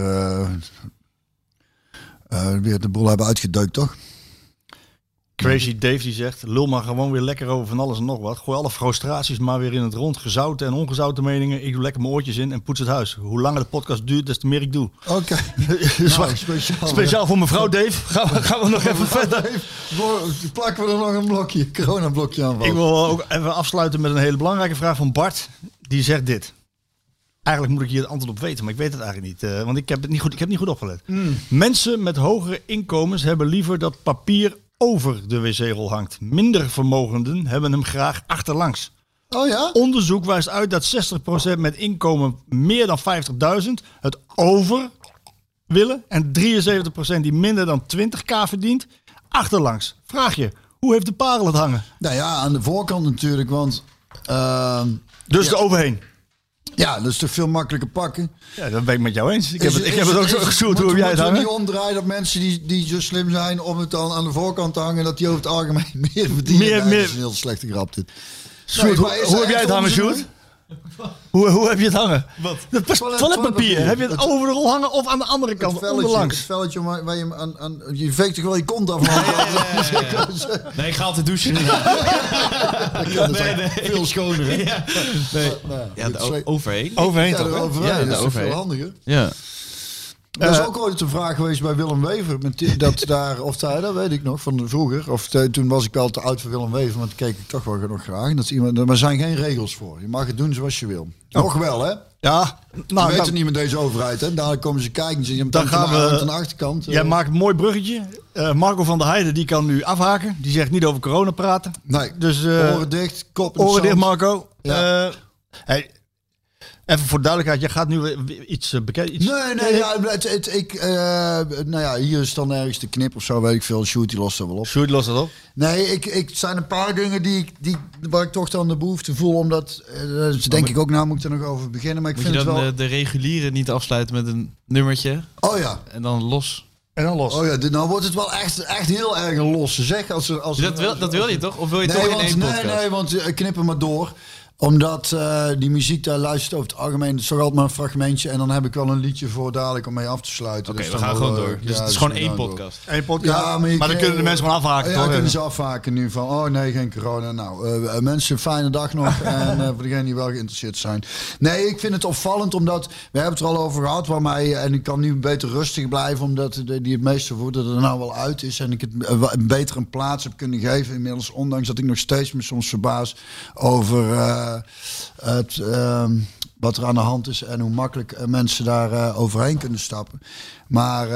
Speaker 2: de boel hebben uitgedeukt, toch?
Speaker 6: Crazy Dave die zegt, lul maar gewoon weer lekker over van alles en nog wat. Gooi alle frustraties maar weer in het rond. Gezouten en ongezouten meningen. Ik doe lekker mijn oortjes in en poets het huis. Hoe langer de podcast duurt, des te meer ik doe.
Speaker 2: Oké.
Speaker 6: Speciaal voor mevrouw Dave. Gaan we nog even verder.
Speaker 2: Plakken we er nog een blokje, coronablokje aan.
Speaker 6: Ik wil ook even afsluiten met een hele belangrijke vraag van Bart. Die zegt dit. Eigenlijk moet ik hier het antwoord op weten, maar ik weet het eigenlijk niet. Want ik heb niet goed opgelet. Mensen met hogere inkomens hebben liever dat papier over de wc-rol hangt. Minder vermogenden hebben hem graag achterlangs.
Speaker 2: Oh ja?
Speaker 6: Onderzoek wijst uit dat 60% met inkomen meer dan 50.000 het over willen. En 73% die minder dan 20k verdient, achterlangs. Vraag je, hoe heeft de parel het hangen?
Speaker 2: Nou ja, aan de voorkant natuurlijk, want...
Speaker 6: dus er overheen.
Speaker 2: Ja, dat is toch veel makkelijker pakken.
Speaker 6: Ja, dat ben ik met jou eens. Ik heb het ook zo gezoerd. Hoe heb jij het hangen?
Speaker 2: Moeten we niet omdraaien dat mensen die zo slim zijn om het dan aan de voorkant te hangen, dat die over het algemeen meer verdienen? Dat is een heel slechte grap dit.
Speaker 6: Sjoerd, hoe heb jij het hangen, Sjoerd? Hoe heb je het hangen? Wat? Toiletpapier. Heb je het over de rol hangen of aan de andere kant, onderlangs?
Speaker 2: Het velletje waar je aan je veegt toch wel je kont af.
Speaker 4: Nee, ik ga altijd douchen.
Speaker 2: Nee. Veel schoner, hè?
Speaker 4: Overheen.
Speaker 6: Overheen
Speaker 2: ja,
Speaker 6: toch?
Speaker 2: overheen. Dat is veel handiger.
Speaker 4: Ja.
Speaker 2: Dat is ook ooit een vraag geweest bij Willem Wever. Dat weet ik nog van vroeger. Toen was ik al te oud voor Willem Wever, maar toen keek ik toch wel nog graag. Er zijn geen regels voor. Je mag het doen zoals je wil. Nog wel, hè?
Speaker 6: Ja.
Speaker 2: Nou, weet het niet met deze overheid, hè? Daar komen ze kijken. Dan
Speaker 6: gaan we
Speaker 2: aan de achterkant.
Speaker 6: Jij maakt een mooi bruggetje. Marco van der Heijden die kan nu afhaken. Die zegt niet over corona praten.
Speaker 2: Nee,
Speaker 6: Dus
Speaker 2: oren dicht, kop in het
Speaker 6: oren dicht,
Speaker 2: zand.
Speaker 6: Marco.
Speaker 2: Ja.
Speaker 6: Hey, even voor duidelijkheid, je gaat nu weer iets bekend.
Speaker 2: Nee, ja, nou ja, hier is dan ergens de knip of zo, weet ik veel. Shoot, die lost er wel op.
Speaker 6: Sjoerd, los dat op.
Speaker 2: Nee, het zijn een paar dingen waar ik toch dan de behoefte voel, omdat, denk ik ook, nou moet ik er nog over beginnen, maar ik
Speaker 4: Moet je
Speaker 2: vind
Speaker 4: dan
Speaker 2: het wel...
Speaker 4: de reguliere niet afsluiten met een nummertje
Speaker 2: Oh ja.
Speaker 4: en dan los?
Speaker 6: En dan los.
Speaker 2: Oh ja, nou wordt het wel echt heel erg een losse zeg.
Speaker 4: Dat wil je toch? Of wil je toch in één podcast?
Speaker 2: Nee, want knip hem maar door. Omdat die muziek, daar luistert over het algemeen. Het is toch altijd maar een fragmentje. En dan heb ik wel een liedje voor dadelijk om mee af te sluiten.
Speaker 4: Oké,
Speaker 2: Dus
Speaker 4: we
Speaker 2: dan
Speaker 4: gaan
Speaker 2: wel,
Speaker 4: gewoon door. Dus het is gewoon één podcast.
Speaker 6: Eén podcast.
Speaker 2: Ja,
Speaker 6: maar dan kunnen de mensen gewoon afhaken.
Speaker 2: Ja,
Speaker 6: toch?
Speaker 2: kunnen ze afhaken nu van, oh nee, geen corona. Nou, mensen, fijne dag nog. En voor degenen die wel geïnteresseerd zijn. Nee, ik vind het opvallend, omdat, we hebben het er al over gehad, waarmee, en ik kan nu beter rustig blijven, omdat die het meeste woorden er nou wel uit is. En ik het beter een plaats heb kunnen geven inmiddels, ondanks dat ik nog steeds me soms verbaas over wat er aan de hand is en hoe makkelijk mensen daar overheen kunnen stappen. Maar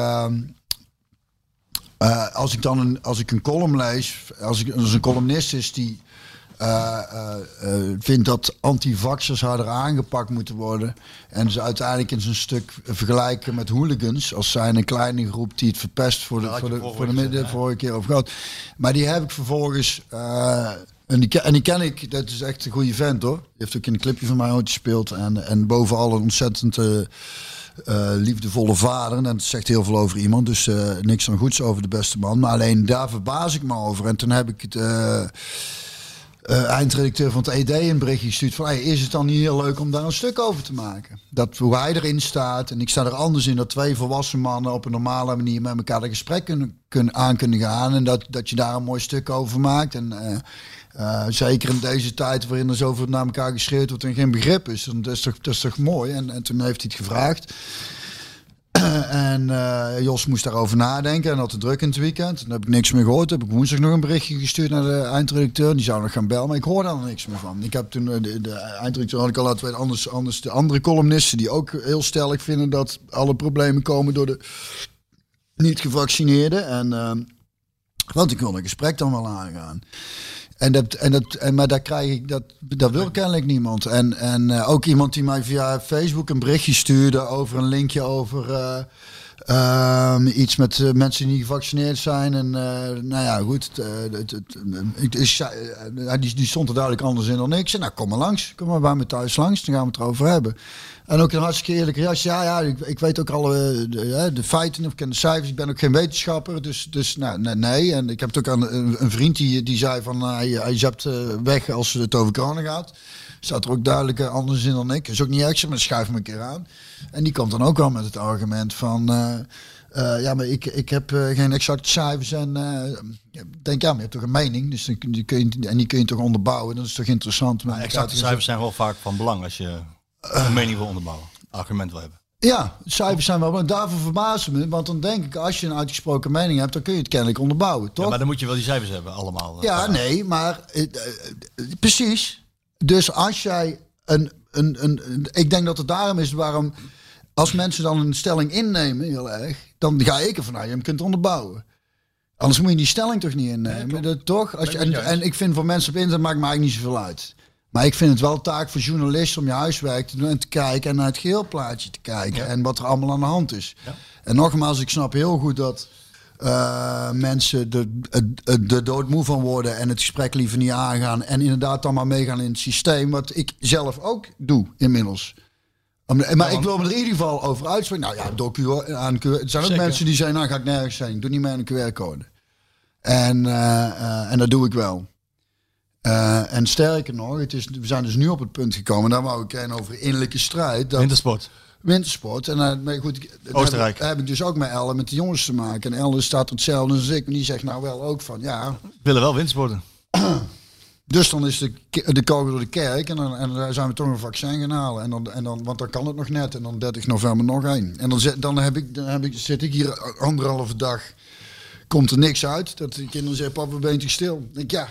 Speaker 2: als ik een column lees, als een columnist is die vindt dat antivaxers harder aangepakt moeten worden en ze uiteindelijk in zijn stuk vergelijken met hooligans als zijn een kleine groep die het verpest voor de vorige keer over gehad. Maar die heb ik vervolgens en die ken ik, dat is echt een goede vent hoor. Die heeft ook in een clipje van mij ooit gespeeld. En bovenal een ontzettend liefdevolle vader. En dat zegt heel veel over iemand. Dus niks dan goeds over de beste man. Maar alleen daar verbaas ik me over. En toen heb ik het eindredacteur van het ED een berichtje gestuurd van, hey, is het dan niet heel leuk om daar een stuk over te maken? Dat hoe hij erin staat. En ik sta er anders in dat twee volwassen mannen op een normale manier met elkaar de gesprek kunnen gaan. En dat je daar een mooi stuk over maakt. En zeker in deze tijd waarin er zoveel naar elkaar geschreeuwd wordt en geen begrip is. Dat is toch mooi. En toen heeft hij het gevraagd. En Jos moest daarover nadenken en had het druk in het weekend. Toen heb ik niks meer gehoord. Toen heb ik woensdag nog een berichtje gestuurd naar de eindredacteur. Die zou nog gaan bellen, maar ik hoorde daar niks meer van. Ik heb toen de eindredacteur had ik al laten weten. Anders de andere columnisten die ook heel stellig vinden dat alle problemen komen door de niet gevaccineerden. Want ik wil een gesprek dan wel aangaan. Maar daar krijg ik dat wil kennelijk niemand. En ook iemand die mij via Facebook een berichtje stuurde over een linkje over iets met mensen die niet gevaccineerd zijn. En nou ja, goed. Die stond er duidelijk anders in dan ik. Ik zei, nou kom maar langs. Kom maar bij me thuis langs. Dan gaan we het erover hebben. En ook een hartstikke eerlijke reactie. Ja, ik weet ook al de feiten, of ik ken de cijfers. Ik ben ook geen wetenschapper, dus nou, nee. En ik heb het ook aan een vriend die zei van, hij zapt weg als het over corona gaat. Staat er ook duidelijk anders in dan ik. Is ook niet erg, maar schuif me een keer aan. En die komt dan ook wel met het argument van, ja, maar ik heb geen exacte cijfers. En denk, ja, maar je hebt toch een mening. Dus die kun je toch onderbouwen. Dat is toch interessant.
Speaker 6: Maar exacte cijfers zijn wel vaak van belang als je een mening wil onderbouwen, argument wil hebben.
Speaker 2: Ja, cijfers zijn wel. Daarvoor verbazen me, want dan denk ik, als je een uitgesproken mening hebt, dan kun je het kennelijk onderbouwen, toch?
Speaker 6: Ja, maar dan moet je wel die cijfers hebben, allemaal.
Speaker 2: Ja, nee, maar precies. Dus als jij ik denk dat het daarom is waarom, als mensen dan een stelling innemen, heel erg, dan ga ik ervan uit, je kunt onderbouwen. Anders moet je die stelling toch niet innemen, dat, toch? En ik vind voor mensen op internet maakt me eigenlijk niet zoveel uit. Maar ik vind het wel taak voor journalisten om je huiswerk te doen en te kijken en naar het geheel plaatje te kijken. Ja. En wat er allemaal aan de hand is. Ja. En nogmaals, ik snap heel goed dat mensen er doodmoe van worden en het gesprek liever niet aangaan. En inderdaad dan maar meegaan in het systeem. Wat ik zelf ook doe inmiddels. Maar ik wil me er in ieder geval over uitspreken. Nou ja, docu aan QR. Er zijn ook mensen die zeggen, nou ga ik nergens zijn. Ik doe niet meer een QR-code. En dat doe ik wel. En sterker nog, we zijn dus nu op het punt gekomen. Daar wou ik een over innerlijke strijd. Wintersport. En goed,
Speaker 6: Oostenrijk.
Speaker 2: Daar heb ik dus ook met Elle, met de jongens te maken. En Elle staat hetzelfde als ik. Maar die zegt nou wel ook van, ja...
Speaker 6: willen wel wintersporten.
Speaker 2: Dus dan is de kogel door de kerk. En dan zijn we toch een vaccin gaan halen. Want dan kan het nog net. En dan 30 november nog één. En dan zit ik hier 1,5 dag. Komt er niks uit. Dat de kinderen zeggen, papa, ben je toch stil? Dan denk ik, ja...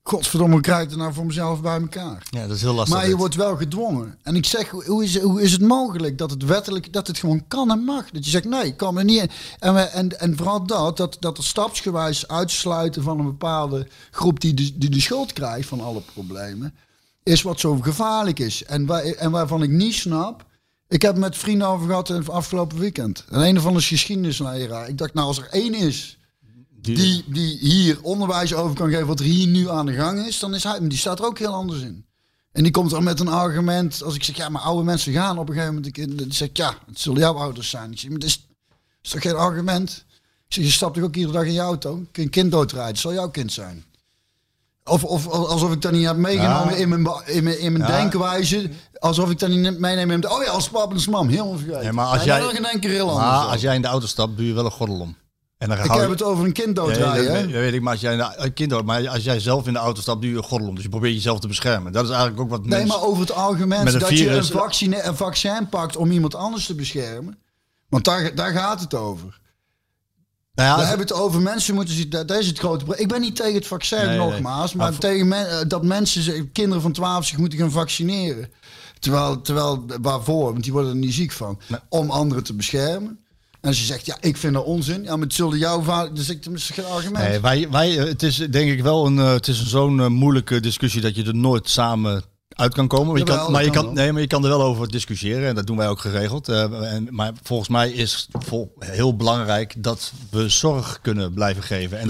Speaker 2: godverdomme, krijg ik het nou voor mezelf bij elkaar?
Speaker 6: Ja, dat is heel lastig.
Speaker 2: Maar je wordt wel gedwongen. En ik zeg, hoe is het mogelijk dat het wettelijk, dat het gewoon kan en mag? Dat je zegt, nee, ik kan er niet in. En vooral dat er stapsgewijs uitsluiten van een bepaalde groep die de schuld krijgt van alle problemen, is wat zo gevaarlijk is. En waarvan ik niet snap. Ik heb het met vrienden over gehad het afgelopen weekend. En een van de geschiedenisleraar. Ik dacht, nou, als er één is die hier onderwijs over kan geven wat er hier nu aan de gang is, dan is hij. Maar die staat er ook heel anders in. En die komt er met een argument. Als ik zeg, ja, maar oude mensen gaan op een gegeven moment. Dan zeg ik, ja, het zullen jouw ouders zijn. Ik zeg, maar dat is toch geen argument? Ik zeg, je stapt toch ook iedere dag in je auto? Kun je een kind doodrijden? Het zal jouw kind zijn. Of alsof ik dat niet heb meegenomen in mijn denkwijze. Alsof ik dat niet meeneem in oh ja, als pap en als mam. Helemaal vergeten.
Speaker 6: Ja, maar als jij in de auto stapt, doe je wel een gordel om. En dan
Speaker 2: ik heb het over een kind doodrijden.
Speaker 6: Ja, weet ik, maar als jij zelf in de auto stapt, doe je een gordel om. Dus je probeert jezelf te beschermen. Dat is eigenlijk ook wat
Speaker 2: Nee, maar over het argument dat je een vaccin pakt om iemand anders te beschermen. Want daar gaat het over. Nou ja, we hebben het over mensen moeten zien. Dat is het grote probleem. Ik ben niet tegen het vaccin, nogmaals. Maar tegen dat mensen, kinderen van 12 zich moeten gaan vaccineren. Terwijl waarvoor? Want die worden er niet ziek van. Nee. Om anderen te beschermen. En als je zegt, ja, ik vind dat onzin. Ja, maar het zullen jouw vader. Dus dat is geen argument.
Speaker 6: Nee, het is denk ik wel zo'n moeilijke discussie dat je er nooit samen uit kan komen. Maar je kan er wel over discussiëren. En dat doen wij ook geregeld. Maar volgens mij is heel belangrijk dat we zorg kunnen blijven geven.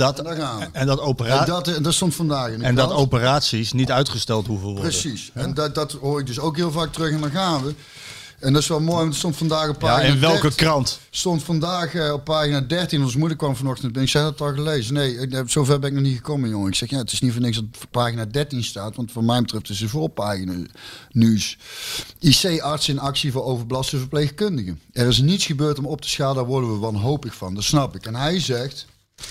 Speaker 2: Dat stond vandaag in de
Speaker 6: krant. Dat operaties niet uitgesteld hoeven worden.
Speaker 2: Precies. En dat hoor ik dus ook heel vaak terug en dan gaan we. En dat is wel mooi, want het stond vandaag op pagina 13.
Speaker 6: Ja, in welke krant?
Speaker 2: Stond vandaag op pagina 13. Onze moeder kwam vanochtend. Ik zei dat al gelezen. Nee, zover ben ik nog niet gekomen, jongen. Ik zeg, ja, het is niet voor niks dat het op pagina 13 staat. Want voor mij betreft is het voorpagina nieuws. IC-arts in actie voor overbelaste verpleegkundigen. Er is niets gebeurd om op te schalen. Daar worden we wanhopig van. Dat snap ik. En hij zegt,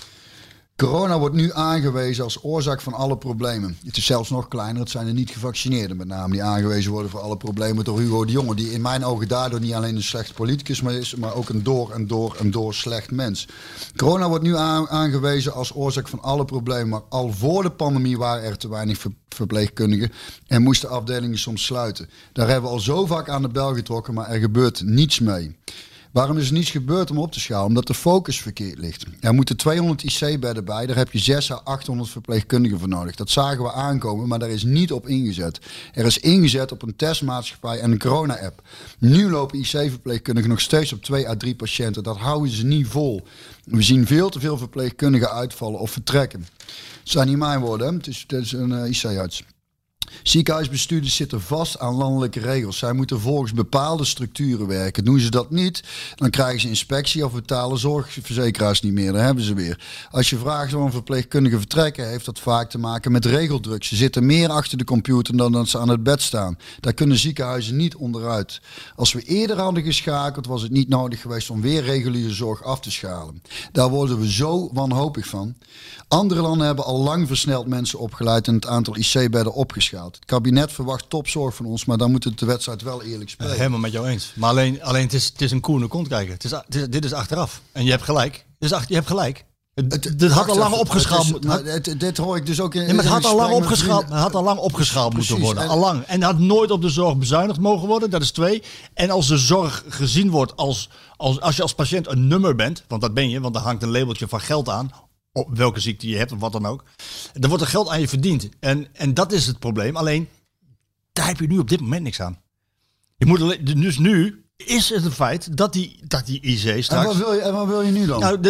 Speaker 2: corona wordt nu aangewezen als oorzaak van alle problemen. Het is zelfs nog kleiner. Het zijn de niet gevaccineerden met name die aangewezen worden voor alle problemen door Hugo de Jonge. Die in mijn ogen daardoor niet alleen een slecht politicus is, maar ook een door slecht mens. Corona wordt nu aangewezen als oorzaak van alle problemen. Maar al voor de pandemie waren er te weinig verpleegkundigen en moesten afdelingen soms sluiten. Daar hebben we al zo vaak aan de bel getrokken, maar er gebeurt niets mee. Waarom is er niets gebeurd om op te schalen? Omdat de focus verkeerd ligt. Er moeten 200 IC-bedden bij. Daar heb je 600 à 800 verpleegkundigen voor nodig. Dat zagen we aankomen, maar daar is niet op ingezet. Er is ingezet op een testmaatschappij en een corona-app. Nu lopen IC-verpleegkundigen nog steeds op 2 à 3 patiënten. Dat houden ze niet vol. We zien veel te veel verpleegkundigen uitvallen of vertrekken. Dat zijn niet mijn woorden, hè? Het is een IC-arts. Ziekenhuisbestuurders zitten vast aan landelijke regels. Zij moeten volgens bepaalde structuren werken. Doen ze dat niet, dan krijgen ze inspectie of betalen zorgverzekeraars niet meer. Dan hebben ze weer. Als je vraagt waarom verpleegkundigen vertrekken, heeft dat vaak te maken met regeldruk. Ze zitten meer achter de computer dan dat ze aan het bed staan. Daar kunnen ziekenhuizen niet onderuit. Als we eerder hadden geschakeld, was het niet nodig geweest om weer reguliere zorg af te schalen. Daar worden we zo wanhopig van. Andere landen hebben al lang versneld mensen opgeleid en het aantal IC-bedden opgeschaald. Het kabinet verwacht topzorg van ons, maar dan moet het de wedstrijd wel eerlijk spelen.
Speaker 6: Helemaal met jou eens. Maar alleen het is een koe naar kont kijken. Dit is achteraf. En je hebt gelijk. Je hebt gelijk. Dit had al lang opgeschaald.
Speaker 2: Dit hoor ik dus ook in.
Speaker 6: Nee, maar het had al lang opgeschaald moeten worden. Al lang. En het had nooit op de zorg bezuinigd mogen worden. Dat is 2. En als de zorg gezien wordt als je als patiënt een nummer bent, want dat ben je, want er hangt een labeltje van geld aan. Op welke ziekte je hebt of wat dan ook. Er wordt er geld aan je verdiend. En dat is het probleem. Alleen, daar heb je nu op dit moment niks aan. Je moet dus nu is het een feit dat die IC straks.
Speaker 2: En wat wil je nu dan?
Speaker 6: Nou,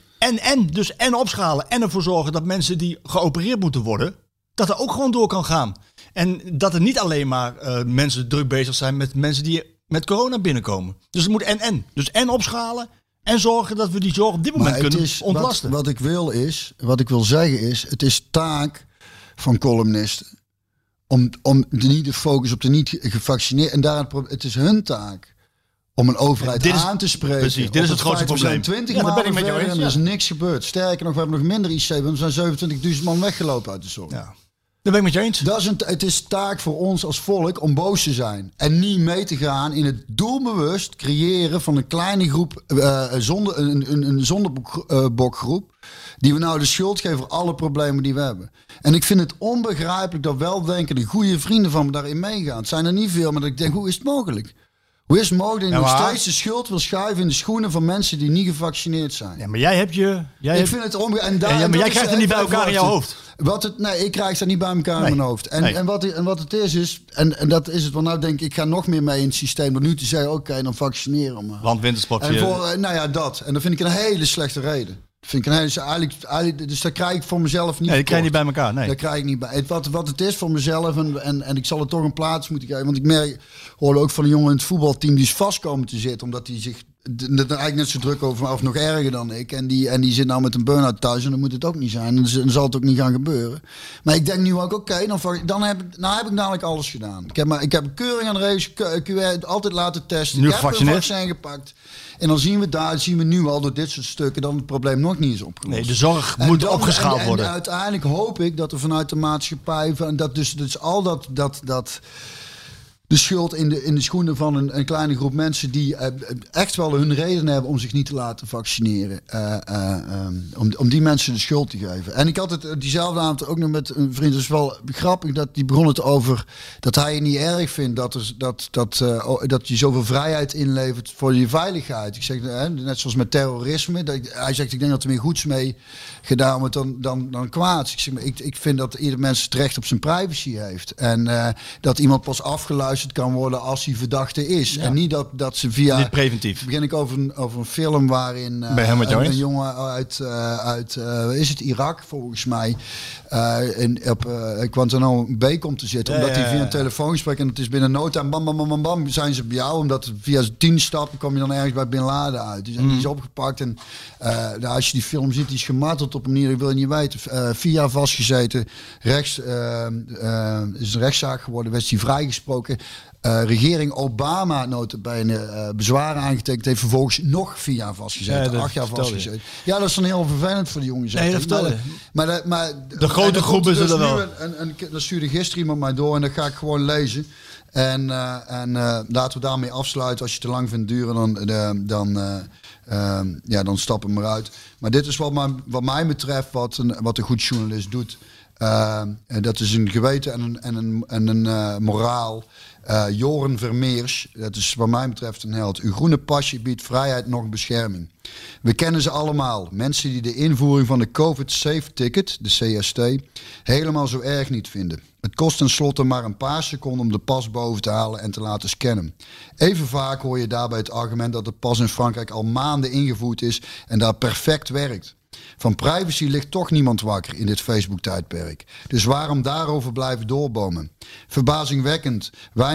Speaker 6: en opschalen. En ervoor zorgen dat mensen die geopereerd moeten worden, dat er ook gewoon door kan gaan. En dat er niet alleen maar mensen druk bezig zijn met mensen die met corona binnenkomen. Dus het moet en. Dus en opschalen. En zorgen dat we die zorg op dit moment kunnen ontlasten.
Speaker 2: Wat ik wil zeggen is, het is taak van columnisten om niet de focus op de niet gevaccineerd. En het is hun taak om een overheid aan te spreken.
Speaker 6: Precies, dit is het grootste probleem.
Speaker 2: 20 maanden verder en er is niks gebeurd. Sterker nog, we hebben nog minder IC. We zijn 27.000 man weggelopen uit de zorg. Ja.
Speaker 6: Dat ben ik met je eens.
Speaker 2: Het is taak voor ons als volk om boos te zijn. En niet mee te gaan in het doelbewust creëren van een kleine groep, een zondebokgroep, die we nou de schuld geven voor alle problemen die we hebben. En ik vind het onbegrijpelijk dat weldenkende goede vrienden van me daarin meegaan. Het zijn er niet veel, maar ik denk, hoe is het mogelijk? Hoe is het mogelijk dat je nog steeds de schuld wil schuiven in de schoenen van mensen die niet gevaccineerd zijn?
Speaker 6: Ja, maar jij hebt je...
Speaker 2: Ik vind het onbegrijpelijk.
Speaker 6: Maar jij krijgt het niet bij elkaar in jouw hoofd.
Speaker 2: Ik krijg het niet bij elkaar in mijn hoofd. En wat het is... En dat is het, want nou denk ik ga nog meer mee in het systeem. Door nu te zeggen, oké, dan vaccineren we.
Speaker 6: Want wintersport...
Speaker 2: dat. En dat vind ik een hele slechte reden. Vind ik eigenlijk, dus dat krijg ik voor mezelf niet.
Speaker 6: Nee, dat krijg je niet bij elkaar. Nee.
Speaker 2: Dat krijg ik niet bij. Wat het is voor mezelf en ik zal het toch een plaats moeten geven. Want ik hoorde ook van een jongen in het voetbalteam die is vast komen te zitten. Omdat hij zich eigenlijk net zo druk over, of nog erger dan ik. En die zit nou met een burn-out thuis en dan moet het ook niet zijn. Dus dan zal het ook niet gaan gebeuren. Maar ik denk nu ook, oké, dan heb ik dadelijk alles gedaan. Ik heb een keuring aan de race, QR altijd laten testen.
Speaker 6: Nu
Speaker 2: ik heb een
Speaker 6: gevaccineerd.
Speaker 2: vaccin gepakt. En dan zien we nu al door dit soort stukken dat het probleem nog niet is opgelost.
Speaker 6: Nee, de zorg moet opgeschaald worden.
Speaker 2: En uiteindelijk hoop ik dat er vanuit de maatschappij, dat dus al dat de schuld in de schoenen van een kleine groep mensen die echt wel hun reden hebben om zich niet te laten vaccineren. Om die mensen de schuld te geven. En ik had het diezelfde avond ook nog met een vriend. Het is wel grappig dat die begon het over dat hij het niet erg vindt dat je zoveel vrijheid inlevert voor je veiligheid. Ik zeg net zoals met terrorisme. Hij zegt ik denk dat er meer goeds mee gedaan wordt dan kwaads. Ik zeg maar ik vind dat ieder mens het recht op zijn privacy heeft. En dat iemand pas afgeluisterd kan worden als hij verdachte is. Ja. En niet dat ze via...
Speaker 6: Niet preventief.
Speaker 2: Begin ik over een film waarin een jongen uit is het Irak volgens mij op Guantanamo Bay komt te zitten. Omdat hij via een telefoongesprek en het is binnen no time bam, bam, bam, bam, bam, zijn ze bij jou. Omdat via 10 stappen kom je dan ergens bij Bin Laden uit. Dus die is opgepakt en als je die film ziet, die is gemarteld op een manier, ik wil je niet weten. 4 jaar vastgezeten. Is een rechtszaak geworden, werd hij vrijgesproken. Regering Obama notabene bezwaren aangetekend, heeft vervolgens nog 4 jaar vastgezeten, 8 jaar vastgezeten. Ja, dat is dan heel vervelend voor de jongens.
Speaker 6: Nee, dat vertelde.
Speaker 2: Maar
Speaker 6: de grote groep is er dan wel.
Speaker 2: Dat stuurde gisteren iemand mij door en dat ga ik gewoon lezen. En laten we daarmee afsluiten. Als je te lang vindt duren, dan stap hem eruit. Maar dit is wat mij betreft wat een goed journalist doet. Dat is een geweten en een moraal. Joren Vermeers, dat is wat mij betreft een held. Uw groene pasje biedt vrijheid nog bescherming. We kennen ze allemaal. Mensen die de invoering van de COVID Safe Ticket, de CST, helemaal zo erg niet vinden. Het kost tenslotte maar een paar seconden om de pas boven te halen en te laten scannen. Even vaak hoor je daarbij het argument dat de pas in Frankrijk al maanden ingevoerd is en daar perfect werkt. Van privacy ligt toch niemand wakker in dit Facebook-tijdperk. Dus waarom daarover blijven doorbomen? Verbazingwekkend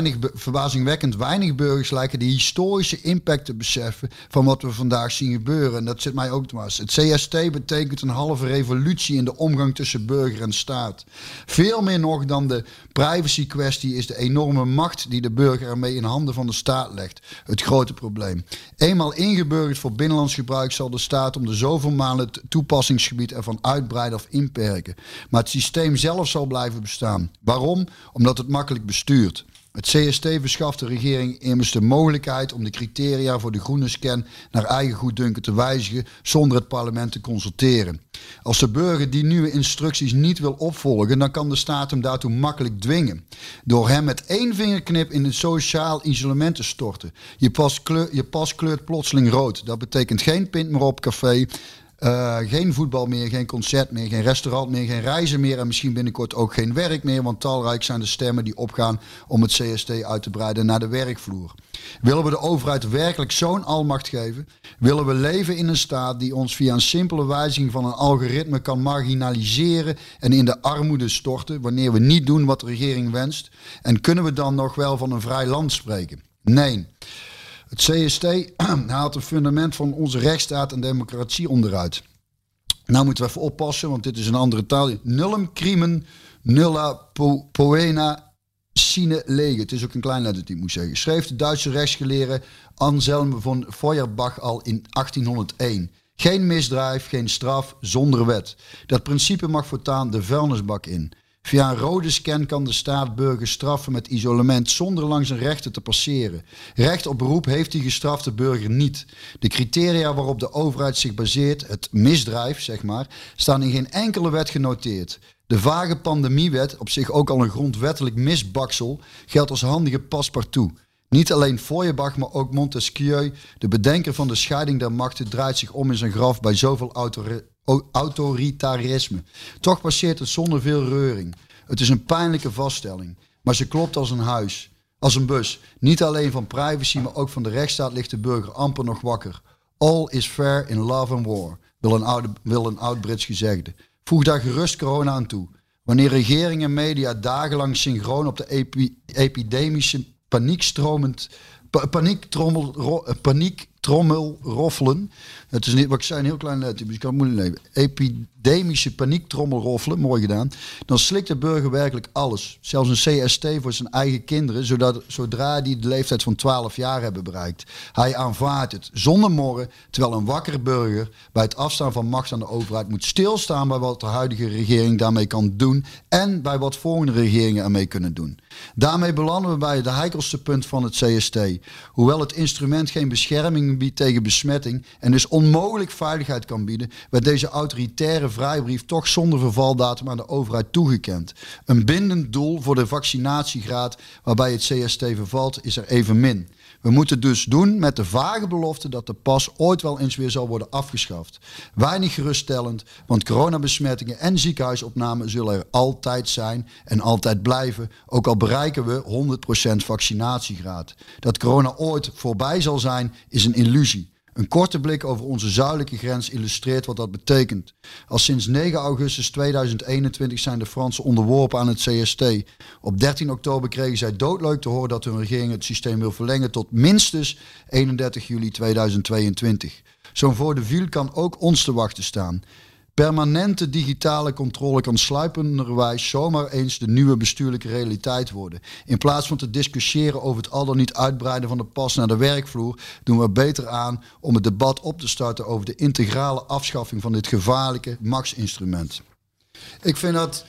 Speaker 2: weinig burgers lijken de historische impact te beseffen van wat we vandaag zien gebeuren. En dat zit mij ook dwars. Het CST betekent een halve revolutie in de omgang tussen burger en staat. Veel meer nog dan de privacy-kwestie is de enorme macht die de burger ermee in handen van de staat legt. Het grote probleem. Eenmaal ingeburgerd voor binnenlands gebruik zal de staat om de zoveel maanden het toepassingsgebied ervan uitbreiden of inperken. Maar het systeem zelf zal blijven bestaan. Waarom? Omdat het makkelijk bestuurt. Het CST verschaft de regering immers de mogelijkheid om de criteria voor de groene scan naar eigen goeddunken te wijzigen zonder het parlement te consulteren. Als de burger die nieuwe instructies niet wil opvolgen, dan kan de staat hem daartoe makkelijk dwingen. Door hem met 1 vingerknip in het sociaal isolement te storten. Je pas kleurt plotseling rood. Dat betekent geen pint meer op café. Geen voetbal meer, geen concert meer, geen restaurant meer, geen reizen meer en misschien binnenkort ook geen werk meer, want talrijk zijn de stemmen die opgaan om het CST uit te breiden naar de werkvloer. Willen we de overheid werkelijk zo'n almacht geven? Willen we leven in een staat die ons via een simpele wijziging van een algoritme kan marginaliseren en in de armoede storten wanneer we niet doen wat de regering wenst? En kunnen we dan nog wel van een vrij land spreken? Nee. Het CST haalt het fundament van onze rechtsstaat en democratie onderuit. Nou moeten we even oppassen, want dit is een andere taal. Nullum crimen, nulla poena sine lege. Het is ook een kleinlettertype, moet ik zeggen. Schreef de Duitse rechtsgeleerde Anselm von Feuerbach al in 1801. Geen misdrijf, geen straf, zonder wet. Dat principe mag voortaan de vuilnisbak in. Via een rode scan kan de staat burgers straffen met isolement zonder langs zijn rechten te passeren. Recht op beroep heeft die gestrafte burger niet. De criteria waarop de overheid zich baseert, het misdrijf zeg maar, staan in geen enkele wet genoteerd. De vage pandemiewet, op zich ook al een grondwettelijk misbaksel, geldt als handige paspartout. Niet alleen Feuerbach, maar ook Montesquieu, de bedenker van de scheiding der machten, draait zich om in zijn graf bij zoveel autoritarisme. Toch passeert het zonder veel reuring. Het is een pijnlijke vaststelling, maar ze klopt als een huis, als een bus. Niet alleen van privacy, maar ook van de rechtsstaat ligt de burger amper nog wakker. All is fair in love and war, wil een oud Brits gezegde. Voeg daar gerust corona aan toe. Wanneer regering en media dagenlang synchroon op de epidemische paniektrommel roffelen. Het is niet wat ik zei, een heel klein letter, dus ik kan het moeilijk leven. Epidemische paniektrommel roffelen, mooi gedaan. Dan slikt de burger werkelijk alles. Zelfs een CST voor zijn eigen kinderen, zodra die de leeftijd van 12 jaar hebben bereikt. Hij aanvaardt het zonder morren, terwijl een wakkere burger bij het afstaan van macht aan de overheid moet stilstaan bij wat de huidige regering daarmee kan doen en bij wat volgende regeringen ermee kunnen doen. Daarmee belanden we bij het heikelste punt van het CST. Hoewel het instrument geen bescherming biedt tegen besmetting en dus onmogelijk veiligheid kan bieden, werd deze autoritaire vrijbrief toch zonder vervaldatum aan de overheid toegekend. Een bindend doel voor de vaccinatiegraad waarbij het CST vervalt is er evenmin. We moeten het dus doen met de vage belofte dat de pas ooit wel eens weer zal worden afgeschaft. Weinig geruststellend, want coronabesmettingen en ziekenhuisopnamen zullen er altijd zijn en altijd blijven, ook al bereiken we 100% vaccinatiegraad. Dat corona ooit voorbij zal zijn is een illusie. Een korte blik over onze zuidelijke grens illustreert wat dat betekent. Al sinds 9 augustus 2021 zijn de Fransen onderworpen aan het CST. Op 13 oktober kregen zij doodleuk te horen dat hun regering het systeem wil verlengen tot minstens 31 juli 2022. Zo'n voor de ville kan ook ons te wachten staan. Permanente digitale controle kan sluipenderwijs zomaar eens de nieuwe bestuurlijke realiteit worden. In plaats van te discussiëren over het al dan niet uitbreiden van de pas naar de werkvloer, doen we beter aan om het debat op te starten over de integrale afschaffing van dit gevaarlijke machtsinstrument. Ik vind dat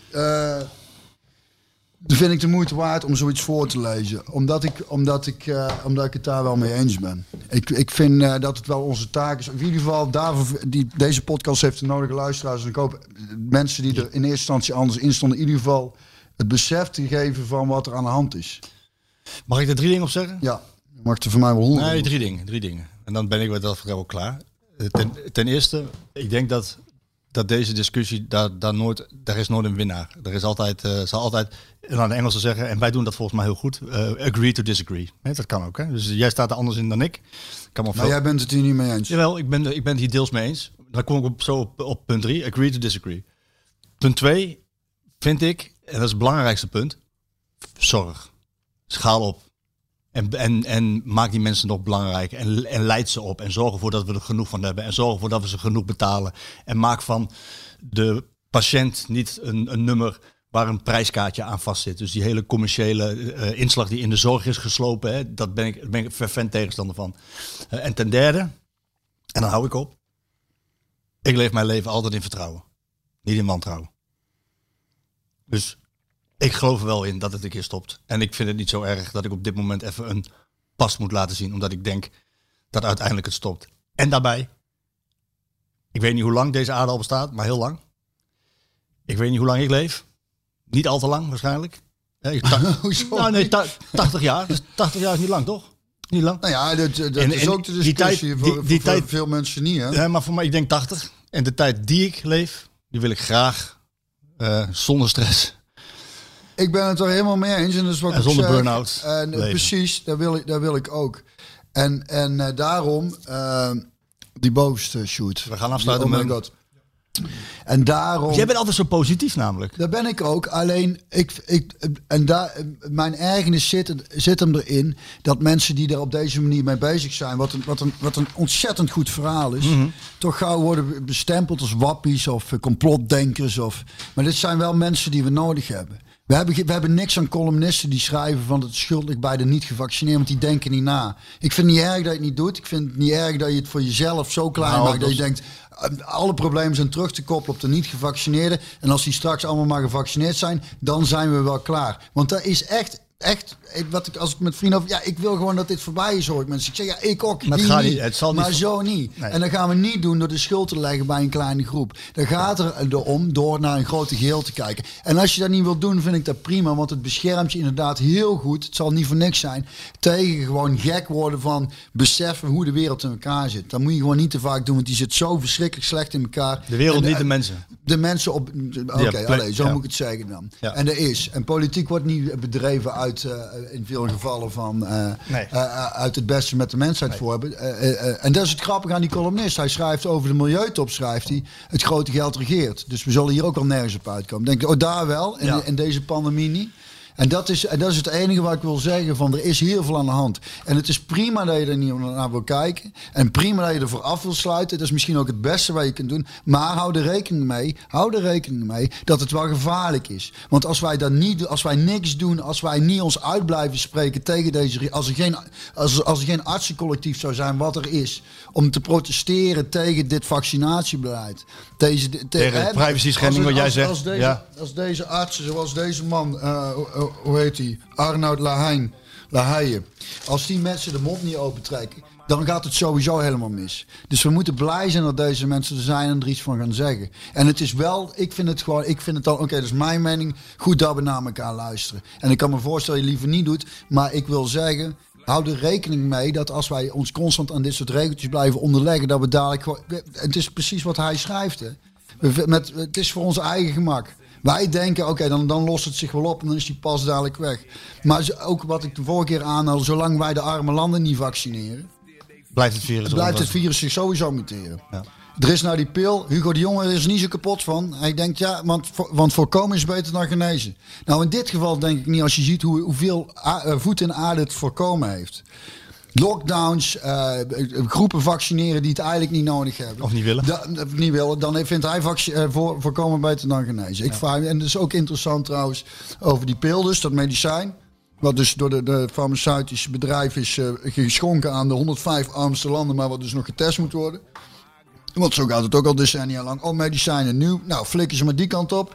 Speaker 2: vind ik de moeite waard om zoiets voor te lezen. Omdat ik het daar wel mee eens ben. Ik vind dat het wel onze taak is. In ieder geval, deze podcast heeft de nodige luisteraars. En ik hoop mensen die er in eerste instantie anders in stonden, in ieder geval het besef te geven van wat er aan de hand is.
Speaker 6: Mag ik er 3 dingen op zeggen?
Speaker 2: Ja, mag er voor mij wel 100.
Speaker 6: Nee, 3 dingen. En dan ben ik met dat wel klaar. Ten eerste, ik denk dat deze discussie, daar is nooit een winnaar. Er is altijd, zal altijd, aan de Engelsen zeggen, en wij doen dat volgens mij heel goed, agree to disagree. Dat kan ook. Hè? Dus jij staat er anders in dan ik.
Speaker 2: Jij bent het hier niet mee eens.
Speaker 6: Jawel, ik ben het hier deels mee eens. Dan kom ik op punt 3, agree to disagree. Punt 2 vind ik, en dat is het belangrijkste punt, zorg. Schaal op. En maak die mensen nog belangrijk en leid ze op en zorg ervoor dat we er genoeg van hebben en zorg ervoor dat we ze genoeg betalen en maak van de patiënt niet een nummer waar een prijskaartje aan vast zit. Dus die hele commerciële inslag die in de zorg is geslopen, hè, daar ben ik fervent tegenstander van. En ten derde, en dan hou ik op, ik leef mijn leven altijd in vertrouwen, niet in wantrouwen. Dus ik geloof er wel in dat het een keer stopt. En ik vind het niet zo erg dat ik op dit moment even een pas moet laten zien. Omdat ik denk dat uiteindelijk het stopt. En daarbij, ik weet niet hoe lang deze aarde al bestaat, maar heel lang. Ik weet niet hoe lang ik leef. Niet al te lang waarschijnlijk. 80 jaar. Dus 80 jaar is niet lang, toch? Niet lang.
Speaker 2: Nou ja, dat is ook de discussie voor veel mensen niet. Hè?
Speaker 6: Ja, maar voor mij, ik denk 80. En de tijd die ik leef, die wil ik graag zonder stress.
Speaker 2: Ik ben het er helemaal mee eens. En dat is wat ik
Speaker 6: zonder
Speaker 2: zeg.
Speaker 6: burn-out.
Speaker 2: Precies, daar wil ik ook. En daarom, die bovenste shoot.
Speaker 6: We gaan afsluiten met...
Speaker 2: God. En daarom...
Speaker 6: Jij bent altijd zo positief namelijk.
Speaker 2: Daar ben ik ook. Alleen, mijn ergernis zit hem erin dat mensen die er op deze manier mee bezig zijn, wat een ontzettend goed verhaal is, toch gauw worden bestempeld als wappies of complotdenkers. Maar dit zijn wel mensen die we nodig hebben. We hebben niks aan columnisten die schrijven van het schuld ligt bij de niet-gevaccineerden, want die denken niet na. Ik vind het niet erg dat je het niet doet. Ik vind het niet erg dat je het voor jezelf zo klein maakt dat je denkt, alle problemen zijn terug te koppelen op de niet-gevaccineerden. En als die straks allemaal maar gevaccineerd zijn, dan zijn we wel klaar. Want dat is echt, als ik met vrienden over... Ja, ik wil gewoon dat dit voorbij is, hoor ik mensen. Ik zeg, ja, ik ook.
Speaker 6: Maar, het zal
Speaker 2: maar
Speaker 6: niet...
Speaker 2: zo niet.
Speaker 6: Nee.
Speaker 2: En dat gaan we niet doen door de schuld te leggen bij een kleine groep. Dan gaat er om door naar een grote geheel te kijken. En als je dat niet wilt doen, vind ik dat prima. Want het beschermt je inderdaad heel goed. Het zal niet voor niks zijn. Tegen gewoon gek worden van beseffen hoe de wereld in elkaar zit. Dat moet je gewoon niet te vaak doen. Want die zit zo verschrikkelijk slecht in elkaar.
Speaker 6: De wereld, niet de mensen.
Speaker 2: De mensen op... Oké, zo moet ik het zeggen dan. Ja. En er is. En politiek wordt niet bedreven uit... in veel gevallen van uit het beste met de mensheid voor hebben. En dat is het grappige aan die columnist. Hij schrijft over de milieutop, schrijft hij, het grote geld regeert. Dus we zullen hier ook al nergens op uitkomen. Denk je, daar wel, in deze pandemie niet. En dat is het enige wat ik wil zeggen, van er is heel veel aan de hand. En het is prima dat je er niet naar wil kijken. En prima dat je ervoor af wil sluiten. Dat is misschien ook het beste wat je kunt doen. Maar hou er rekening mee dat het wel gevaarlijk is. Want als wij dat niet doen, als wij niks doen, als wij niet ons uit blijven spreken tegen deze... Als er geen artsencollectief zou zijn wat er is om te protesteren tegen dit vaccinatiebeleid.
Speaker 6: Tegen de privacy-schending, wat jij zegt.
Speaker 2: Als deze artsen, zoals deze man... hoe heet hij? Arnoud Lahije. Als die mensen de mond niet opentrekken, dan gaat het sowieso helemaal mis. Dus we moeten blij zijn dat deze mensen er zijn en er iets van gaan zeggen. En het is wel, ik vind het dan, oké, dat is mijn mening, goed dat we naar elkaar luisteren. En ik kan me voorstellen dat je liever niet doet, maar ik wil zeggen, hou er rekening mee dat als wij ons constant aan dit soort regeltjes blijven onderleggen, dat we dadelijk gewoon... Het is precies wat hij schrijft, hè. Het is voor ons eigen gemak. Wij denken, oké, dan lost het zich wel op en dan is die pas dadelijk weg. Maar ook wat ik de vorige keer aanhaalde, zolang wij de arme landen niet vaccineren, blijft het virus zich sowieso muteren. Ja. Er is nou die pil, Hugo de Jonge is er niet zo kapot van. Hij denkt, ja, want voorkomen is beter dan genezen. Nou, in dit geval denk ik niet, als je ziet hoeveel voet in aarde het voorkomen heeft. Lockdowns, groepen vaccineren die het eigenlijk niet nodig hebben.
Speaker 6: Of niet willen. Dan vindt hij voorkomen beter dan genezen. Ik vraag, en dat is ook interessant trouwens over die pil, dus dat medicijn. Wat dus door de farmaceutische bedrijf is geschonken aan de 105 armste landen, maar wat dus nog getest moet worden. Want zo gaat het ook al decennia lang. Oh, medicijnen nieuw. Nou, flikken ze maar die kant op.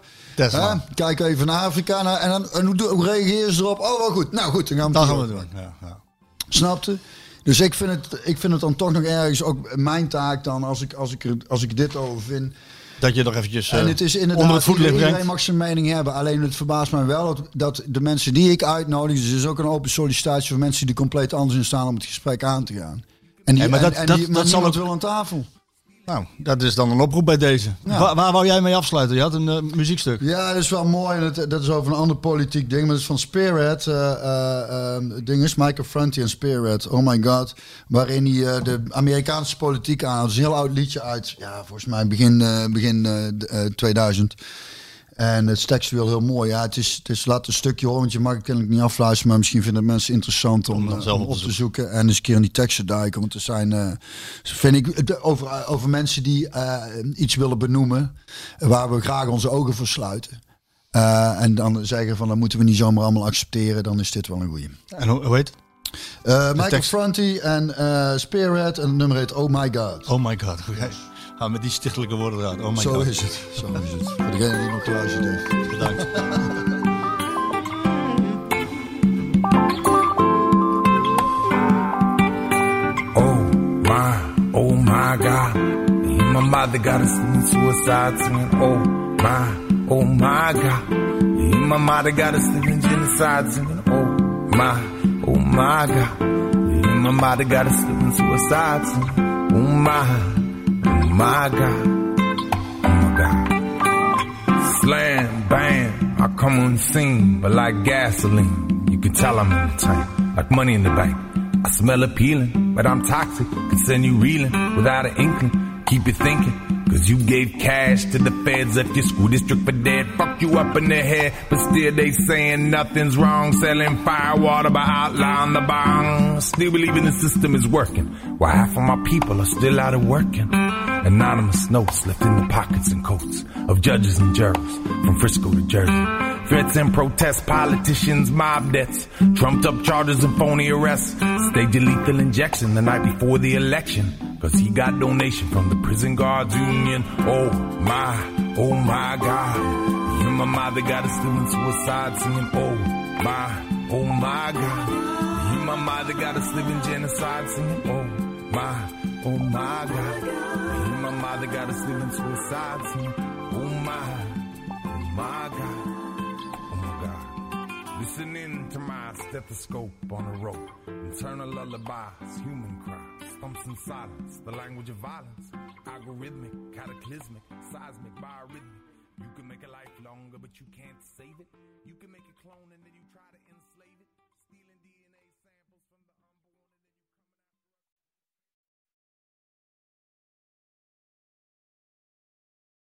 Speaker 6: Kijk even naar Afrika. En hoe reageren ze erop? Oh, wel goed. Nou goed, dan gaan we het doen. Ja. Snapte? Dus ik vind het dan toch nog ergens ook mijn taak dan, als ik dit over vind. Dat je nog eventjes
Speaker 2: en het is inderdaad, onder het voetlicht brengt. Iedereen mag zijn mening hebben. Alleen het verbaast mij wel dat de mensen die ik uitnodig, dus is ook een open sollicitatie voor mensen die compleet anders in staan om het gesprek aan te gaan. Dat zal ook wel aan tafel.
Speaker 6: Nou, dat is dan een oproep bij deze. Ja. Waar wou jij mee afsluiten? Je had een muziekstuk.
Speaker 2: Ja, dat is wel mooi. Dat is over een ander politiek ding. Maar dat is van Spearhead. Ding is Michael Franti en Spearhead. Oh my god. Waarin hij de Amerikaanse politiek aan. Het is een heel oud liedje uit. Ja, volgens mij begin 2000. En het is textueel heel mooi. Ja, het is laat een stukje horen, want je mag het kennelijk niet afluisteren, maar misschien vinden mensen interessant om op te zoeken en eens een keer in die teksten duiken. Want er zijn, vind ik, over mensen die iets willen benoemen, waar we graag onze ogen voor sluiten. En dan zeggen van, dat moeten we niet zomaar allemaal accepteren, dan is dit wel een goeie.
Speaker 6: En hoe heet het?
Speaker 2: Michael Franti en Spearhead en het nummer heet Oh My God.
Speaker 6: Oh My God, goed. Gaan met die stichtelijke woorden eruit. Oh my
Speaker 2: Zo
Speaker 6: God.
Speaker 2: Is het. Voor degene die nog geluisterd heeft.
Speaker 6: Bedankt.
Speaker 7: Oh my God. My mother got us in suicide singing. Oh my God. My mother got us in genocide singing. Oh my God. My mother got us in suicide singing. Oh my God, oh my God. Slam, bam, I come on the scene, but like gasoline, you can tell I'm in the tank, like money in the bank. I smell appealing, but I'm toxic, can send you reeling without an inkling. Keep you thinking, cause you gave cash to the feds at your school district for dead. Fuck you up in the head, but still they saying nothing's wrong. Selling firewater by outlawing the bong. Still believing the system is working, while half of my people are still out of working. Anonymous notes left in the pockets and coats of judges and jurors from Frisco to Jersey. Threats and protests, politicians, mob deaths, trumped up charges and phony arrests. Staged a lethal injection the night before the election, cause he got donation from the prison guards union. Oh my God. You and my mother got us doing suicide, singing oh my God. You and my mother got us living genocide, singing oh my God. You and my mother got us living suicide, singing oh my God. Listening to my stethoscope on a rope. Internal lullabies, human cries, stumps in silence, the language of violence. Algorithmic, cataclysmic, seismic, biorhythmic. You can make a life longer, but you can't save it. You can make a clone and then you try to insert